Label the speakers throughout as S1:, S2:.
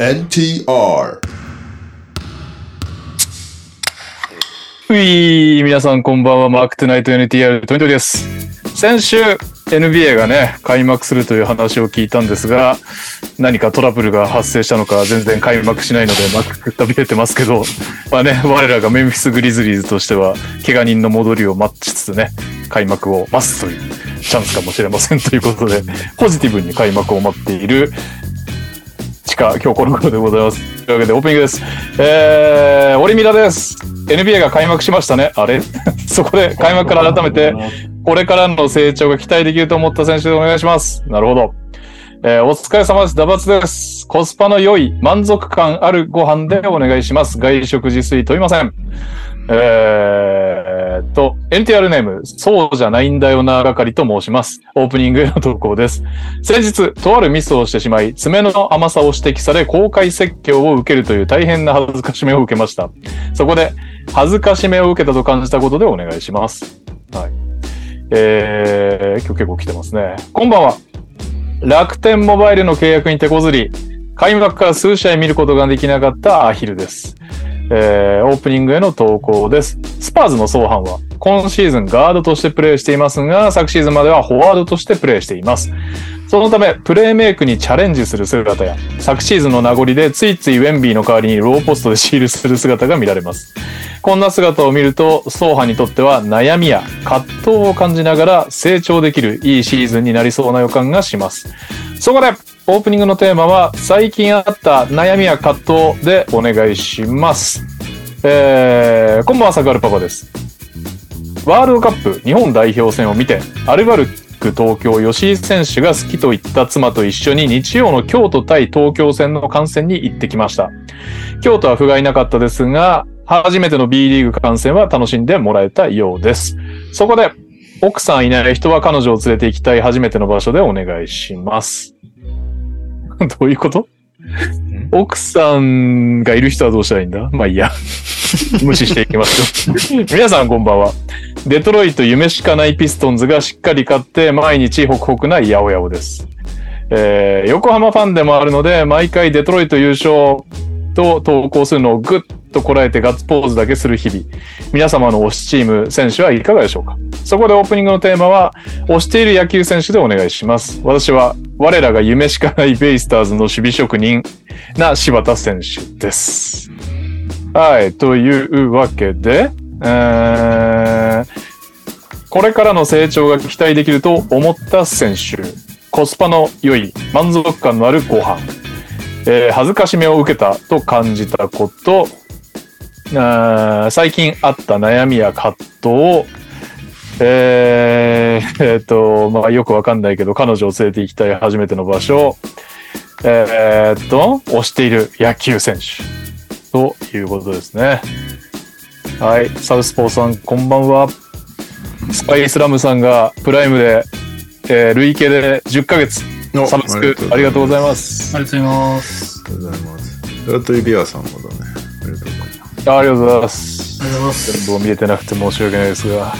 S1: NTR。
S2: 皆さんこんばんは。マークトゥナイト NTR トニトです。先週 NBA がね開幕するという話を聞いたんですが、何かトラブルが発生したのか全然開幕しないのでくたびれてますけど、まあね、我らがメンフィスグリズリーズとしては怪我人の戻りを待ちつつね、開幕を待つというチャンスかもしれませんということで、ポジティブに開幕を待っている地下今日この頃でございます。というわけでオープニングです。オリミラです。NBA が開幕しましたね。あれそこで開幕から改めてこれからの成長が期待できると思った選手でお願いします。なるほど。お疲れ様です。ダバツです。コスパの良い満足感あるご飯でお願いします。外食自炊問いません。NTR ネーム、そうじゃないんだよな係と申します。オープニングへの投稿です。先日、とあるミスをしてしまい、爪の甘さを指摘され、公開説教を受けるという大変な恥ずかしめを受けました。そこで、恥ずかしめを受けたと感じたことでお願いします。はい。今日結構来てますね。こんばんは。楽天モバイルの契約に手こずり、開幕から数試合見ることができなかったアヒルです。オープニングへの投稿です。スパーズのソーハンは今シーズンガードとしてプレーしていますが、昨シーズンまではフォワードとしてプレーしています。そのためプレーメイクにチャレンジする姿や、昨シーズンの名残でついついウェンビーの代わりにローポストでシールする姿が見られます。こんな姿を見るとソーハンにとっては悩みや葛藤を感じながら成長できるいいシーズンになりそうな予感がします。そこでオープニングのテーマは最近あった悩みや葛藤でお願いします。こんばんは、サクアルパパです。ワールドカップ日本代表戦を見て、アルバルク東京吉井選手が好きと言った妻と一緒に日曜の京都対東京戦の観戦に行ってきました。京都は不甲斐なかったですが、初めての B リーグ観戦は楽しんでもらえたようです。そこで奥さんいない人は彼女を連れて行きたい初めての場所でお願いします。どういうこと？奥さんがいる人はどうしたらいいんだ？まあいいや。無視していきましょう。皆さんこんばんは。デトロイト夢しかないピストンズがしっかり勝って毎日ホクホクなヤオヤオです。横浜ファンでもあるので、毎回デトロイト優勝と投稿するのをグッとこらえてガッツポーズだけする日々。皆様の推しチーム選手はいかがでしょうか？そこでオープニングのテーマは推している野球選手でお願いします。私は我らが夢しかないベイスターズの守備職人な柴田選手です。はい、というわけで、これからの成長が期待できると思った選手、コスパの良い満足感のあるご飯、恥ずかしめを受けたと感じたこと、最近あった悩みや葛藤を、まあよくわかんないけど彼女を連れて行きたい初めての場所、推している野球選手ということですね。はい、サウスポーさんこんばんは。スパイスラムさんがプライムで、累計で10ヶ月サブスクありがとうございます。
S3: ありがとうございます。
S1: ありがとうございます。ラトリビアさんもだね。ありがとうございます。
S2: ありがとうございます。
S3: ありがとうございます。
S2: 全部見えてなくて申し訳ないですが。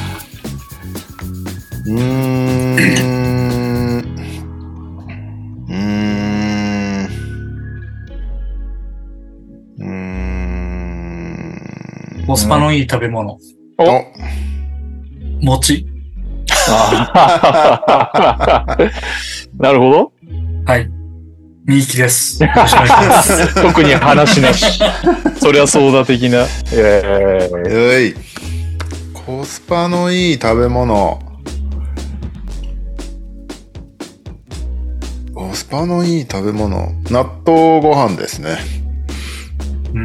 S3: コスパのいい食べ物。
S2: お
S3: 餅。
S2: なるほど。
S3: はい。みゆきです。よろしくお願いします。
S2: 特に話なし。そりゃそうだ的な。
S1: コスパのいい食べ物。コスパのいい食べ物。納豆ご飯ですね。
S3: うん。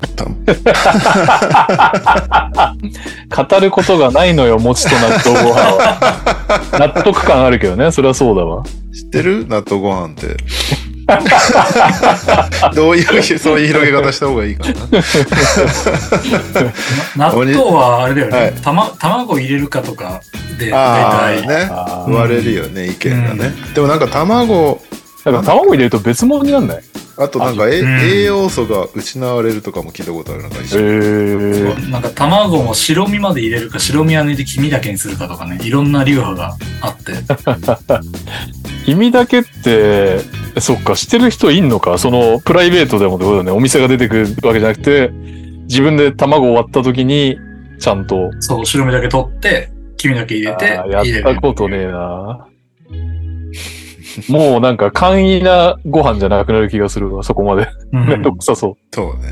S2: 語ることがないのよ、餅と納豆ご飯は。納得感あるけどね、それはそうだわ。
S1: 知ってる？納豆ご飯って。どういう、そういう広げ方した方がいいか
S3: な。納豆はあれだよね、はい、卵入れるかとかで
S1: 大体ね、言われるよね、意見がね。でもなんか卵
S2: 入れると別物になんない？
S1: あとなんか栄養素が失われるとかも聞いたことあるのか
S3: なんか卵も白身まで入れるか白身は抜いて黄身だけにするかとかね、いろんな流派があって
S2: 黄身だけってそっか、してる人いんのか。その、プライベートでもってことだね。お店が出てくるわけじゃなくて、自分で卵を割った時に、ちゃんと。
S3: そう、白身だけ取って、黄身だけ入れて、
S2: やったことねえな。もうなんか簡易なご飯じゃなくなる気がするわ、そこまで。めんどくさそう。
S1: そうね。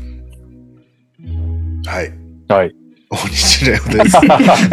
S1: はい。
S2: はい。
S1: 大西レオです。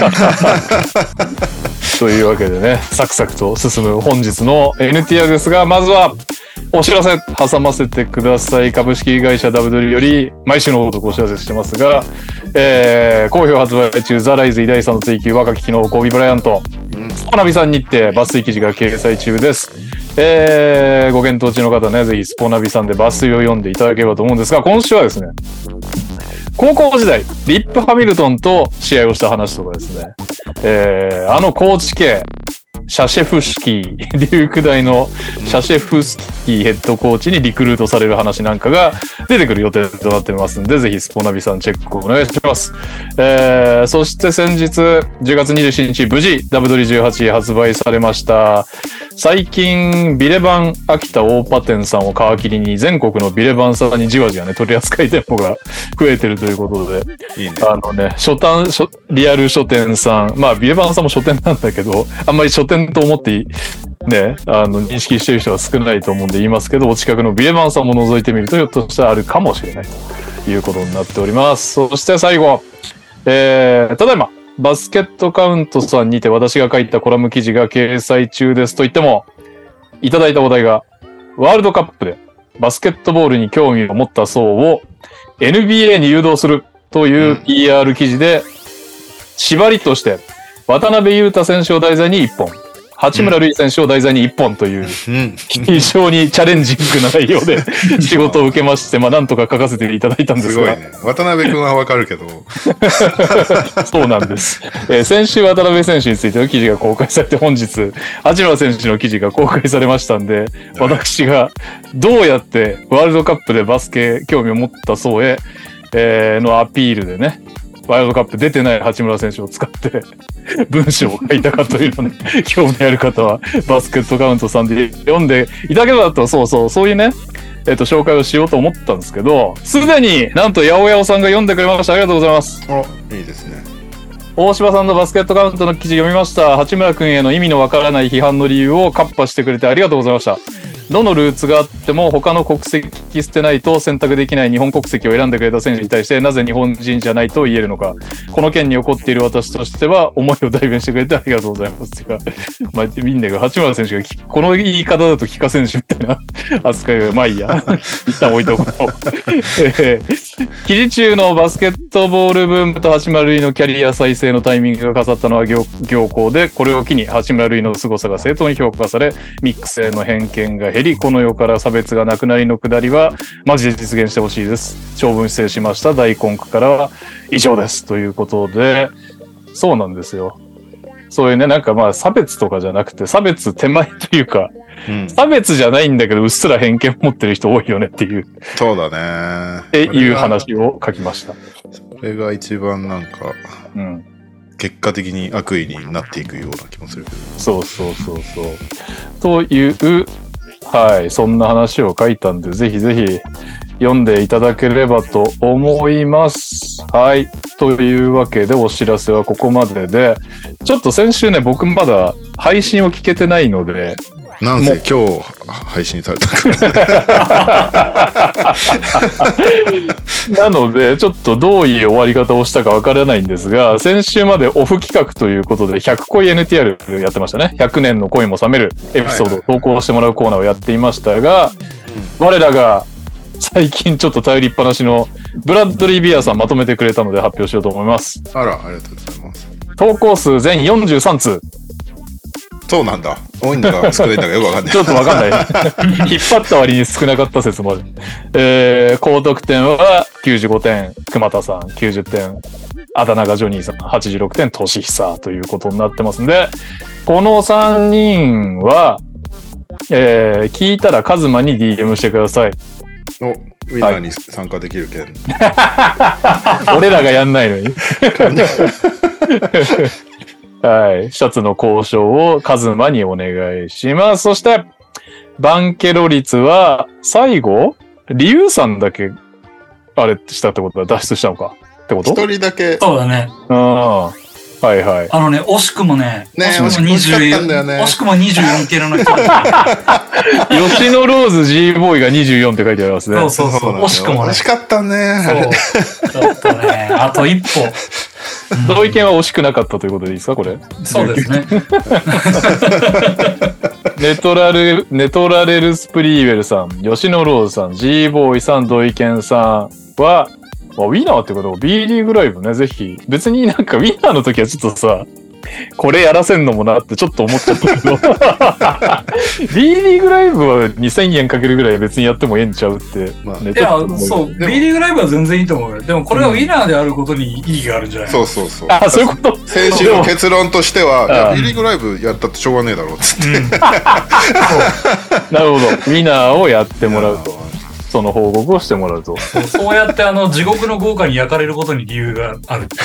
S2: というわけでね、サクサクと進む本日の NTR ですが、まずはお知らせ挟ませてください。株式会社ダブドリより毎週のごとくお知らせしてますが、好評発売中、ザ・ライズ偉大さんの追求若き機能コービー・ブライアント、スポナビさんにて抜粋記事が掲載中です。ご検討中の方ね、ぜひスポナビさんで抜粋を読んでいただければと思うんですが、今週はですね、高校時代、リップ・ハミルトンと試合をした話とかですね、高知県、シャシェフスキー、デューク大のシャシェフスキーヘッドコーチにリクルートされる話なんかが出てくる予定となってますので、ぜひスポナビさんチェックをお願いします。そして先日、10月27日、無事、ダブドリ18発売されました。最近、ビレバン秋田大パ店さんを皮切りに、全国のビレバンさんにじわじわね、取り扱い店舗が増えてるということで、
S1: いいね。
S2: リアル書店さん、まあ、ビレバンさんも書店なんだけど、あんまり書店と思ってね、認識してる人は少ないと思うんで言いますけど、お近くのビレバンさんも覗いてみると、ひょっとしたらあるかもしれないということになっております。そして最後、ただいま、バスケットカウントさんにて私が書いたコラム記事が掲載中ですと言っても、いただいたお題が、ワールドカップでバスケットボールに興味を持った層を NBA に誘導するという PR 記事で、縛りとして渡辺裕太選手を題材に1本、八村塁選手を題材に1本という、非常にチャレンジングな内容で仕事を受けまして、まあなんとか書かせていただいたんですが。すごいね。
S1: 渡辺君はわかるけど。
S2: そうなんです。先週渡辺選手についての記事が公開されて、本日、八村選手の記事が公開されましたんで、私がどうやってワールドカップでバスケ興味を持った層へ、のアピールでね、ワールドカップ出てない八村選手を使って文章を書いたかというのね、興味ある方はバスケットカウントさんで読んでいただければと、そういうね、紹介をしようと思ったんですけど、すでになんと八百屋さんが読んでくれました。ありがとうございます。
S1: いいですね。
S2: 大柴さんのバスケットカウントの記事読みました。八村君への意味のわからない批判の理由をカッパしてくれてありがとうございました。どのルーツがあっても他の国籍捨てないと選択できない日本国籍を選んでくれた選手に対してなぜ日本人じゃないと言えるのか。この件に起こっている私としては思いを代弁してくれてありがとうございます。まあ、みんなが八村選手がこの言い方だと帰化選手みたいな扱いが、まあいいや。一旦置いておくと。記事中のバスケットボールブームと八村塁のキャリア再生のタイミングが重なったのは行幸で、これを機に八村塁の凄さが正当に評価され、ミックスへの偏見が減り、この世から差別がなくなりのくだりはマジで実現してほしいです。長文失礼しました。大根区からは以上ですということで、そうなんですよ。そういうね、なんかまあ差別とかじゃなくて、差別手前というか、差別じゃないんだけどうっすら偏見持ってる人多いよねっていう。
S1: そうだね。
S2: っていう話を書きました。
S1: それが一番なんか、結果的に悪意になっていくような気もするけど。
S2: そう。という、はい、そんな話を書いたんで、ぜひぜひ読んでいただければと思います。はい。というわけでお知らせはここまでで、ちょっと先週ね、僕まだ配信を聞けてないので、
S1: なんせ今日配信されたから
S2: なのでちょっとどういう終わり方をしたかわからないんですが、先週までオフ企画ということで100恋 NTR やってましたね。100年の恋も冷めるエピソードを投稿してもらうコーナーをやっていましたが、我らが最近ちょっと頼りっぱなしのブラッドリー・ビアさんまとめてくれたので発表しようと思います。
S1: ありがとうございます。
S2: 投稿数全43通。
S1: そうなんだ。多いんだか少ないんだかよくわかんない。
S2: ちょっとわかんない。引っ張った割に少なかった説もある。高得点は95点、熊田さん90点、あだ名がジョニーさん86点、トシヒサということになってますんで、この3人は、聞いたらカズマに DM してください。
S1: ウィナーに参加できる件。
S2: 俺らがやんないのに。はい。シャツの交渉をカズマにお願いします。そして、 バンケロ率は、最後リュウさんだけ、あれしたってことは脱出したのかってこと
S1: 一人だけ。
S3: そうだね。
S2: はいはい。
S3: 惜しくもね、
S1: 惜しかったんだよね。
S3: 惜しくも24キロの人だ
S2: 吉野ローズ G ボーイが24って書いてありますね。
S3: そう。惜しくもね。
S1: 惜しかったね。
S3: そう。ちょっとね、あと一歩。
S2: 同意見は惜しくなかったということでいいですか、これ。
S3: そうですね。
S2: ネトラレルスプリーウェルさん、吉野ローズさん、G ボーイさん、土井健さんは、ウィナーってことは B リーグライブね、ぜひ。別になんかウィナーの時はちょっとさ、これやらせんのもなってちょっと思っちゃったけどB リーグライブは2000円かけるぐらい別にやってもええんちゃうって、
S3: まあ、いやそう B リーグライブは全然いいと思うよ。でもこれはウィナーであることに意義があるんじゃない、
S1: そう
S2: あ、そういうこと。
S1: 先週の結論としては B リーグライブやったってしょうがねえだろうっつって、
S2: なるほど、ウィナーをやってもらうと、その報告をしてもらうと。
S3: そうやって地獄の豪華に焼かれることに理由がある。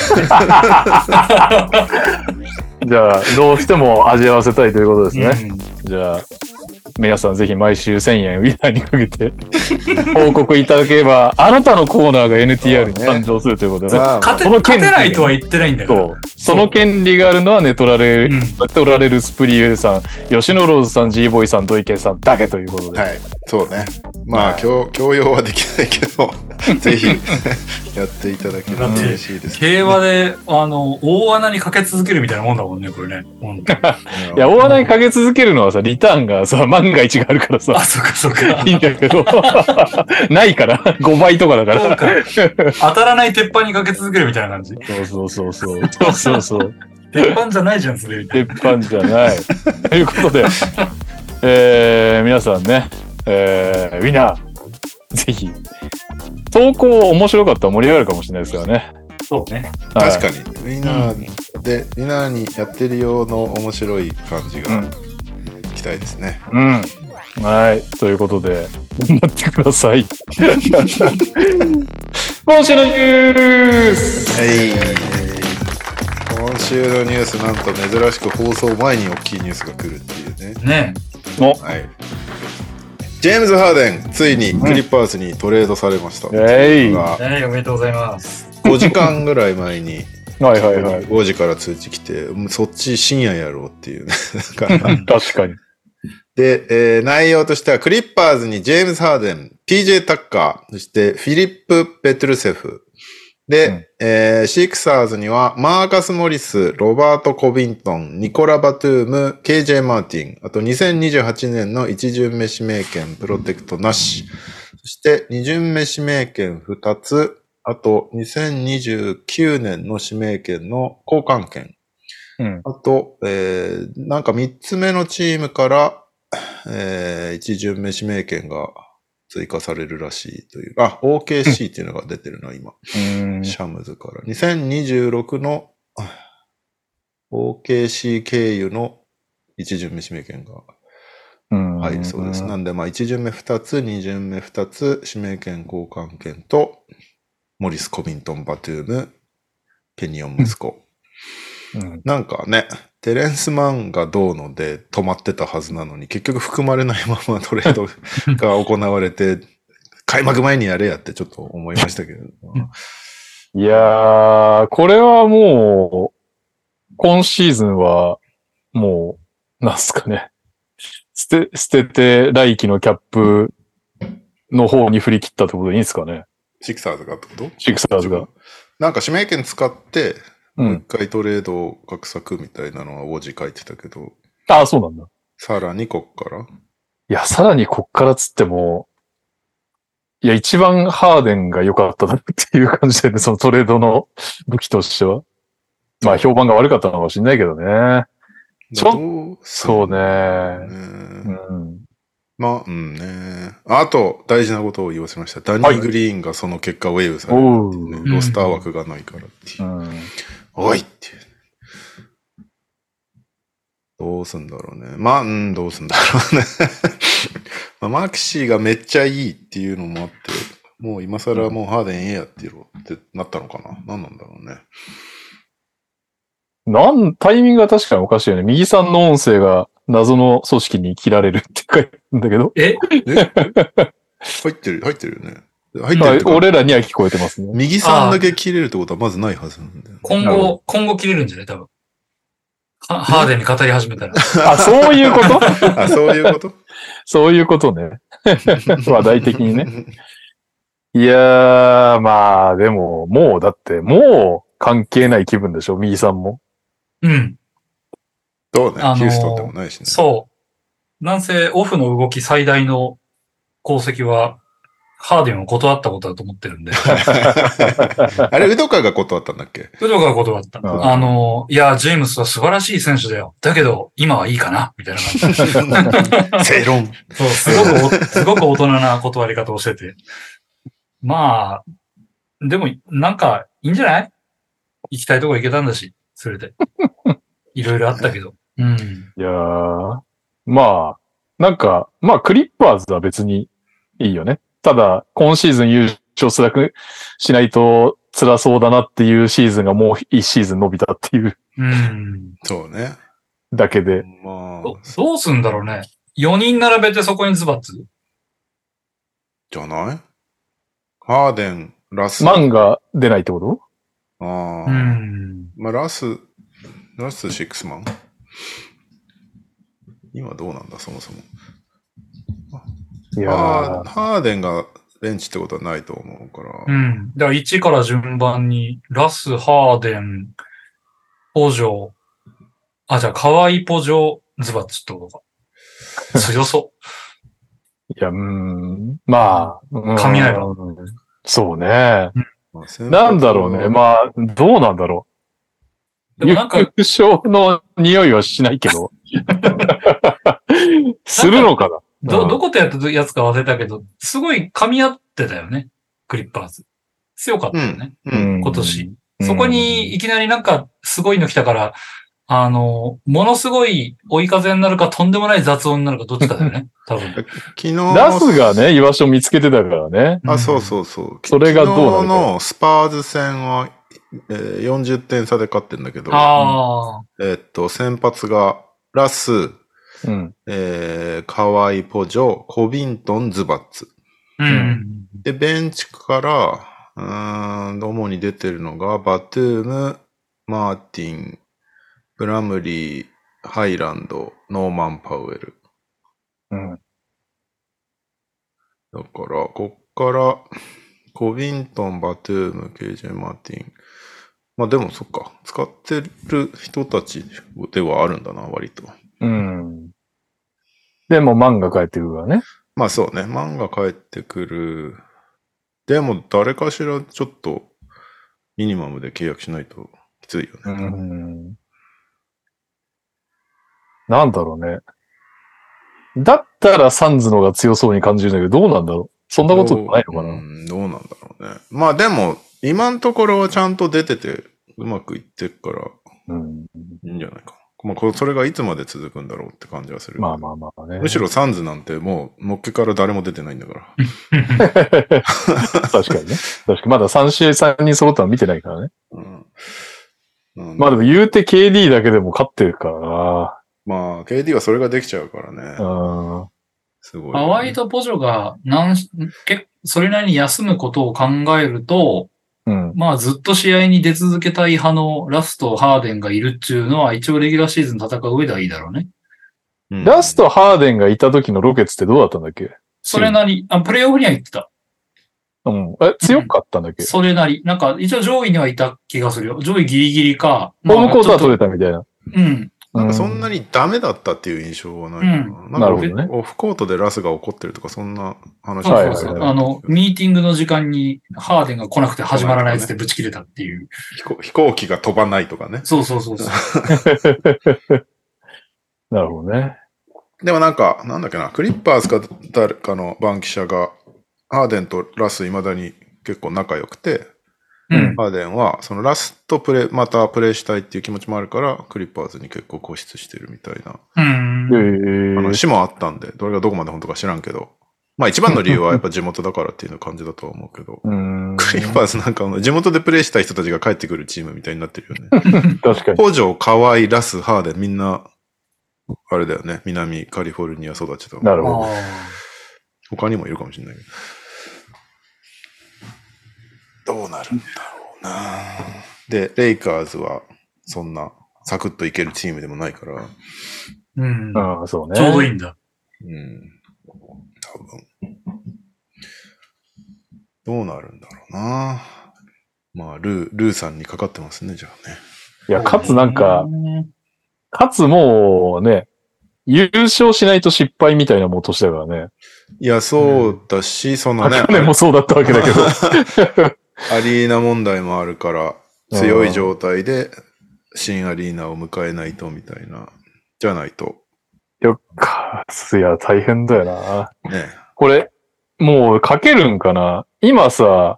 S2: じゃあ、どうしても味わわせたいということですね。じゃあ、皆さんぜひ毎週1000円ウィナーにかけて報告いただければ、あなたのコーナーが NTR に誕生するということでね。
S3: 勝てないとは言ってないんだよ。
S2: その権利があるのはネトラレルスプリエルさん、吉野ローズさん、G ボーイさん、土井健さんだけということで。
S1: はい。そうね。まあ、強要はできないけど、ぜひやっていただければ嬉しいです。
S3: 競馬で、大穴にかけ続けるみたいなもんだもんね、これね。
S2: いや、大穴にかけ続けるのはさ、リターンがさ、万が一があるからさ。
S3: あ、そっかそっか。
S2: いいんだけど。ないから。5倍とかだから。
S3: 当たらない鉄板にかけ続けるみたいな感じ。
S2: そう。
S3: 鉄板じゃないじゃん、それ。
S2: 鉄板じゃない。ということで、皆さんね、ウィナー、ぜひ、投稿面白かったら盛り上がるかもしれないですからね。
S3: そうね。
S1: 確かに。ウィナーにやってるようの面白い感じが、期待ですね。
S2: はい。ということで、頑張ってください。今週のニュース。
S1: 今週のニュース、なんと珍しく放送前に大きいニュースが来るっていうね。はい。ジェームズ・ハーデン、ついにクリッパーズにトレードされました。
S3: おめでとうございます。
S1: 5時間ぐらい前に、
S2: 5
S1: 時から通知来て、そっち深夜やろうっていうね。
S2: 確かに。
S1: で、内容としては、クリッパーズにジェームズ・ハーデン、PJ タッカー、そしてフィリップ・ペトルセフ。で、シクサーズには、マーカス・モリス、ロバート・コビントン、ニコラ・バトゥーム、KJ・マーティン、あと2028年の1巡目指名権、プロテクトなし。そして2巡目指名権2つ、あと2029年の指名権の交換権。あと、なんか3つ目のチームから、1巡目指名権が追加されるらしいという。OKC っていうのが出てるな、今。シャムズから。2026の OKC 経由の1巡目指名権が入るそうです。なんで、1巡目2つ、2巡目2つ、指名権交換権と、モリス・コビントン・バトゥーム、ケニオン息子。なんかね、テレンスマンがどうので止まってたはずなのに、結局含まれないままトレードが行われて、開幕前にやれやってちょっと思いましたけど。
S2: いやー、これはもう、今シーズンは、もう、なんすかね。捨てて来季のキャップの方に振り切ったってことでいいんですかね。
S1: シクサーズがってこと？
S2: シクサーズが。
S1: なんか指名権使って、もう一回トレードを画策みたいなのは王子書いてたけど。
S2: ああ、そうなんだ。
S1: さらにこっから？
S2: いや、さらにこっからつっても、いや、一番ハーデンが良かったなっていう感じでね、そのトレードの武器としては。まあ、評判が悪かったのかもしれないけどね。そうね。
S1: まあ、ね。あと、大事なことを言わせました。ダニー・グリーンがその結果ウェーブされるっていうね。ロスター枠がないからっていう。おいっていう。どうすんだろうね。まあ、どうすんだろうね。マキシーがめっちゃいいっていうのもあって、もう今更もうハーデンええやってなったのかな。何なんだろうね。
S2: タイミングが確かにおかしいよね。右さんの音声が謎の組織に切られるって書いてんだけど。
S3: え
S1: 入ってるよね。入ってるってか
S2: 俺らには聞こえてますね。
S1: 右3だけ切れるってことはまずないはずなんだよね。
S3: 今後切れるんじゃない多分。ハーデンに語り始めたら。
S2: あ、そういうこと
S1: あ、そういうこと
S2: そういうことね。話題的にね。いやー、まあ、でも、もう関係ない気分でしょ、右さんも。
S3: うん。
S1: そうね。ヒューストンでもないしね。
S3: そう。なんせ、オフの動き最大の功績は、ハーデンを断ったことだと思ってるんで。
S1: あれ、ウドカが断ったんだっけ？
S3: ウドカが断った。
S2: うん
S3: いや、ジェームスは素晴らしい選手だよ。だけど、今はいいかなみたいな感じ。
S1: 正論。
S3: そう、すごく大人な断り方をしてて。まあ、でも、なんか、いいんじゃない？行きたいとこ行けたんだし、それで。いろいろあったけど。うん。
S2: いやー、まあ、なんか、まあ、クリッパーズは別にいいよね。ただ、今シーズン優勝しないと辛そうだなっていうシーズンがもう1シーズン伸びたっていう
S1: そうね。
S2: だけで。
S1: まあ。
S3: どうすんだろうね。4人並べてそこにズバッツ
S1: じゃない？ハーデン、ラス。
S2: マンが出ないってこと？
S1: ああ。まあ、ラス6マン。今どうなんだ、そもそも。
S2: いや
S1: ハーデンがベンチってことはないと思うから。
S3: うん。だから1から順番に、ラス、ハーデン、ポジョ、じゃあ、カワイポジョ、ズバッツってことか。強そう。
S2: いや、まあ。
S3: 噛み合えば。
S2: そうね。
S1: な
S2: んだろうね。まあ、どうなんだろう。優勝の匂いはしないけど。するのかな。
S3: どことやったやつか忘れたけど、すごい噛み合ってたよね。クリッパーズ。強かったよね。今年。そこにいきなりなんかすごいの来たから、ものすごい追い風になるかとんでもない雑音になるかどっちかだよね。多分。
S1: 昨日。
S2: ラスがね、居場所見つけてたからね。
S1: あ、そうそうそう。
S2: それがどうなるか。
S1: 昨日のスパーズ戦は、40点差で勝ってんだけど。先発がラス、カワイポジョ、コビントン、ズバッツ。で、ベンチから、主に出てるのが、バトゥーム、マーティン、プラムリー、ハイランド、ノーマン・パウエル。だから、こっから、コビントン、バトゥーム、KJ マーティン。まあでもそっか、使ってる人たちではあるんだな、割と。
S2: でも、マンが帰ってくるからね。
S1: まあそうね、マンが帰ってくる。でも、誰かしらちょっと、ミニマムで契約しないときついよね。
S2: なんだろうね。だったらサンズの方が強そうに感じるんだけど、どうなんだろう。そんなことないのかな。
S1: どうなんだろうね。まあでも、今のところはちゃんと出てて、うまくいってるから、いいんじゃないか。まあ、それがいつまで続くんだろうって感じはする。
S2: まあね。
S1: むしろサンズなんてもう、のっけから誰も出てないんだから。
S2: 確かにね。確かに。まだ3試合3人揃ったの見てないからね。まあでも言うて KD だけでも勝ってるからな。
S1: まあ、KD はそれができちゃうからね。すごい、ね。
S3: ハワイとポジョがそれなりに休むことを考えると、まあずっと試合に出続けたい派のラスト、ハーデンがいるっていうのは一応レギュラーシーズン戦う上ではいいだろうね。
S2: ラスト、ハーデンがいた時のロケッツってどうだったんだっけ？
S3: それなり、プレイオフには行ってた。
S2: 強かったんだっけ？
S3: それなり。なんか一応上位にはいた気がするよ。上位ギリギリか。
S2: ホームコートは取れたみたいな。
S1: なんかそんなにダメだったっていう印象はないかな。
S2: なるほどね。
S1: オフコートでラスが怒ってるとか、そんな話
S3: はない。ミーティングの時間にハーデンが来なくて始まらないってブチ切れたっていう。
S1: 飛行機が飛ばないとかね。
S3: そう。
S2: なるほどね。
S1: でもなんだっけな、クリッパーズか誰かの番記者が、ハーデンとラス未だに結構仲良くて、ハーデンは、そのラストまたプレイしたいっていう気持ちもあるから、クリッパーズに結構固執してるみたいな話もあったんで、どれがどこまで本当か知らんけど、まあ一番の理由はやっぱ地元だからっていう感じだとは思うけど、クリッパーズなんか地元でプレイしたい人たちが帰ってくるチームみたいになってるよね。
S2: 確かに。
S1: 北条、河合、ラス、ハーデンみんなあれだよね。南カリフォルニア育ちだ。
S2: なるほど。
S1: 他にもいるかもしれないけど。どうなるんだろうな。で、レイカーズはそんなサクッといけるチームでもないから。
S3: うん。
S2: ああ、そうね。
S3: ちょうどいいんだ。
S1: うん。多分。どうなるんだろうな。まあ、ルーさんにかかってますね、じゃあね。
S2: いや、かつなんか、かつもうね、優勝しないと失敗みたいなもう年だからね。
S1: いや、そうだし、そのね。
S2: 去年もそうだったわけだけど。
S1: アリーナ問題もあるから、強い状態で新アリーナを迎えないとみたいな、じゃないと。
S2: いや、大変だよな。
S1: ね。
S2: これ、もうかけるんかな。今さ、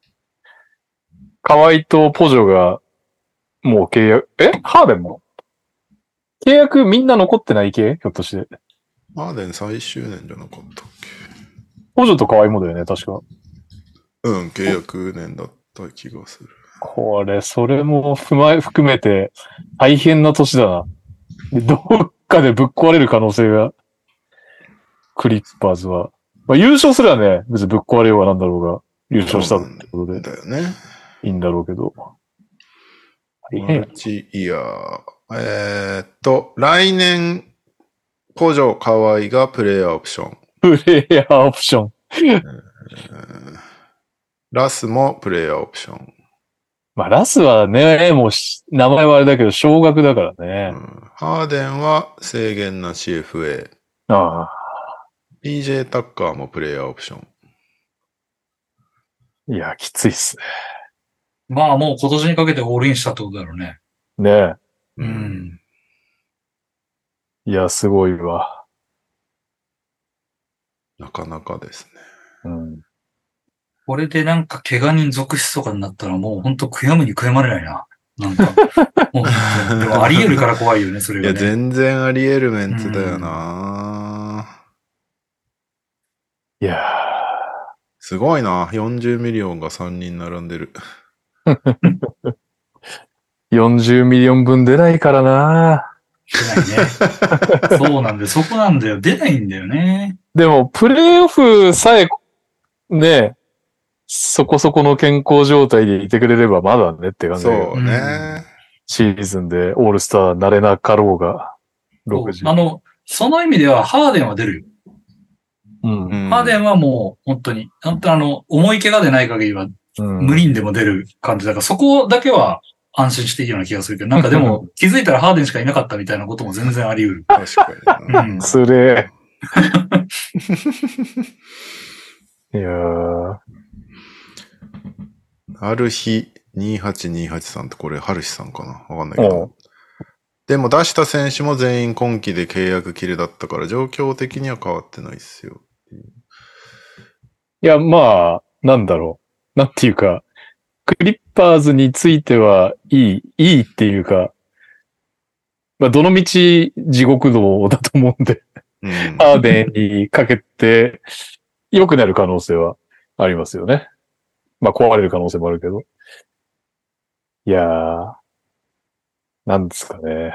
S2: 河合とポジョが、もう契約、ハーデンも契約みんな残ってない系ひょっとして。
S1: ハーデン最終年じゃなかったっけ？
S2: ポジョと河合もだよね、確か。
S1: うん、契約年だった気がする。
S2: これ、それも含めて、大変な年だな。でどっかでぶっ壊れる可能性が、クリッパーズは。まあ、優勝すればね、別にぶっ壊れようがなんだろうが、優勝したってことで。
S1: だよね。
S2: いいんだろうけど。
S1: マルチイヤー。来年、ポジョ、河合がプレイヤーオプション。
S2: プレイヤーオプション。
S1: ラスもプレイヤーオプション。
S2: まあ、ラスはね、もう名前はあれだけど、少額だからね。
S1: ハーデンは制限なし FA。
S2: ああ。
S1: PJ タッカーもプレイヤーオプション。
S2: いや、きついっすね。
S3: まあもう今年にかけてオールインしたってことだろうね。
S2: ねえ。
S3: うん。
S2: いや、すごいわ。
S1: なかなかですね。
S2: うん。
S3: これでなんか怪我人続出とかになったらもうほんと悔やむに悔やまれないな。なんか。もうでもあり得るから怖いよね、それがね。
S1: いや、全然あり得るメンツだよな、
S2: いやー。
S1: すごいな。40ミリオンが3人並んでる。
S2: 40ミリオン分出ないからな。
S3: 出ないね。そうなんだよ。そこなんだよ。出ないんだよね。
S2: でも、プレイオフさえ、ね、そこそこの健康状態でいてくれればまだねって感じだよ。
S1: そうね。
S2: シーズンでオールスターなれなかろうが。
S3: 60。その意味ではハーデンは出るよ。ハーデンはもう本当に重い怪我でない限りは無理にでも出る感じだから、そこだけは安心していいような気がするけど、なんかでも気づいたらハーデンしかいなかったみたいなことも全然あり得る。
S1: 確かに。
S2: つれえ。いやー。
S1: ある日、2828さんってこれ、ハルシさんかなわかんないけど。でも出した選手も全員今季で契約切れだったから、状況的には変わってないっすよ。
S2: いや、まあ、なんだろう。なんていうか、クリッパーズについてはいいっていうか、まあ、どの道地獄道だと思うんで、ハーデンにかけて良くなる可能性はありますよね。まあ、壊れる可能性もあるけど。いやー、なんですかね。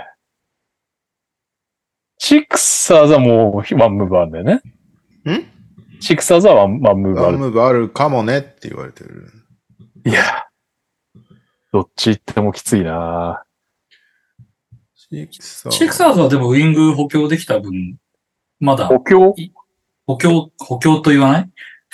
S2: シクサーズはもうワンムーブあるんだよね。シクサーズはワンムーブある。
S1: ワンムーブあるかもねって言われてる。
S2: いや、どっち行ってもきついな
S3: シクサーズはでもウィング補強できた分、まだ。
S2: 補強
S3: と言わない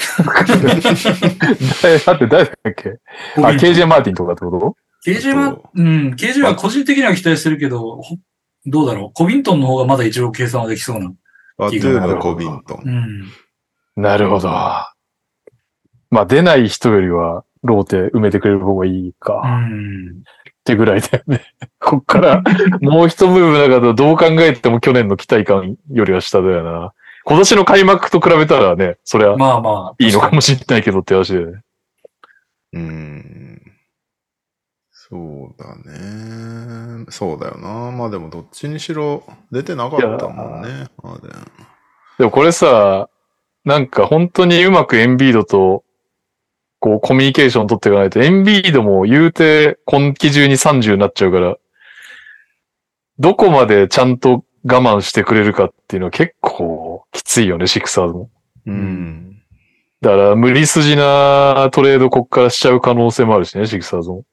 S2: だって誰だっけKJ マーティンとかってこと
S3: KJ は個人的には期待してるけど、どうだろう。コビントンの方がまだ一応計算はできそうな。
S1: バトゥーム、コビントン。
S2: なるほど。まあ出ない人よりはローテ埋めてくれる方がいいか。ってぐらいだよね。こっからもう一部分だからどう考えても去年の期待感よりは下だよな。今年の開幕と比べたらね、それはいいのかもしれないけどって話だよね。
S1: そうだね。そうだよな。まあでもどっちにしろ出てなかったもんね。
S2: でもこれさ、なんか本当にうまくエンビードとこうコミュニケーション取っていかないと、エンビードも言うて今季中に30になっちゃうから、どこまでちゃんと我慢してくれるかっていうのは結構きついよね、シクサーズも。
S1: うん。
S2: だから無理筋なトレードこっからしちゃう可能性もあるしね、シクサーズも。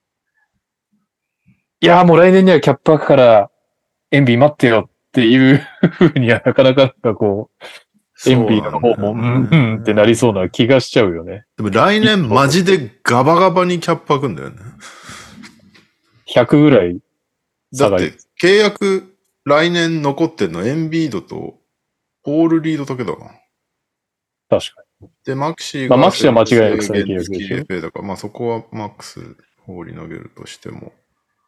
S2: いやーもう来年にはキャップ開くからエンビー待ってよっていう風にはなかなかこう、エンビーの方もうんってなりそうな気がしちゃうよね。
S1: でも来年マジでガバガバにキャップ開くんだよね。
S2: 100ぐらい
S1: だって契約来年残ってんのエンビードとポール・リードだけだな。
S2: 確かに。
S1: で、マクシーが、
S2: マクシーは間違いなく再契約
S1: でしょ。FA だから、そこはマックス放り投げるとしても。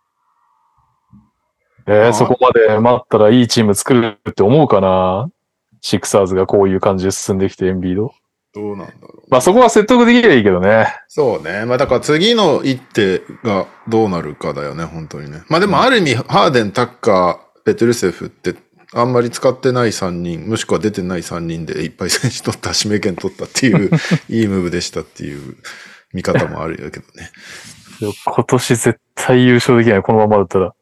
S2: そこまで待ったらいいチーム作るって思うかな？シクサーズがこういう感じで進んできてエンビード。
S1: どうなんだろう。
S2: そこは説得できればいいけどね。
S1: そうね。だから次の一手がどうなるかだよね、本当にね。でもある意味、ハーデン、タッカー、ペトルセフってあんまり使ってない3人、もしくは出てない3人でいっぱい選手取った、指名権取ったっていう、いいムーブでしたっていう見方もあるけどね。
S2: 今年絶対優勝できない、このままだったら。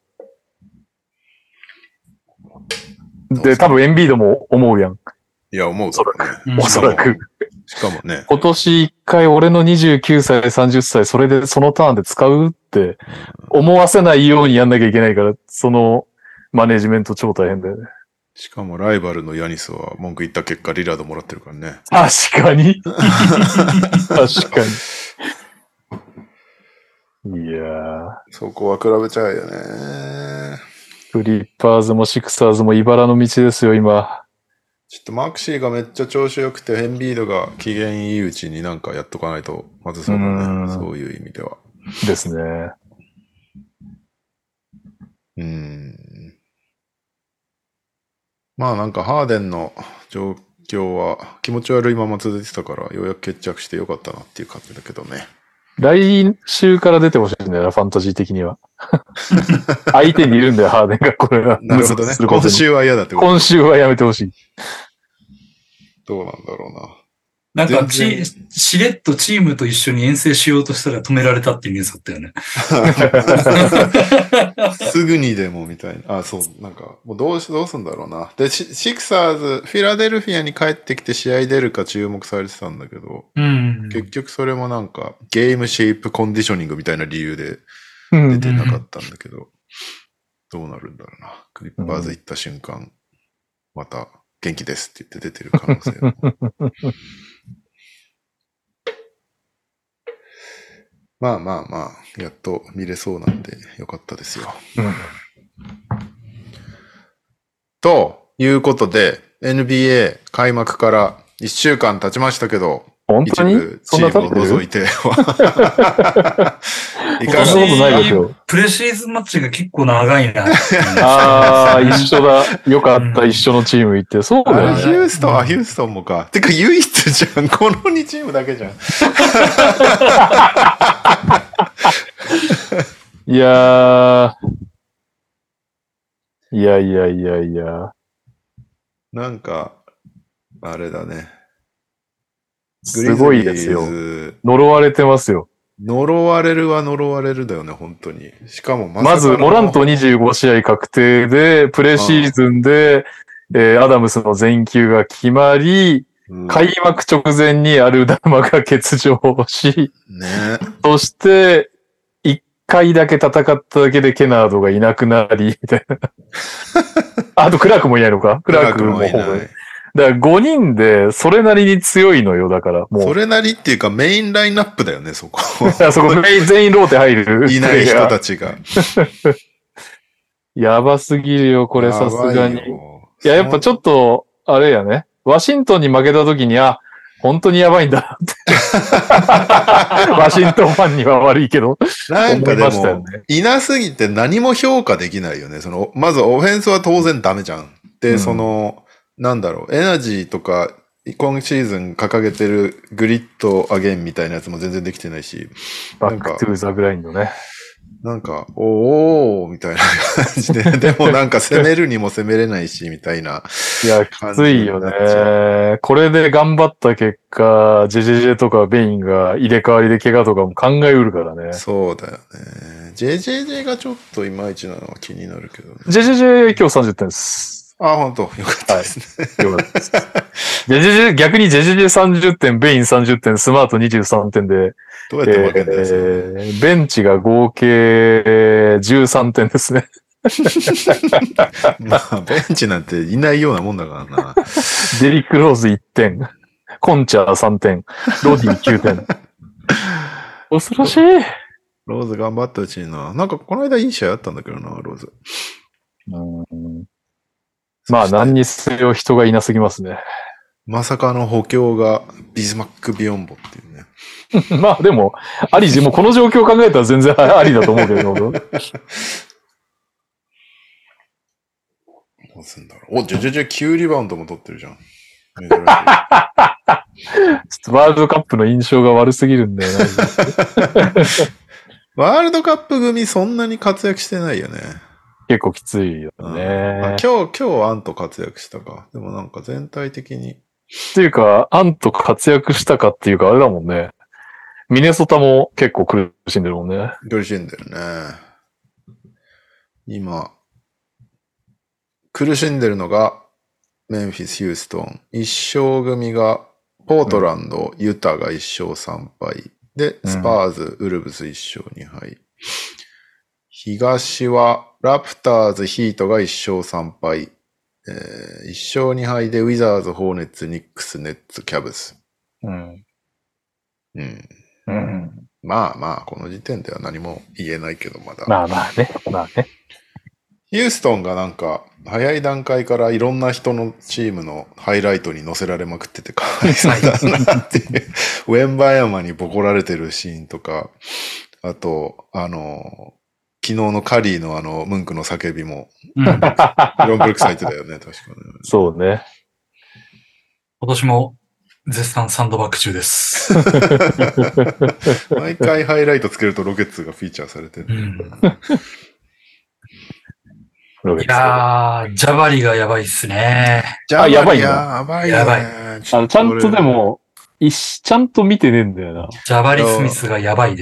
S2: で、多分エンビードも思うやん。
S1: いや、思うだろう
S2: ね。おそらく。
S1: しかもね。
S2: 今年一回俺の29歳、30歳、それでそのターンで使うって思わせないようにやんなきゃいけないから、そのマネジメント超大変だよね。
S1: しかもライバルのヤニスは文句言った結果リラードもらってるからね。
S2: 確かに。確かに。いやー。
S1: そこは比べちゃうよね。
S2: クリッパーズもシクサーズも茨の道ですよ、今。
S1: ちょっとマクシーがめっちゃ調子良くて、エンビードが機嫌いいうちになんかやっとかないとまずそうだね。そういう意味では。
S2: ですね。
S1: なんかハーデンの状況は気持ち悪いまま続いてたから、ようやく決着してよかったなっていう感じだけどね。
S2: 来週から出てほしいんだよな、ファンタジー的には。相手にいるんだよ、ハーデンが。これが。
S1: なるほどね。今週は嫌だってこと。
S2: 今週はやめてほしい。
S1: どうなんだろうな。
S3: なんかしれっとチームと一緒に遠征しようとしたら止められたっていうニュースあったよね。
S1: すぐにでもみたいな。そう、なんか、もうどうすんだろうな。で、シクサーズ、フィラデルフィアに帰ってきて試合出るか注目されてたんだけど、結局それもなんか、ゲームシェイプコンディショニングみたいな理由で出てなかったんだけど、どうなるんだろうな。クリッパーズ行った瞬間、また元気ですって言って出てる可能性も。やっと見れそうなんでよかったですよ。ということで、NBA 開幕から1週間経ちましたけど、
S2: 本当に
S1: 一部チームを除いては。
S2: いかがことないですよ。
S3: プレシーズンマッチが結構長いな。
S2: 一緒だ。よかった、一緒のチーム行って。そうだよね。
S1: ヒューストンもか。てか唯一じゃん。この2チームだけじゃん。
S2: いや。
S1: なんか、あれだね。
S2: すごいですよ。呪われてますよ。
S1: 呪われるだよね、本当に。しかも
S2: まず、モラント25試合確定で、プレシーズンで、アダムスの全休が決まり、開幕直前にアルダマが欠場し、そして、1回だけ戦っただけでケナードがいなくなり、みたいな。あとクラークもいないのか？クラークもいない。だから5人でそれなりに強いのよ、だからもう。
S1: それなりっていうかメインラインナップだよね、そこ。
S2: そこ全員ローテ入る。
S1: いない人たちが。
S2: やばすぎるよ、これさすがに。いや、やっぱちょっと、あれやね。ワシントンに負けた時に、本当にやばいんだなって。ワシントンファンには悪いけど。
S1: なんかでも、いなすぎて何も評価できないよね。まずオフェンスは当然ダメじゃん。で、なんだろう、エナジーとか、今シーズン掲げてるグリッドアゲンみたいなやつも全然できてないし。
S2: バックトゥーザグラインドね。
S1: なんか、おーみたいな感じで、でもなんか攻めるにも攻めれないし、みたいな。
S2: いや、きついよね。 ね。これで頑張った結果、ジェジェジェとかベインが入れ替わりで怪我とかも考えうるからね。
S1: そうだよね。JJJ がちょっといまいちなのは気になるけどね。
S2: ジェジェジェ今日30点です。
S1: あ、本当よかったですね。
S2: よかったです。逆にジェジェジェ30点、ベイン30点、スマート23点で、
S1: どうやって負けんだよ、
S2: ベンチが合計13点ですね。
S1: まあ、ベンチなんていないようなもんだからな。
S2: デリック・ローズ1点、コンチャー3点、ロディ9点。恐ろしい。
S1: ローズ頑張ってほしいな。なんかこの間いい試合あったんだけどな、ローズ。
S2: まあ何にせよ人がいなすぎますね。
S1: まさかの補強がビズマック・ビヨンボっていうね。
S2: まあでも、もうこの状況を考えたら全然ありだと思うけど。ど
S1: うすんだろう。ジェジェ9リバウンドも取ってるじゃん。
S2: ちょっとワールドカップの印象が悪すぎるんだよな。
S1: ワールドカップ組そんなに活躍してないよね。
S2: 結構きついよね。
S1: 今日アンと活躍したか。でもなんか全体的に。
S2: っていうか、アンと活躍したかっていうかあれだもんね。ミネソタも結構苦しんでるもんね。
S1: 苦しんでるね。今、苦しんでるのが、メンフィス・ヒューストン。一勝組が、ポートランド、ユタが1勝3敗。で、スパーズ、ウルブス1勝2敗。東は、ラプターズ、ヒートが1勝3敗。1勝2敗で、ウィザーズ、ホーネッツ、ニックス、ネッツ、キャブス。まあまあ、この時点では何も言えないけど、まだ。
S2: まあね。
S1: ヒューストンがなんか、早い段階からいろんな人のチームのハイライトに載せられまくっててかわいそうだなっていう。ウェンバヤマにボコられてるシーンとか、あと、昨日のカリーのムンクの叫びも、ロンブルックス入ってたよね、確かね。
S2: そうね。
S3: 今年も絶賛サンドバッグ中です。
S1: 毎回ハイライトつけるとロケッツがフィーチャーされてる。
S3: いやー、ジャバリがやばいっすね。
S2: やばい
S1: ね。
S3: やばい。
S2: ちゃんとでも、ちゃんと見てねえんだよな。
S3: ジャバリスミスがやばいです。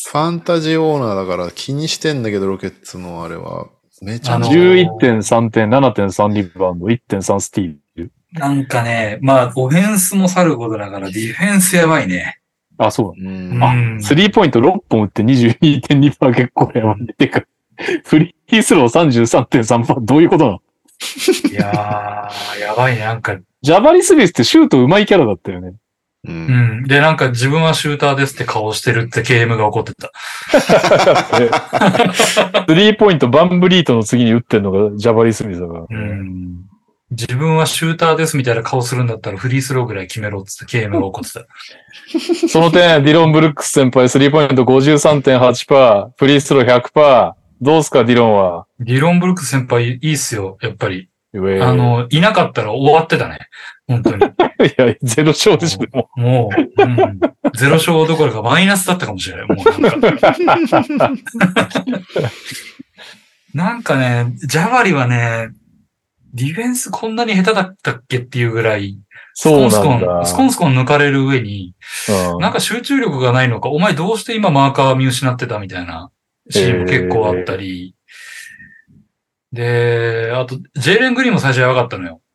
S1: ファンタジーオーナーだから気にしてんだけど、ロケッツのあれは。めちゃめちゃ。
S2: 11.3 点、7.3 リバウンド、1.3 スティール。
S3: なんかね、まあ、オフェンスもさることだからディフェンスやばいね。
S2: あ、そうだ。スリーポイント6本打って 22.2% 結構やばい。てか、フリースロー 33.3%どういうことなの？
S3: いやー、やばいね。なんか、
S2: ジャバリスミスってシュート上手いキャラだったよね。
S3: で、なんか自分はシューターですって顔してるって KM が怒ってた。
S2: スリーポイントバンブリートの次に打ってんのがジャバリスミスだから。
S3: 自分はシューターですみたいな顔するんだったらフリースローぐらい決めろっつって KM が怒ってた。
S2: その点、ディロン・ブルックス先輩、スリーポイント 53.8%、フリースロー 100%。どうすか、ディロンは。
S3: ディロン・ブルックス先輩いいっすよ、やっぱり。いなかったら終わってたね。本当に。い
S2: や、ゼロ勝でしょ、
S3: もう、ゼロ勝どころかマイナスだったかもしれない。もうなんか。なんかね、ジャバリはね、ディフェンスこんなに下手だったっけっていうぐらい、スコンスコン抜かれる上に、なんか集中力がないのか、お前どうして今マーカー見失ってたみたいなシーンも結構あったり、で、あと、ジェイレン・グリーンも最初やばかったのよ。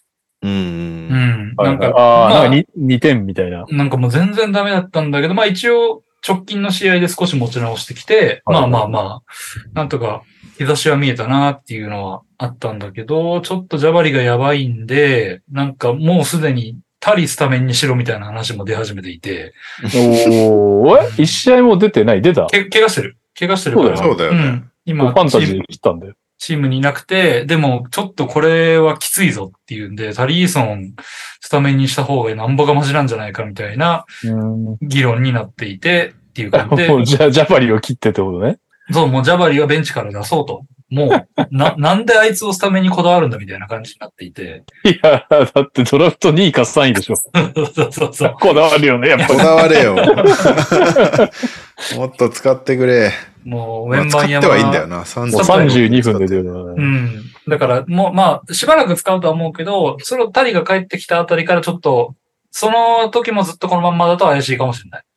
S3: なんか、
S2: 2点みたいな。
S3: なんかもう全然ダメだったんだけど、まあ一応、直近の試合で少し持ち直してきて、まあ、なんとか、日差しは見えたなっていうのはあったんだけど、ちょっとジャバリがやばいんで、なんかもうすでにタリスタメンにしろみたいな話も出始めていて。
S2: 一試合も出てない？出た？
S3: 怪我してるから。
S1: そうだよね。
S2: 今、ファンタジーで切ったんだよ。
S3: チームにいなくて、でもちょっとこれはきついぞっていうんで、タリーソンスタメンにした方がなんぼがマジなんじゃないかみたいな議論になっていてっていう感じで。
S2: もうジャバリを切ってってことね。
S3: そう、もうジャバリはベンチから出そうと。もう、なんであいつをスタメンにこだわるんだみたいな感じになっていて。
S2: いや、だってドラフト2位か3位でしょ。
S3: そう。
S2: こだわるよね、やっぱり。
S1: こだわれよ。もっと使ってくれ。
S3: もう、ウェンバン
S1: 山。使ってはいいんだよな。
S2: 32分で出るのね。
S3: だから、もう、まあ、しばらく使うとは思うけど、そのタリが帰ってきたあたりからちょっと、その時もずっとこのまんまだと怪しいかもしれない。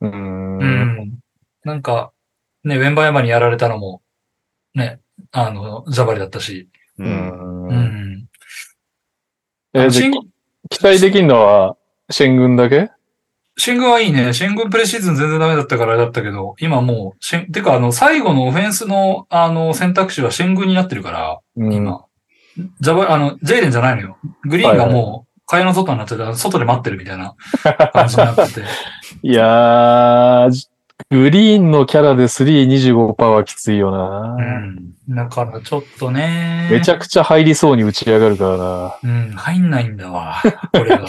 S3: なんか、ね、ウェンバヤマにやられたのも、ね、ジャバリだったし。
S2: じゃ期待できるのは、シェン軍だけ？
S3: シェン軍はいいね。シェン軍プレシーズン全然ダメだったからあれだったけど、今もう、てか最後のオフェンスの、選択肢はシェン軍になってるから、今。ジェイレンじゃないのよ。グリーンがもう、蚊帳の外になってて、外で待ってるみたいな感じになってて。
S2: いやー、グリーンのキャラで 325% はきついよな。
S3: だからちょっとね。
S2: めちゃくちゃ入りそうに打ち上がるからな。
S3: 入んないんだわ。これが。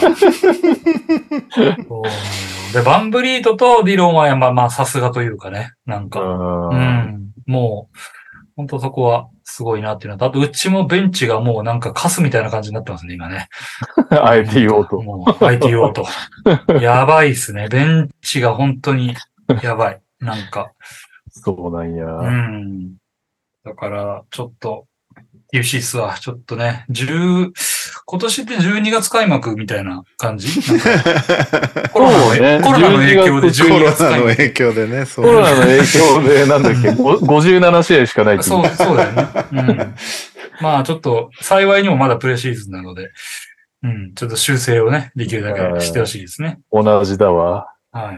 S3: で、バンブリートとディロンはまあさすがというかね。なんか。もう、本当そこはすごいなっていうのと、あとうちもベンチがもうなんかカスみたいな感じになってますね、今ね。
S2: あえて言おうと。
S3: もう、あえて言おうと。やばいっすね。ベンチが本当にやばい。なんか。
S2: そうなんや。
S3: だから、ちょっと、厳しいっすわ。ちょっとね、今年って12月開幕みたいな感じコロナの影響で12月開幕。
S1: コロナの影響でね。
S2: コロナの影響で、なんだっけ、57試合しかないって
S3: そうだよね。まあちょっと、幸いにもまだプレシーズンなので、ちょっと修正をね、できるだけしてほしいですね。
S2: 同じだわ。
S3: はい。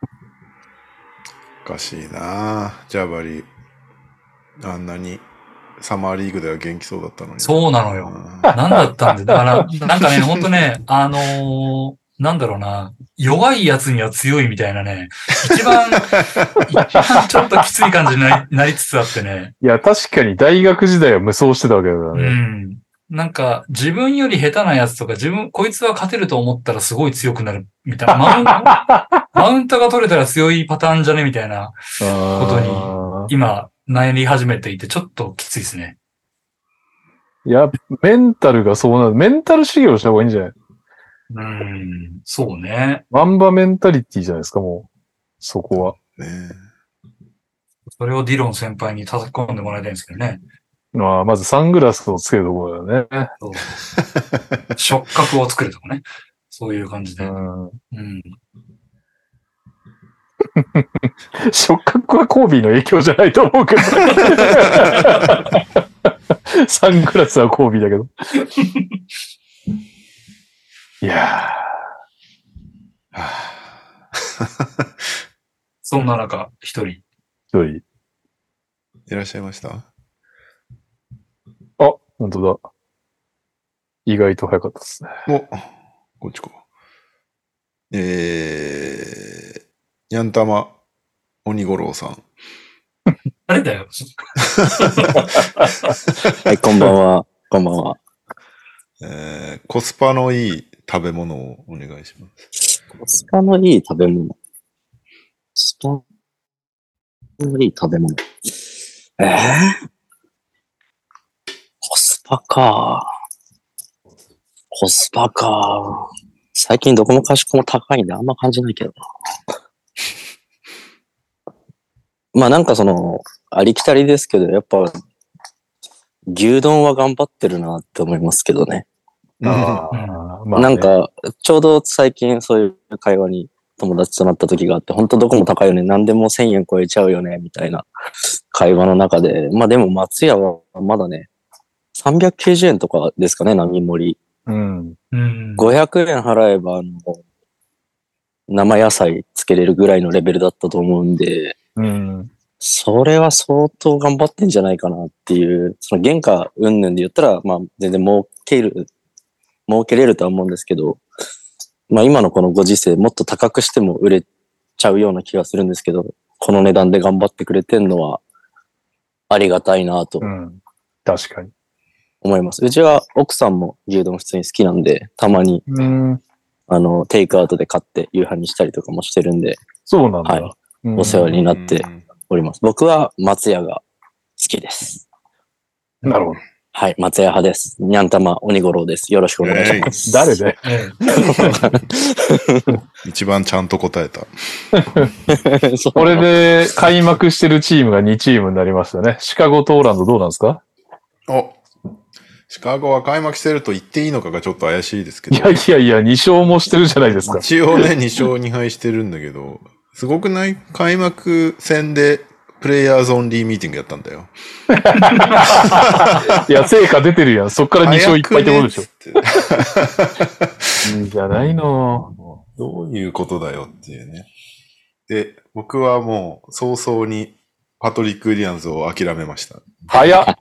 S1: おかしいなジャバリ。あんなに。サマーリーグでは元気そうだったのに。
S3: そうなのよ。なんだったんで、だから、なんかね、ほんとね、なんだろうな、弱いやつには強いみたいなね、一番ちょっときつい感じになりつつあってね。
S2: いや、確かに大学時代は無双してたわけだからね。
S3: なんか、自分より下手なやつとか、こいつは勝てると思ったらすごい強くなる、みたいな。マウントが取れたら強いパターンじゃねみたいなことに、今、悩み始めていて、ちょっときついですね。
S2: いや、メンタルがそうなる。メンタル修行した方がいいんじゃない？
S3: そうね。
S2: ワンバメンタリティじゃないですか、もう。そこは。
S3: それをディロン先輩に叩き込んでもらいたいんですけどね。
S2: まずサングラスをつけるところだよね。
S3: 触覚を作るとかね。そういう感じで。
S2: 触覚はコービーの影響じゃないと思うけど。サングラスはコービーだけど。いや
S1: ー。
S3: そんな中、一人。
S1: いらっしゃいました？
S2: あ、本当だ。意外と早かったですね。
S1: こっちか。にゃんたま、鬼五郎さん。
S3: あれだよ。
S4: はい、こんばんは。こんばんは。
S1: コスパのいい食べ物をお願いします。
S4: コスパのいい食べ物。コスパのいい食べ物。コスパか。コスパか。最近どこもかしこも高いんであんま感じないけどな。まあなんかありきたりですけど、やっぱ、牛丼は頑張ってるなって思いますけどね。なんか、ちょうど最近そういう会話に友達となった時があって、本当どこも高いよね。何でも1000円超えちゃうよね。みたいな会話の中で。まあでも松屋はまだね、390円とかですかね、並盛り。500円払えば、生野菜つけれるぐらいのレベルだったと思うんで、それは相当頑張ってんじゃないかなっていう、その原価云々で言ったら、まあ全然儲けれるとは思うんですけど、まあ今のこのご時世もっと高くしても売れちゃうような気がするんですけど、この値段で頑張ってくれてんのはありがたいなと。
S2: 確かに。
S4: 思います。うちは奥さんも牛丼普通に好きなんで、たまに、テイクアウトで買って夕飯にしたりとかもしてるんで、
S2: そうなんだ。
S4: はい。お世話になっております。僕は松屋が好きです。
S2: なるほど。
S4: はい、松屋派です。にゃんたま鬼五郎です。よろしくお願いします。
S2: 誰で
S1: 一番ちゃんと答えた。
S2: これで開幕してるチームが2チームになりましたね。シカゴとオーランドどうなんですか？
S1: シカゴは開幕してると言っていいのかがちょっと怪しいですけど。
S2: いや、2勝もしてるじゃないですか。
S1: 一応ね、2勝2敗してるんだけど、すごくない開幕戦でプレイヤーズオンリーミーティングやったんだよ。
S2: いや、成果出てるやん。そっから2勝1敗ってことでしょ。いいんじゃないの。
S1: どういうことだよっていうね。で、僕はもう早々にパトリック・ウィリアムズを諦めました。
S2: 早っ。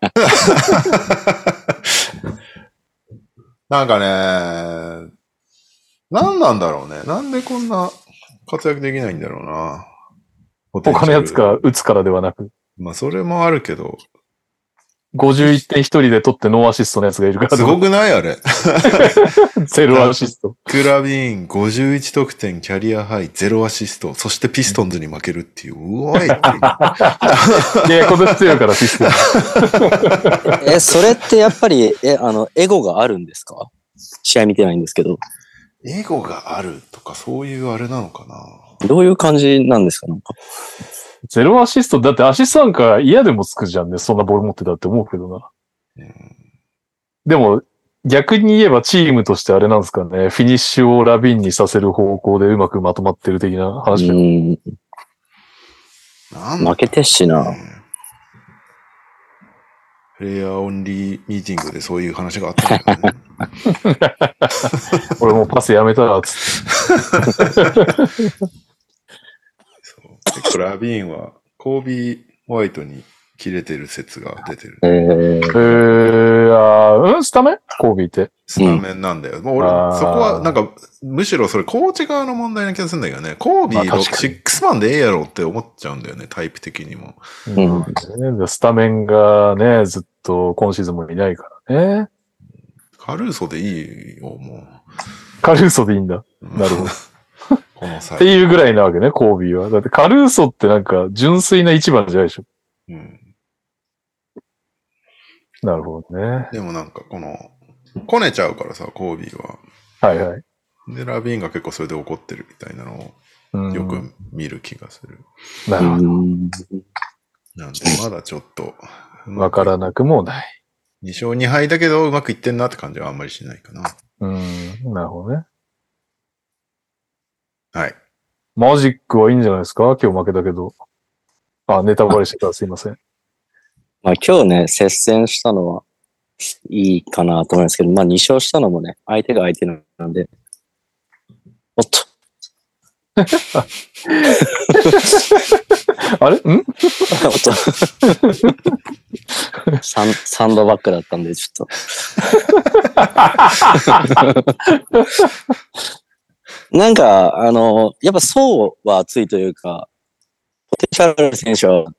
S1: なんかね、何なんだろうね。なんでこんな活躍できないんだろうな。
S2: 他のやつが打つからではなく。
S1: まあそれもあるけど。
S2: 51点一人で取ってノーアシストのやつがいるから。
S1: すごくないあれ。
S2: 0アシスト。
S1: クラビーン51得点、キャリアハイ、0アシスト、そしてピストンズに負けるっていう。うおいっていう。い
S2: や、今年強いからピストン。
S4: それってやっぱり、エゴがあるんですか？試合見てないんですけど。
S1: エゴがあるとかそういうあれなのかな。
S4: どういう感じなんですか？なんか
S2: ゼロアシスト、だってアシストなんか嫌でもつくじゃんね。そんなボール持ってたって思うけどな。でも、逆に言えばチームとしてあれなんですかね。フィニッシュをラビンにさせる方向でうまくまとまってる的な話だよ。
S4: 負けてっしな。
S1: プレイヤーオンリーミーティングでそういう話があったんだよね。
S2: 俺もうパスやめたら、つって。
S1: クラビーンはコービー・ホワイトに切れてる説が出てる。
S2: スタメンコービーって。
S1: スタメンなんだよ。もう俺、そこはなんか、むしろそれコーチ側の問題な気がするんだけどね。コービーの6マンでええやろって思っちゃうんだよね、タイプ的にも。
S2: スタメンがね、ずっと今シーズンもいないからね。
S1: カルーソでいいよ、もう。
S2: カルーソでいいんだ。なるほど。
S1: この際。
S2: っていうぐらいなわけね、コービーは。だってカルーソってなんか純粋な一番じゃないでしょ。なるほどね。
S1: でもなんかこねちゃうからさ、コービーは。
S2: はいはい。
S1: で、ラビーンが結構それで怒ってるみたいなのをよく見る気がする。
S2: なるほど。
S1: なんで、まだちょっと。
S2: わからなくもない。
S1: 2勝2敗だけどうまくいってんなって感じはあんまりしないかな。
S2: なるほどね。
S1: はい。
S2: マジックはいいんじゃないですか？今日負けたけど。ネタバレしてからすいません。
S4: まあ今日ね、接戦したのはいいかなと思いますけど、まあ2勝したのもね、相手が相手なんで。おっと。
S2: あれ？
S4: おっと。サンドバックだったんで、ちょっと。なんか、やっぱ層は厚いというか、ポテンシャルある選手は、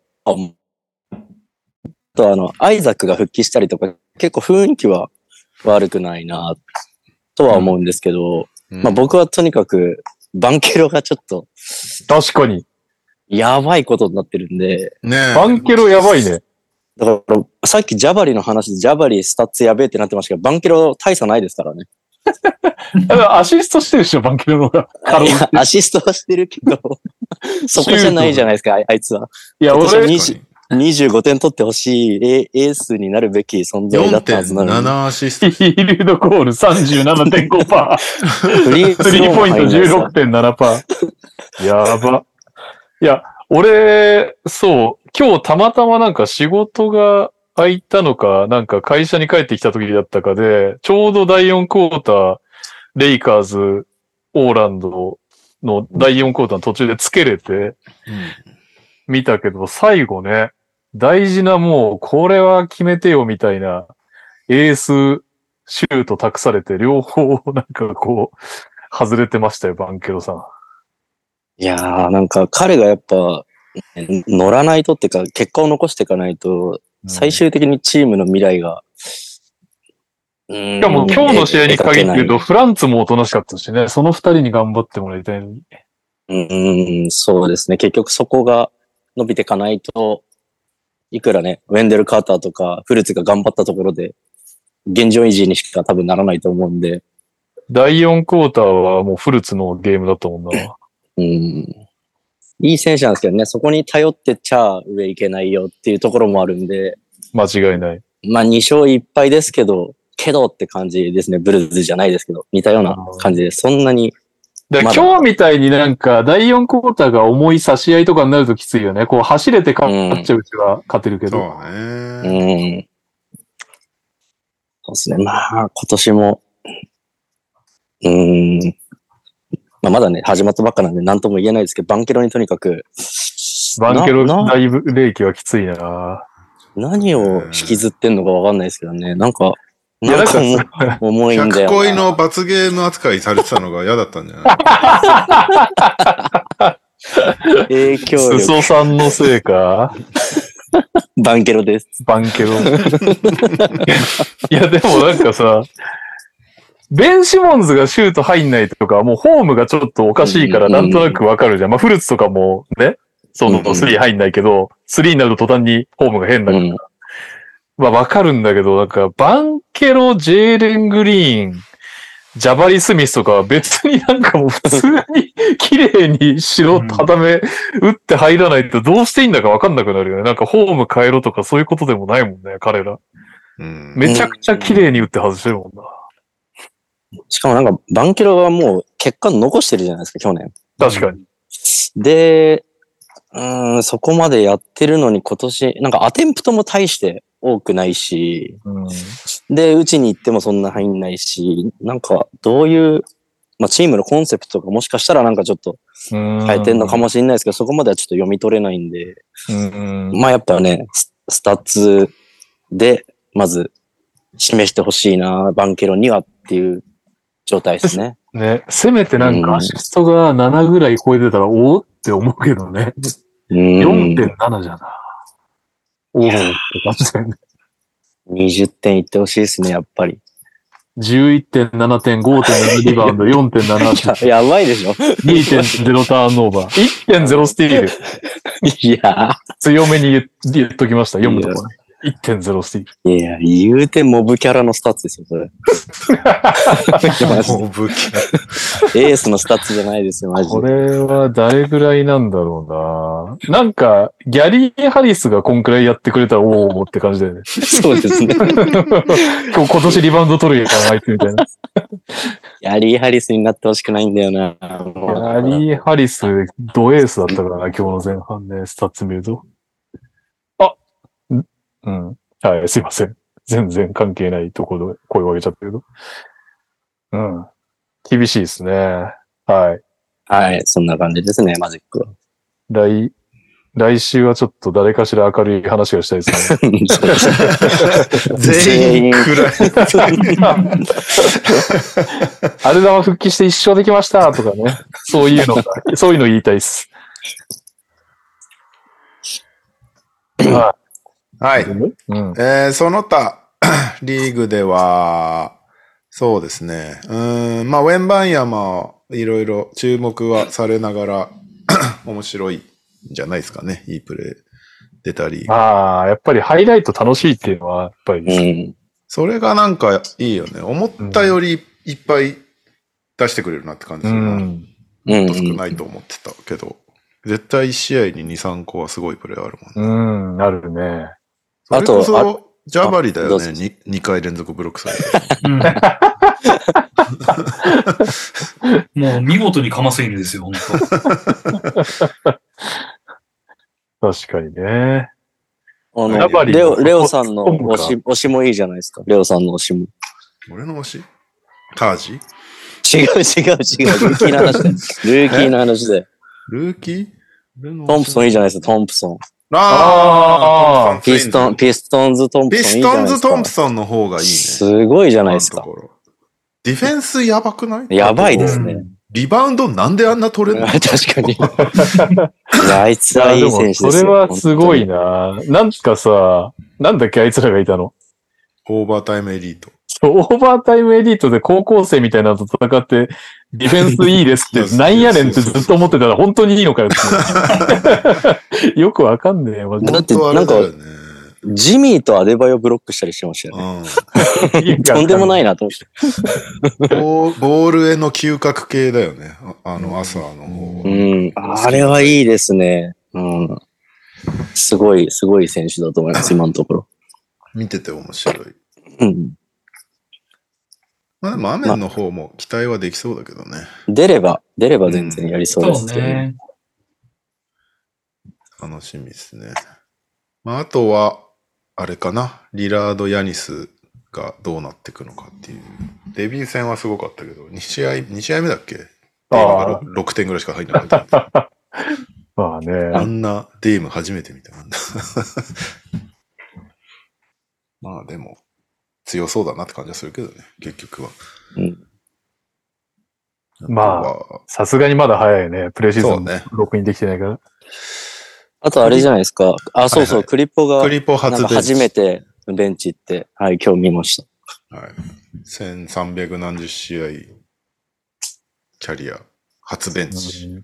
S4: アイザックが復帰したりとか、結構雰囲気は悪くないな、とは思うんですけど、まあ僕はとにかく、バンケロがちょっと、
S2: 確かに。
S4: やばいことになってるんで。
S1: ね、
S2: バンケロやばいね。
S4: だから、さっきジャバリの話でジャバリスタッツやべえってなってましたけど、バンケロ大差ないですからね。
S2: アシストしてるでしょ、バンケロの方が。
S4: いや、アシストはしてるけど、そこじゃないじゃないですか、あいつは。
S2: いや、俺、
S4: 25点取ってほしいエースになるべき存在だったはずなのに。
S1: 4.7 アシスト。
S2: フィールドゴール 37.5%。スリーポイント 16.7%。やば。いや、俺、そう、今日たまたまなんか仕事が空いたのか、なんか会社に帰ってきた時だったかで、ちょうど第4クォーター、レイカーズ、オーランドの第4クォーターの途中でつけれて、見たけど、最後ね、大事なもう、これは決めてよみたいな、エースシュート託されて、両方なんかこう、外れてましたよ、バンケロさん。
S4: いやー、なんか彼がやっぱ、乗らないとっていうか、結果を残していかないと、最終的にチームの未来が、
S2: しかも今日の試合に限って言うと、フランツもおとなしかったしね、その二人に頑張ってもらいたいのに。
S4: そうですね。結局そこが伸びていかないと、いくらね、ウェンデル・カーターとかフルツが頑張ったところで、現状維持にしか多分ならないと思うんで。
S2: 第4クォーターはもうフルツのゲームだったもんな。
S4: いい選手なんですけどね、そこに頼ってちゃ上いけないよっていうところもあるんで。
S2: 間違いない。
S4: まあ2勝1敗ですけど、 けどって感じですね。ブルーズじゃないですけど、似たような感じで、そんなに。
S2: 今日みたいになんか、第4クォーターが重い差し合いとかになるときついよね。こう、走れて勝っちゃううちは勝てるけど。
S1: そうね。
S4: そうですね。まあ、今年も、まあ、まだね、始まったばっかなんで何とも言えないですけど、バンケロにとにかく。
S2: バンケロだいぶ冷気はきついな。
S4: 何を引きずってんのかわかんないですけどね。なんか重いんだよな。
S1: 100恋の罰ゲーム扱いされてたのが嫌だったんじゃ
S4: ない影響力。
S2: 裾さんのせいか
S4: バンケロです。
S2: バンケロ。いや、でもなんかさ、ベン・シモンズがシュート入んないとか、もうフォームがちょっとおかしいからなんとなくわかるじゃん。まあ、フルーツとかもね、その3入んないけど、3になると途端にフォームが変だから。まあわかるんだけど、なんか、バンケロ、ジェーレン・グリーン、ジャバリ・スミスとかは別になんかもう普通に綺麗に白固め打って入らないとどうしていいんだかわかんなくなるよね。なんかフォーム変えろとかそういうことでもないもんね、彼ら。めちゃくちゃ綺麗に打って外してるもんな。
S4: しかもなんか、バンケロはもう結果残してるじゃないですか、去年。
S2: 確かに。
S4: で、そこまでやってるのに今年、なんかアテンプトも大して多くないし、で、打ちに行ってもそんな入んないし、なんかどういう、まあチームのコンセプトがもしかしたらなんかちょっと変えてんのかもしれないですけど、そこまではちょっと読み取れないんで、まあやっぱね、スタッツでまず示してほしいな、バンケロにはっていう状態ですね。
S2: ね、せめてなんかアシストが7ぐらい超えてたらおーって思うけどね。4.7 じゃな。おーって感じだよね。
S4: 20点いってほしいですね、やっぱり。
S2: 11.7 点、5.7 リバウンド、4.7
S4: やばいでしょ
S2: 2.0 ターンオーバー、1.0 スティール。
S4: いや
S2: 強めに言っときました、読むとこね。1.0 スティール。
S4: いや、言うてモブキャラのスタッツですよ、それ。
S1: モブキャ
S4: ラ。エースのスタッツじゃないですよ、マジで。
S2: これは誰ぐらいなんだろうな。なんか、ギャリー・ハリスがこんくらいやってくれたらおーって感じだよね。
S4: そうですね。
S2: 今年リバウンド取るやからあいつみたいな。
S4: ギャリー・ハリスになってほしくないんだよな。
S2: ギャリー・ハリス、ドエースだったからな、今日の前半で、スタッツ見ると。はい、すいません。全然関係ないところで声を上げちゃったけど。厳しいですね。はい。
S4: はい、そんな感じですね、マジックは。
S2: 来週はちょっと誰かしら明るい話がしたいですね。
S1: 全員暗い。
S2: アルダマ復帰して一生できましたとかね。そういうの言いたいです。
S1: はい。その他、リーグでは、そうですね。まあ、ウェンバンヤマ、いろいろ注目はされながら、面白いんじゃないですかね。いいプレー出たり。
S2: やっぱりハイライト楽しいっていうのは、やっぱり、
S1: それがなんかいいよね。思ったよりいっぱい出してくれるなって感じするな。もっと少ないと思ってたけど、絶対1試合に2、3個はすごいプレーあるもんね。
S2: あるね。
S1: それこそ、ジャバリだよね。2回連続ブロックされて。
S3: もう見事にかますいんですよ、本
S2: 当。確かにね。
S4: レオさんの推しもいいじゃないですか。レオさんの推しも。
S1: 俺の推しタージ？
S4: 違う。ルーキーの話で。ルーキートンプソンいいじゃないですか、トンプソン。ピストンズ・トンプソンいいじゃないですか。
S1: ピストンズ・トンプソンの方がいいね。
S4: すごいじゃないですか。
S1: ディフェンスやばくない？
S4: やばいですね。
S1: リバウンドなんであんな取れるの？
S4: 確かに。あいつはいい選手ですよ。
S2: それはすごいな。なんかさ、なんだっけあいつらがいたの？
S1: オーバータイムエリート。
S2: オーバータイムエリートで高校生みたいなのと戦って、ディフェンスいいですって、なんやねんってずっと思ってたら本当にいいのかよって。よくわかんねえよ。
S4: だってなんか、ジミーとアデバイをブロックしたりしてましたよね。とんでもないなと思って。
S1: ボールへの嗅覚系だよね。朝の方
S4: は。あれはいいですね。すごい選手だと思います、今のところ。
S1: 見てて面白い。 まあでもアメンの方も期待はできそうだけどね。
S4: 出れば全然やりそうですけど、ね。
S1: 楽しみですね。まああとは、あれかな。リラード・ヤニスがどうなっていくのかっていう。デビュー戦はすごかったけど、2試合目だっけ？ああ。6点ぐらいしか入んなかった。
S2: まあね。
S1: あんなデーム初めて見たんだ。まあでも、強そうだなって感じはするけどね、結局は。
S2: まあ、さすがにまだ早いね。プレイシーズン録音できてないから。
S4: あとあれじゃないですか。そうそう、クリポが初めてベンチ行って、はい、今日見ました。
S1: はい。1300何十試合、キャリア、初ベンチ。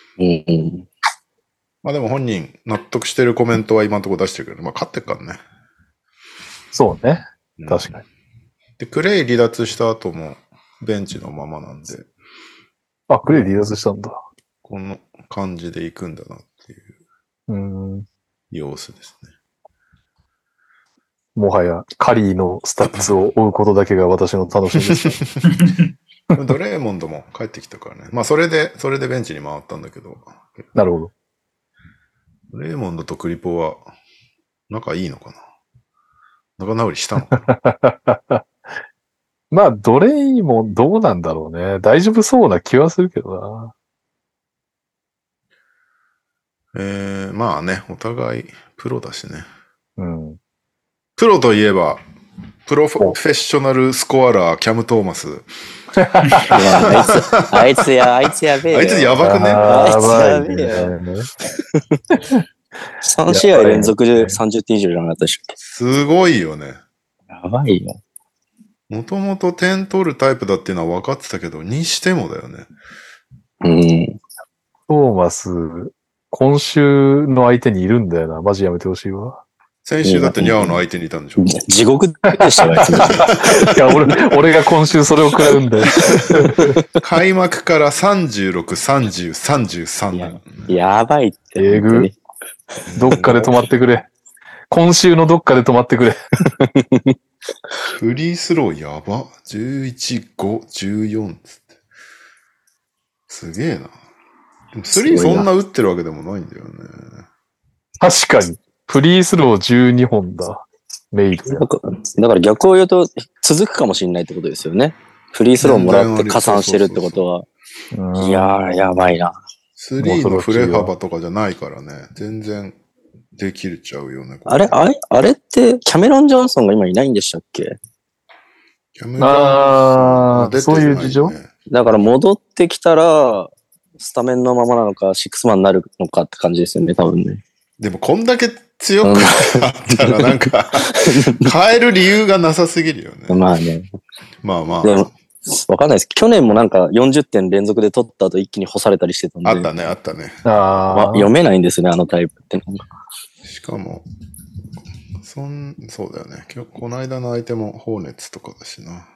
S1: まあでも本人納得してるコメントは今のところ出してるけど、まあ勝ってるからね。
S2: そうね。確かに。
S1: で、クレイ離脱した後もベンチのままなんで。
S2: あ、クレイ離脱したんだ。
S1: この感じで行くんだなっていう様子ですね。
S2: もはやカリーのスタッツを追うことだけが私の楽しみです。
S1: ドレーモンドも帰ってきたからね。まあそれでベンチに回ったんだけど。
S2: なるほど。
S1: ドレーモンドとクリポは仲いいのかな。仲直りしたのかな。
S2: まあドレイモンどうなんだろうね。大丈夫そうな気はするけど
S1: な。まあね、お互いプロだしね。
S2: うん。
S1: プロといえば、プロフェッショナルスコアラー、キャム・トーマス。
S4: あいつやべえよ。
S1: あいつやばくね？
S4: あいつやべえよ。3試合連続で30点以上じゃなかったでしょ。
S1: すごいよね。
S4: やばいよ。
S1: もともと点取るタイプだっていうのは分かってたけど、にしてもだよね。
S2: トーマス、今週の相手にいるんだよな。マジやめてほしいわ。
S1: 先週だってニャオの相手にいたんでしょ。
S4: 地獄でしたよ、あいつ。
S2: いや、俺が今週それを食らうんだよ。
S1: 開幕から36、30、33。
S4: やばいって。
S2: えぐ。どっかで止まってくれ。今週のどっかで止まってくれ。
S1: フリースローやば。11、5、14つって。すげえな。3そんな打ってるわけでもないんだよね。
S2: 確かに。フリースロー12本だ。メイド。
S4: だから逆を言うと続くかもしれないってことですよね。フリースローもらって加算してるってことは。いやー、やばいな。
S1: 3の振れ幅とかじゃないからね。全然できるちゃうよね。
S4: あれってキャメロン・ジョンソンが今いないんでしたっけ？
S1: キャメロン・ジョンソン出てないね。
S2: そういう事情？
S4: だから戻ってきたら、スタメンのままなのか、シックスマンになるのかって感じですよね、多分ね。
S1: でもこんだけ強くなったらなんか、変える理由がなさすぎるよね。
S4: まあね。
S1: まあまあ。
S4: でも、わかんないです。去年もなんか40点連続で取った後一気に干されたりしてたんで。
S1: あったね。
S4: 読めないんですね、あのタイプって。
S1: しかも、そうだよね。この間の相手もホーネッツとかだしな。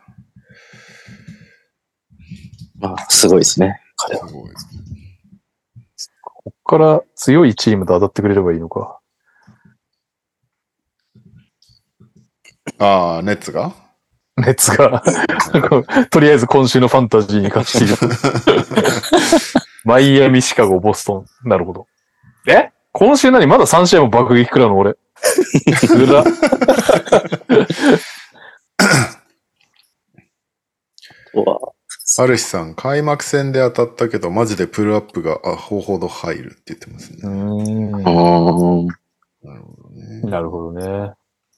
S4: まあ、すごいですね。彼は。
S1: すごい。
S2: こっから強いチームと当たってくれればいいのか。
S1: ああ、ネッツが
S2: とりあえず今週のファンタジーに勝ち切る。マイアミ、シカゴ、ボストン。なるほど。今週まだ3試合も爆撃食らうの俺。うら。
S1: アルシさん、開幕戦で当たったけど、マジでプルアップがアホほど入るって言ってますね。
S2: なるほどね。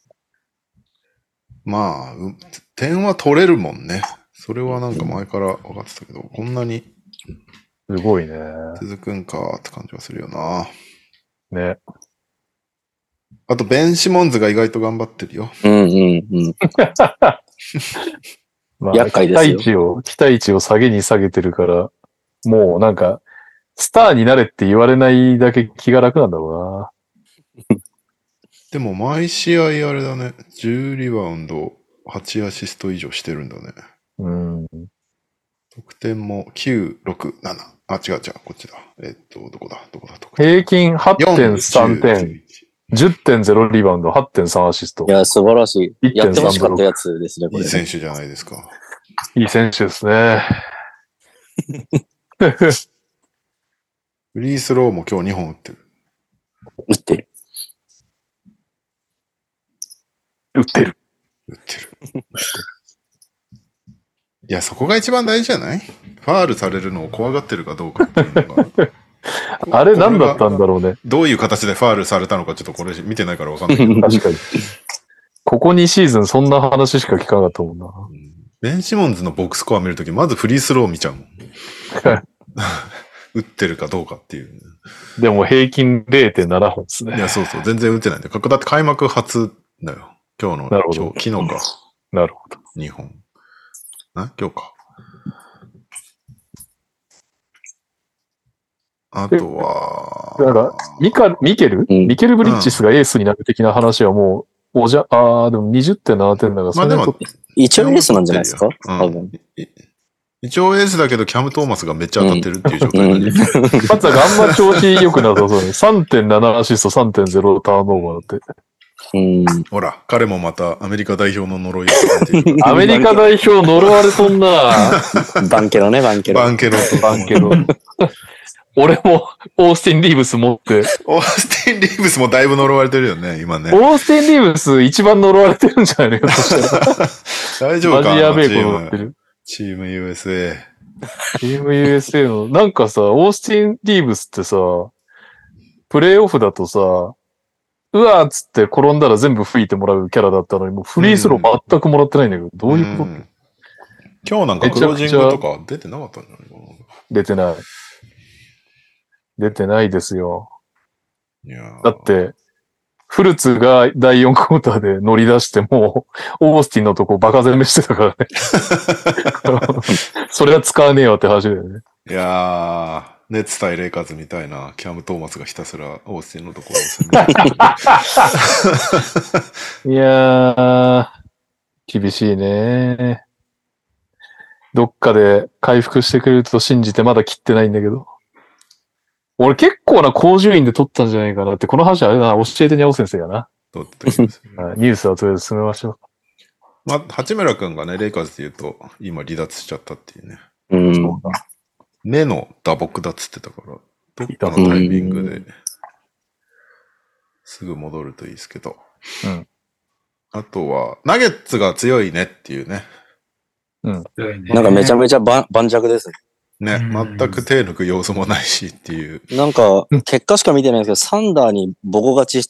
S1: まあ、点は取れるもんね。それはなんか前から分かってたけど、こんなに。
S2: すごいね。
S1: 続くんかって感じはするよな。
S2: ね。
S1: あと、ベン・シモンズが意外と頑張ってるよ。
S2: まあ、厄介ですよ。期待値を下げに下げてるから、もうなんか、スターになれって言われないだけ気が楽なんだろうな。
S1: でも毎試合あれだね。10リバウンド、8アシスト以上してるんだね。得点も9、6、7。あ、違う、こっちだ。どこだ。
S2: 平均 8.3 点。10.0 リバウンド、8.3 アシスト。
S4: いや、素晴らしい。やってほしかったやつですね、これ。
S1: いい選手じゃないですか。
S2: いい選手ですね。
S1: フリースローも今日2本打ってる。
S4: 打ってる。
S2: 打ってる。
S1: いや、そこが一番大事じゃない？ファールされるのを怖がってるかどうかっていうのが。
S2: あれ何だったんだろうね。
S1: どういう形でファールされたのかちょっとこれ見てないからわかんないけど。
S2: 確かに。ここ2シーズンそんな話しか聞かなかったもんな。
S1: ベン・シモンズのボックスコア見るとき、まずフリースロー見ちゃうもん。打ってるかどうかっていう。
S2: でも平均 0.7 本ですね。
S1: いや、そうそう。全然打ってないんだよ。だって開幕初だよ。今日の、昨日か。
S2: なるほど。
S1: 2本。今日か。あとは、
S2: なんか、ミケルブリッジスがエースになる的な話はもう、でも 20.7 点だから、
S1: まあでも、
S4: 一応エースなんじゃないですか、多分。
S1: 一応エースだけど、キャム・トーマスがめっちゃ当たってるっていう状態なんで。
S2: まずはあんま調子良くなさそうね。3.7 アシスト、3.0 ターンオーバーだって。
S1: ほら、彼もまたアメリカ代表の呪いを
S2: アメリカ代表呪われとんな
S4: バンケロね、バンケロ。
S2: バンケロ。俺もオースティン・リーブス持って。
S1: オースティン・リーブスもだいぶ呪われてるよね、今ね。
S2: オースティン・リーブス一番呪われてるんじゃないのよ、そしたら。
S1: 大丈夫か
S2: マジやべえことになってる。
S1: チーム USA。
S2: チーム USA の、なんかさ、オースティン・リーブスってさ、プレイオフだとさ、うわーっつって転んだら全部吹いてもらうキャラだったのに、もうフリースロー全くもらってないんだけど、どういうこと？
S1: 今日なんかクロージングとか出てなかったんじゃないかな。
S2: 出てない。出てないですよ。だって、フルツが第4クォーターで乗り出しても、オースティンのとこバカ攻めしてたからね。それは使わねえよって話だよね。
S1: いやー、ネッツ対レイカーズみたいな、キャム・トーマスがひたすらオースティンのところを攻める。
S2: いやー、厳しいね。どっかで回復してくれると信じてまだ切ってないんだけど。俺結構な高順位で取ったんじゃないかなって、この話あれだな、教えてにゃお先生がな。
S1: 取ってきます、ね。
S2: ニュースはとりあえず進めましょう。
S1: まあ、八村くんがね、レイカーズで言うと、今離脱しちゃったっていうね。
S2: そうだ。
S1: 目の打撲だっつってたから、どっかのタイミングで、すぐ戻るといいですけど。あとは、ナゲッツが強いねっていうね。
S4: なんかめちゃめちゃ盤石ですね。
S1: ね、全く手抜く要素もないしっていう。
S4: なんか、結果しか見てないんですけど、サンダーにボコ勝ちして、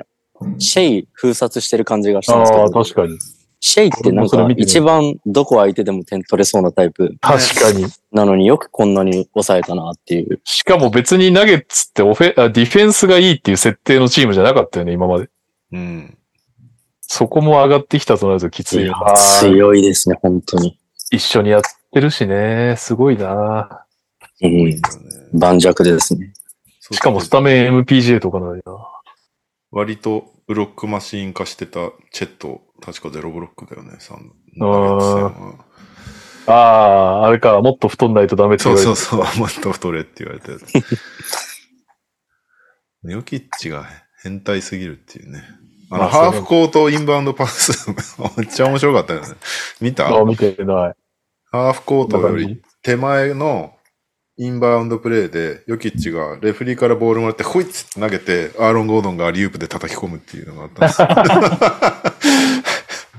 S4: シェイ封殺してる感じがしたんですけど。
S2: 確かに。
S4: シェイってなんか一番どこ相手でも点取れそうなタイプ。
S2: 確かに。
S4: なのによくこんなに抑えたなっていう。
S2: しかも別にナゲッツってディフェンスがいいっていう設定のチームじゃなかったよね、今まで。そこも上がってきたとなるときついな。
S4: 強いですね、本当に。
S2: 一緒にやってるしね、すごいな。
S4: 盤石ですね。
S2: しかもスタメン MPJ とかなのにな。
S1: 割とブロックマシーン化してたチェット、確か0ブロックだよね、
S2: あれか、もっと太んないとダメって言われて。
S1: そう、もっと太れって言われて。ヨキッチが変態すぎるっていうね。ハーフコートインバウンドパス、めっちゃ面白かったよね。見た？
S2: 見てない。
S1: ハーフコートより手前のインバウンドプレーで、ヨキッチがレフリーからボールもらって、ホイッツって投げて、アーロン・ゴードンがアリウープで叩き込むっていうのがあったんです。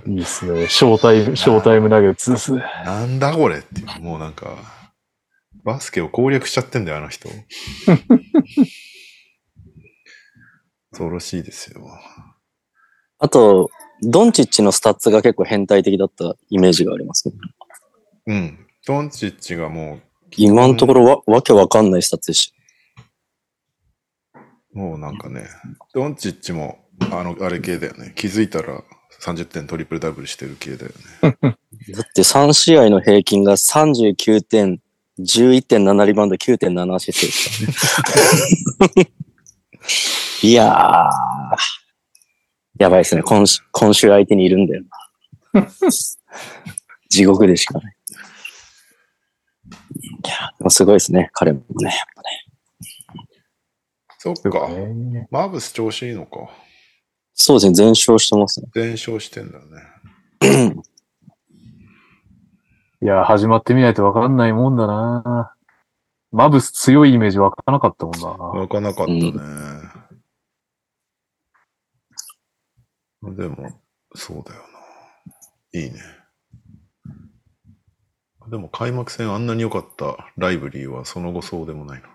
S2: いいっすね。ショータイムナゲッツですね。
S1: なんだこれっていう、もうなんか、バスケを攻略しちゃってんだよ、あの人。恐ろしいですよ。
S4: あと、ドンチッチのスタッツが結構変態的だったイメージがありますね。
S1: ドンチッチがもう、
S4: 今のところわけわかんないスタッツでした。
S1: もうなんかね、ドンチッチも、あれ系だよね。気づいたら30点トリプルダブルしてる系だよね。
S4: だって3試合の平均が39点、11.7 リバウンド、9.7 アシストでしたね。いやー、やばいですね。今週相手にいるんだよな。地獄でしかない。いや、でもすごいですね。彼もね、やっぱね。
S1: そっか。マーブス調子いいのか。
S4: そうですね。全勝してますね。
S1: 全勝してんだね。
S2: いや、始まってみないとわかんないもんだな。マブス強いイメージわからなかったもんな。
S1: わかんなかったね。でも、そうだよな。いいね。でも開幕戦あんなに良かったライブリーはその後そうでもないな。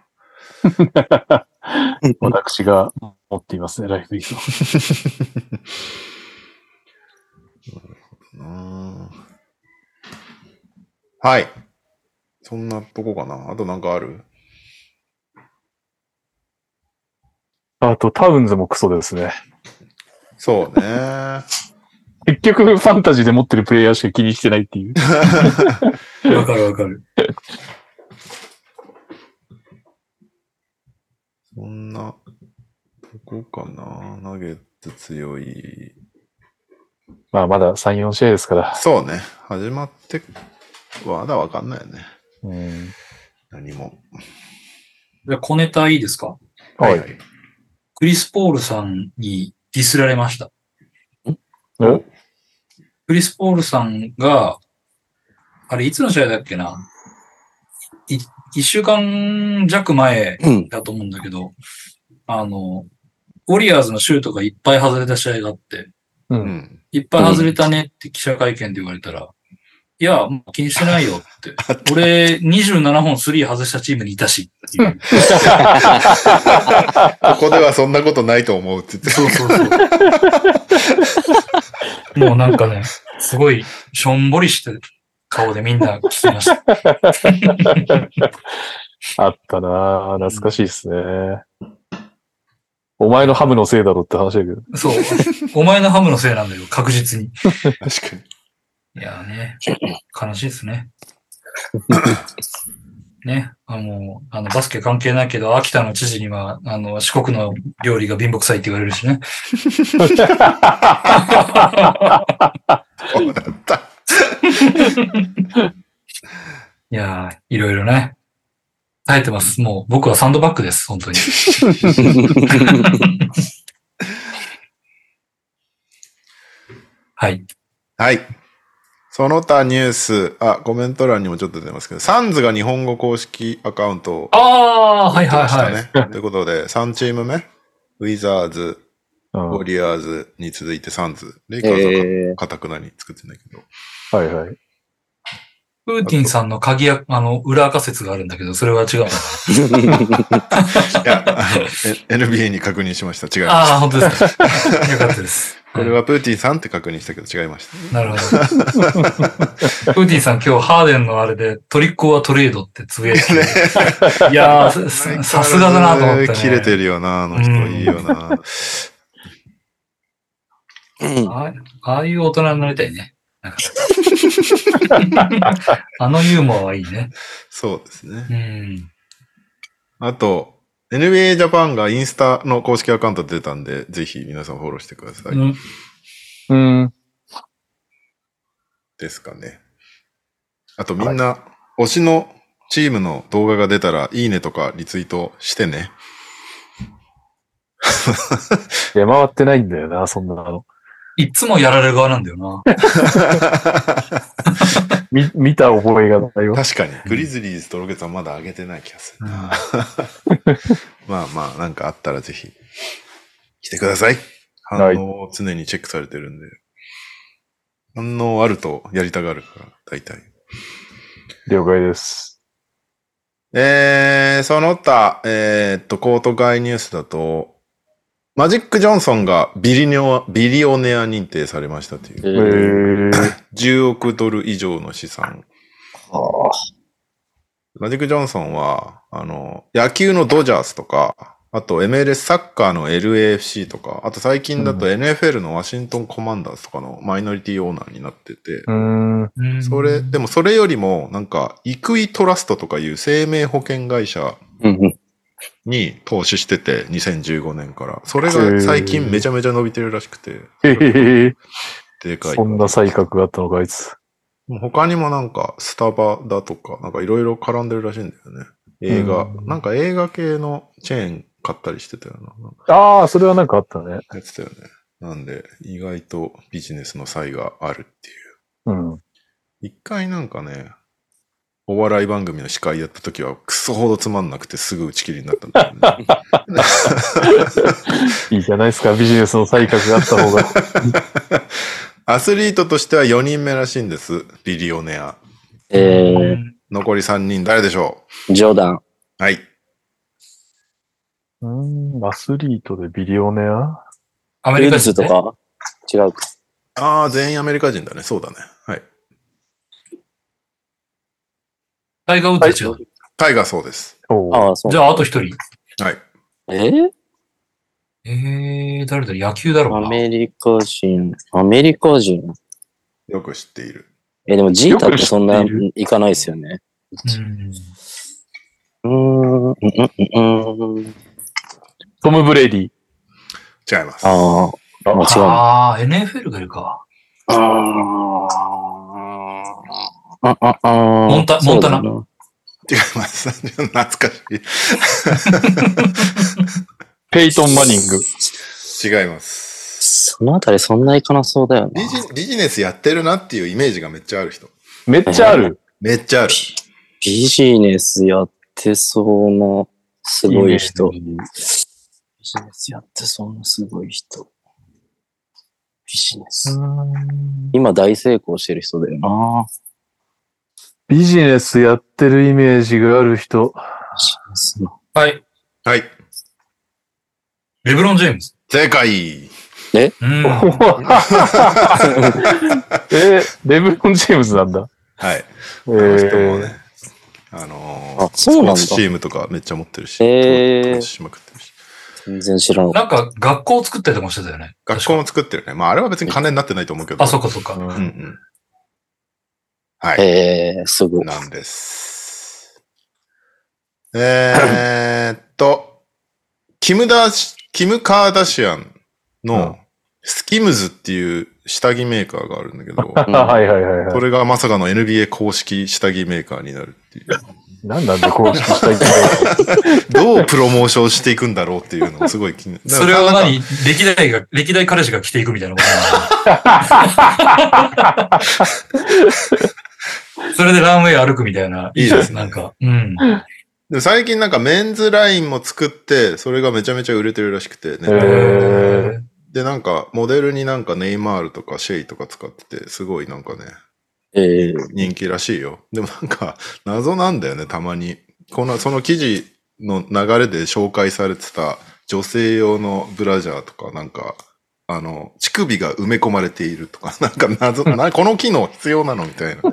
S2: 私が持っていますね、ライブリー
S1: の。はい。そんなとこかな。あとなんかある？
S2: あと、タウンズもクソですね。
S1: そうね。
S2: 結局、ファンタジーで持ってるプレイヤーしか気にしてないっていう。
S3: わかるわかる。
S1: そんなとこかな。ナゲッツ強い。
S2: まあ、まだ3、4試合ですから。
S1: そうね。始まってまだわかんないよね。何も。
S3: じゃあ小ネタいいですか？
S2: はい。
S3: クリス・ポールさんにディスられました。
S2: ク
S3: リス・ポールさんが、あれいつの試合だっけな？1週間弱前だと思うんだけど、ウォリアーズのシュートがいっぱい外れた試合があって、いっぱい外れたねって記者会見で言われたら、いや、もう気にしてないよって。俺、27本3外したチームにいたしっていう。こ
S1: こではそんなことないと思うって言って。
S3: そう。もうなんかね、すごいしょんぼりしてる顔でみんな聞きました。
S2: あったなぁ。懐かしいですね。お前のハムのせいだろって話だけど。
S3: そう。お前のハムのせいなんだよ、確実に。
S1: 確かに。
S3: いやーね、悲しいですね。ね、バスケ関係ないけど、秋田の知事には、四国の料理が貧乏臭いって言われるしね。
S1: そうだった。
S3: いやー、いろいろね。耐えてます。もう、僕はサンドバッグです、本当に。はい。
S1: はい。その他ニュース、コメント欄にもちょっと出ますけど、サンズが日本語公式アカウントを
S3: はいはいはい。
S1: ということで、3チーム目、ウィザーズ、ウォリアーズに続いてサンズ、レイカーズはかたくなに作ってんだけど。
S2: はいはい。
S3: プーティンさんの鍵や、裏垢説があるんだけど、それは違うのか
S1: いや、NBA に確認しました。違いました。
S3: ああ、本当ですか。よかったです。
S1: これはプーティンさんって確認したけど違いました。
S3: なるほど。プーティンさん今日ハーデンのあれでトリックオアトレードってつぶやいてて、いやー、さすがだなと思って、ね。
S1: 切れてるよな、あの人。いいよな。
S3: ああいう大人になりたいね。あのユーモアはいいね。
S1: そうですね。あと、NBA ジャパンがインスタの公式アカウント出たんで、ぜひ皆さんフォローしてください。ですかね。あとみんな、推しのチームの動画が出たら、いいねとかリツイートしてね。
S2: 出回ってないんだよな、そんなの。
S3: いつもやられる側なんだよな。
S2: 見た覚えがないよ。
S1: 確かに。グリズリーズとロケッツはまだ上げてない気がするな。まあまあ、なんかあったらぜひ来てください。反応を常にチェックされてるんで。反応あるとやりたがるから、大体。
S2: 了解です。
S1: その他、コート外ニュースだと、マジック・ジョンソンがビリオネア認定されましたという。10億ドル以上の資産。マジック・ジョンソンは、野球のドジャースとか、あと MLS サッカーの LAFC とか、あと最近だと NFL のワシントンコマンダーズとかのマイノリティオーナーになってて、でもそれよりも、なんか、イクイトラストとかいう生命保険会社に投資してて、2015年から。それが最近めちゃめちゃ伸びてるらしくて。でかい。
S2: そんな才覚があったのか、あいつ。
S1: 他にもなんか、スタバだとか、なんかいろいろ絡んでるらしいんだよね。なんか映画系のチェーン買ったりしてたよな。
S2: ああ、それはなんかあったね。
S1: やってたよね。なんで、意外とビジネスの才があるっていう。 一回なんかね、お笑い番組の司会やった時はクソほどつまんなくてすぐ打ち切りになったんだよね。
S2: いいじゃないですか、ビジネスの才覚があった方が。
S1: アスリートとしては4人目らしいんです。ビリオネア。残り3人誰でしょ
S4: う？ジョーダン。
S1: はい。
S2: アスリートでビリオネア？
S3: アメリカ人
S4: とか違うか。
S1: ああ、全員アメリカ人だね。そうだね。はい。
S3: タイガー・ウッズ違う。
S1: タイガーそうです。
S3: ああ、そう。じゃあ、あと一人。
S1: はい。
S3: 誰だ？野球だろうな。
S4: アメリカ人。アメリカ人。
S1: よく知っている。
S4: でもジータってそんな行かないですよね。
S2: トム・ブレイディ。
S1: 違います。
S4: あ
S3: あ、NFL がいるか。モンタナ。
S1: 違います。懐かしい。
S2: ペイトン・マニング。
S1: 違います。
S4: そのあたりそんな行かなそうだよね。
S1: ビジネスやってるなっていうイメージがめっちゃある人。
S2: めっちゃある。
S1: めっちゃある。
S4: ビジネスやってそうなすごい人。ビジネスやってそうなすごい人。ビジネス。今大成功してる人だよな。
S2: ビジネスやってるイメージがある人。
S3: はい。
S1: はい。
S3: レブロン・ジェームズ。
S1: 正解。
S2: レブロン・ジェームズなんだ。
S1: はい。人もね、
S4: そうなんだ。
S1: チームとかめっちゃ持ってるし、しまくってるし。
S4: 全然知らん。
S3: なんか学校を作っててもしてたよね。
S1: 学校も作ってるね。まああれは別に金になってないと思うけど。
S3: あ、そっかそっか。
S1: はい。
S4: すごい。
S1: なんです。キム・カーダシアンのスキムズっていう下着メーカーがあるんだけど、それがまさかの NBA 公式下着メーカーになるっていう。
S2: なんなんだ公式下着メーカ
S1: ー。どうプロモーションしていくんだろうっていうのがすごい気になる。
S3: それは何？歴代彼氏が着ていくみたいなことそれでランウェイ歩くみたいな。いいです、なんか。
S1: で最近なんかメンズラインも作って、それがめちゃめちゃ売れてるらしくてね。で、なんか、モデルになんかネイマールとかシェイとか使ってて、すごいなんかね、人気らしいよ。でもなんか、謎なんだよね、たまに。その記事の流れで紹介されてた女性用のブラジャーとか、なんか、乳首が埋め込まれているとか、なんか謎、この機能必要なのみたいな。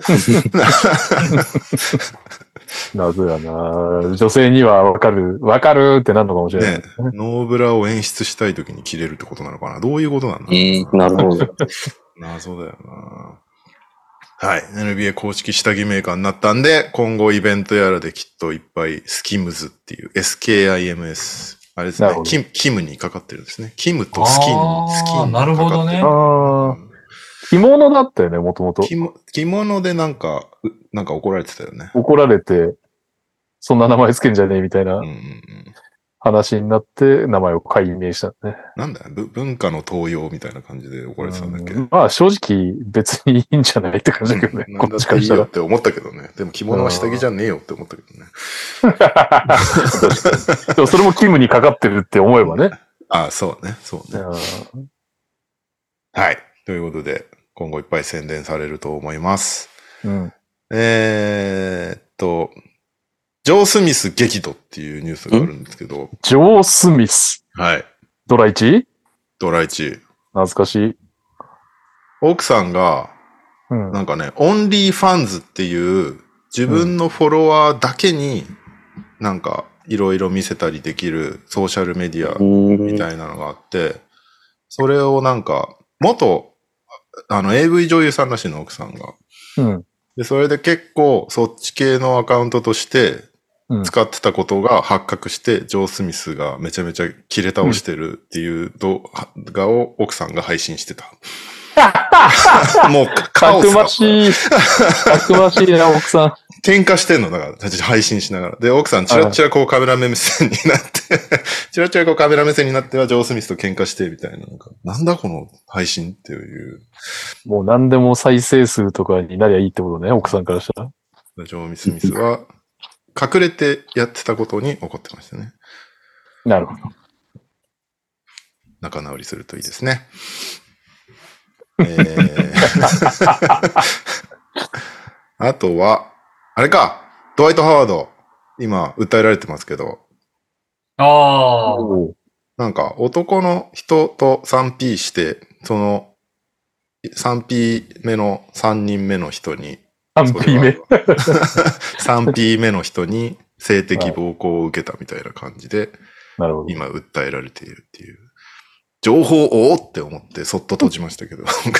S2: 謎やな。女性にはわかるってなるのかもしれない、
S1: ね。ノーブラを演出したいときに着れるってことなのかな。どういうことなんだろ
S4: うなるほど。
S1: 謎だよな。はい。NBA 公式下着メーカーになったんで、今後イベントやらできっといっぱいスキムズっていう SKIMS。あれですね。キムにかかってるんですね。キムとスキンに
S3: なるほどね。
S2: 着物だったよね、もともと。
S1: 着物でなんか怒られてたよね。
S2: 怒られて、そんな名前つけんじゃねえみたいな話になって名前を改名したね。
S1: なんだよ、文化の盗用みたいな感じで怒られてたんだっけ。
S2: まあ正直別にいいんじゃないって感じだけどね。
S1: こっちからしたら。いいよって思ったけどね。でも着物は下着じゃねえよって思ったけどね。
S2: でもそれもキムにかかってるって思えばね。
S1: ああ、そうね。はい。ということで、今後いっぱい宣伝されると思います。ジョー・スミス激怒っていうニュースがあるんですけど。
S2: ジョー・スミス。
S1: はい。
S2: ドラ1？
S1: ドラ1。
S2: 懐かしい。
S1: 奥さんが、なんかね、オンリーファンズっていう自分のフォロワーだけになんかいろいろ見せたりできるソーシャルメディアみたいなのがあって、それをなんか、AV 女優さんらしいの、奥さんが。で、それで結構、そっち系のアカウントとして、使ってたことが発覚して、ジョー・スミスがめちゃめちゃ切れ倒してるっていう動画を奥さんが配信してた。もう、カオスだ。
S2: たくましいな、奥さん。
S1: 喧嘩してんのだから、配信しながら。で、奥さんチラチラこうカメラ目線になって、チラチラこうカメラ目線になってはジョー・スミスと喧嘩してみたいな。なんだこの配信っていう。
S2: もう何でも再生数とかになりゃいいってことね、奥さんからしたら。
S1: ジョー・スミスは隠れてやってたことに怒ってましたね。
S2: なるほど。
S1: 仲直りするといいですね。あとは、あれか、ドワイト・ハワード、今、訴えられてますけど。
S3: ああ。
S1: なんか、男の人と 3P して、その、3P 目の3人目の人に、
S2: 3P 目
S1: 3P 目の人に性的暴行を受けたみたいな感じで、
S2: なるほど。
S1: 今、訴えられているっていう。情報をって思ってそっと閉じましたけど。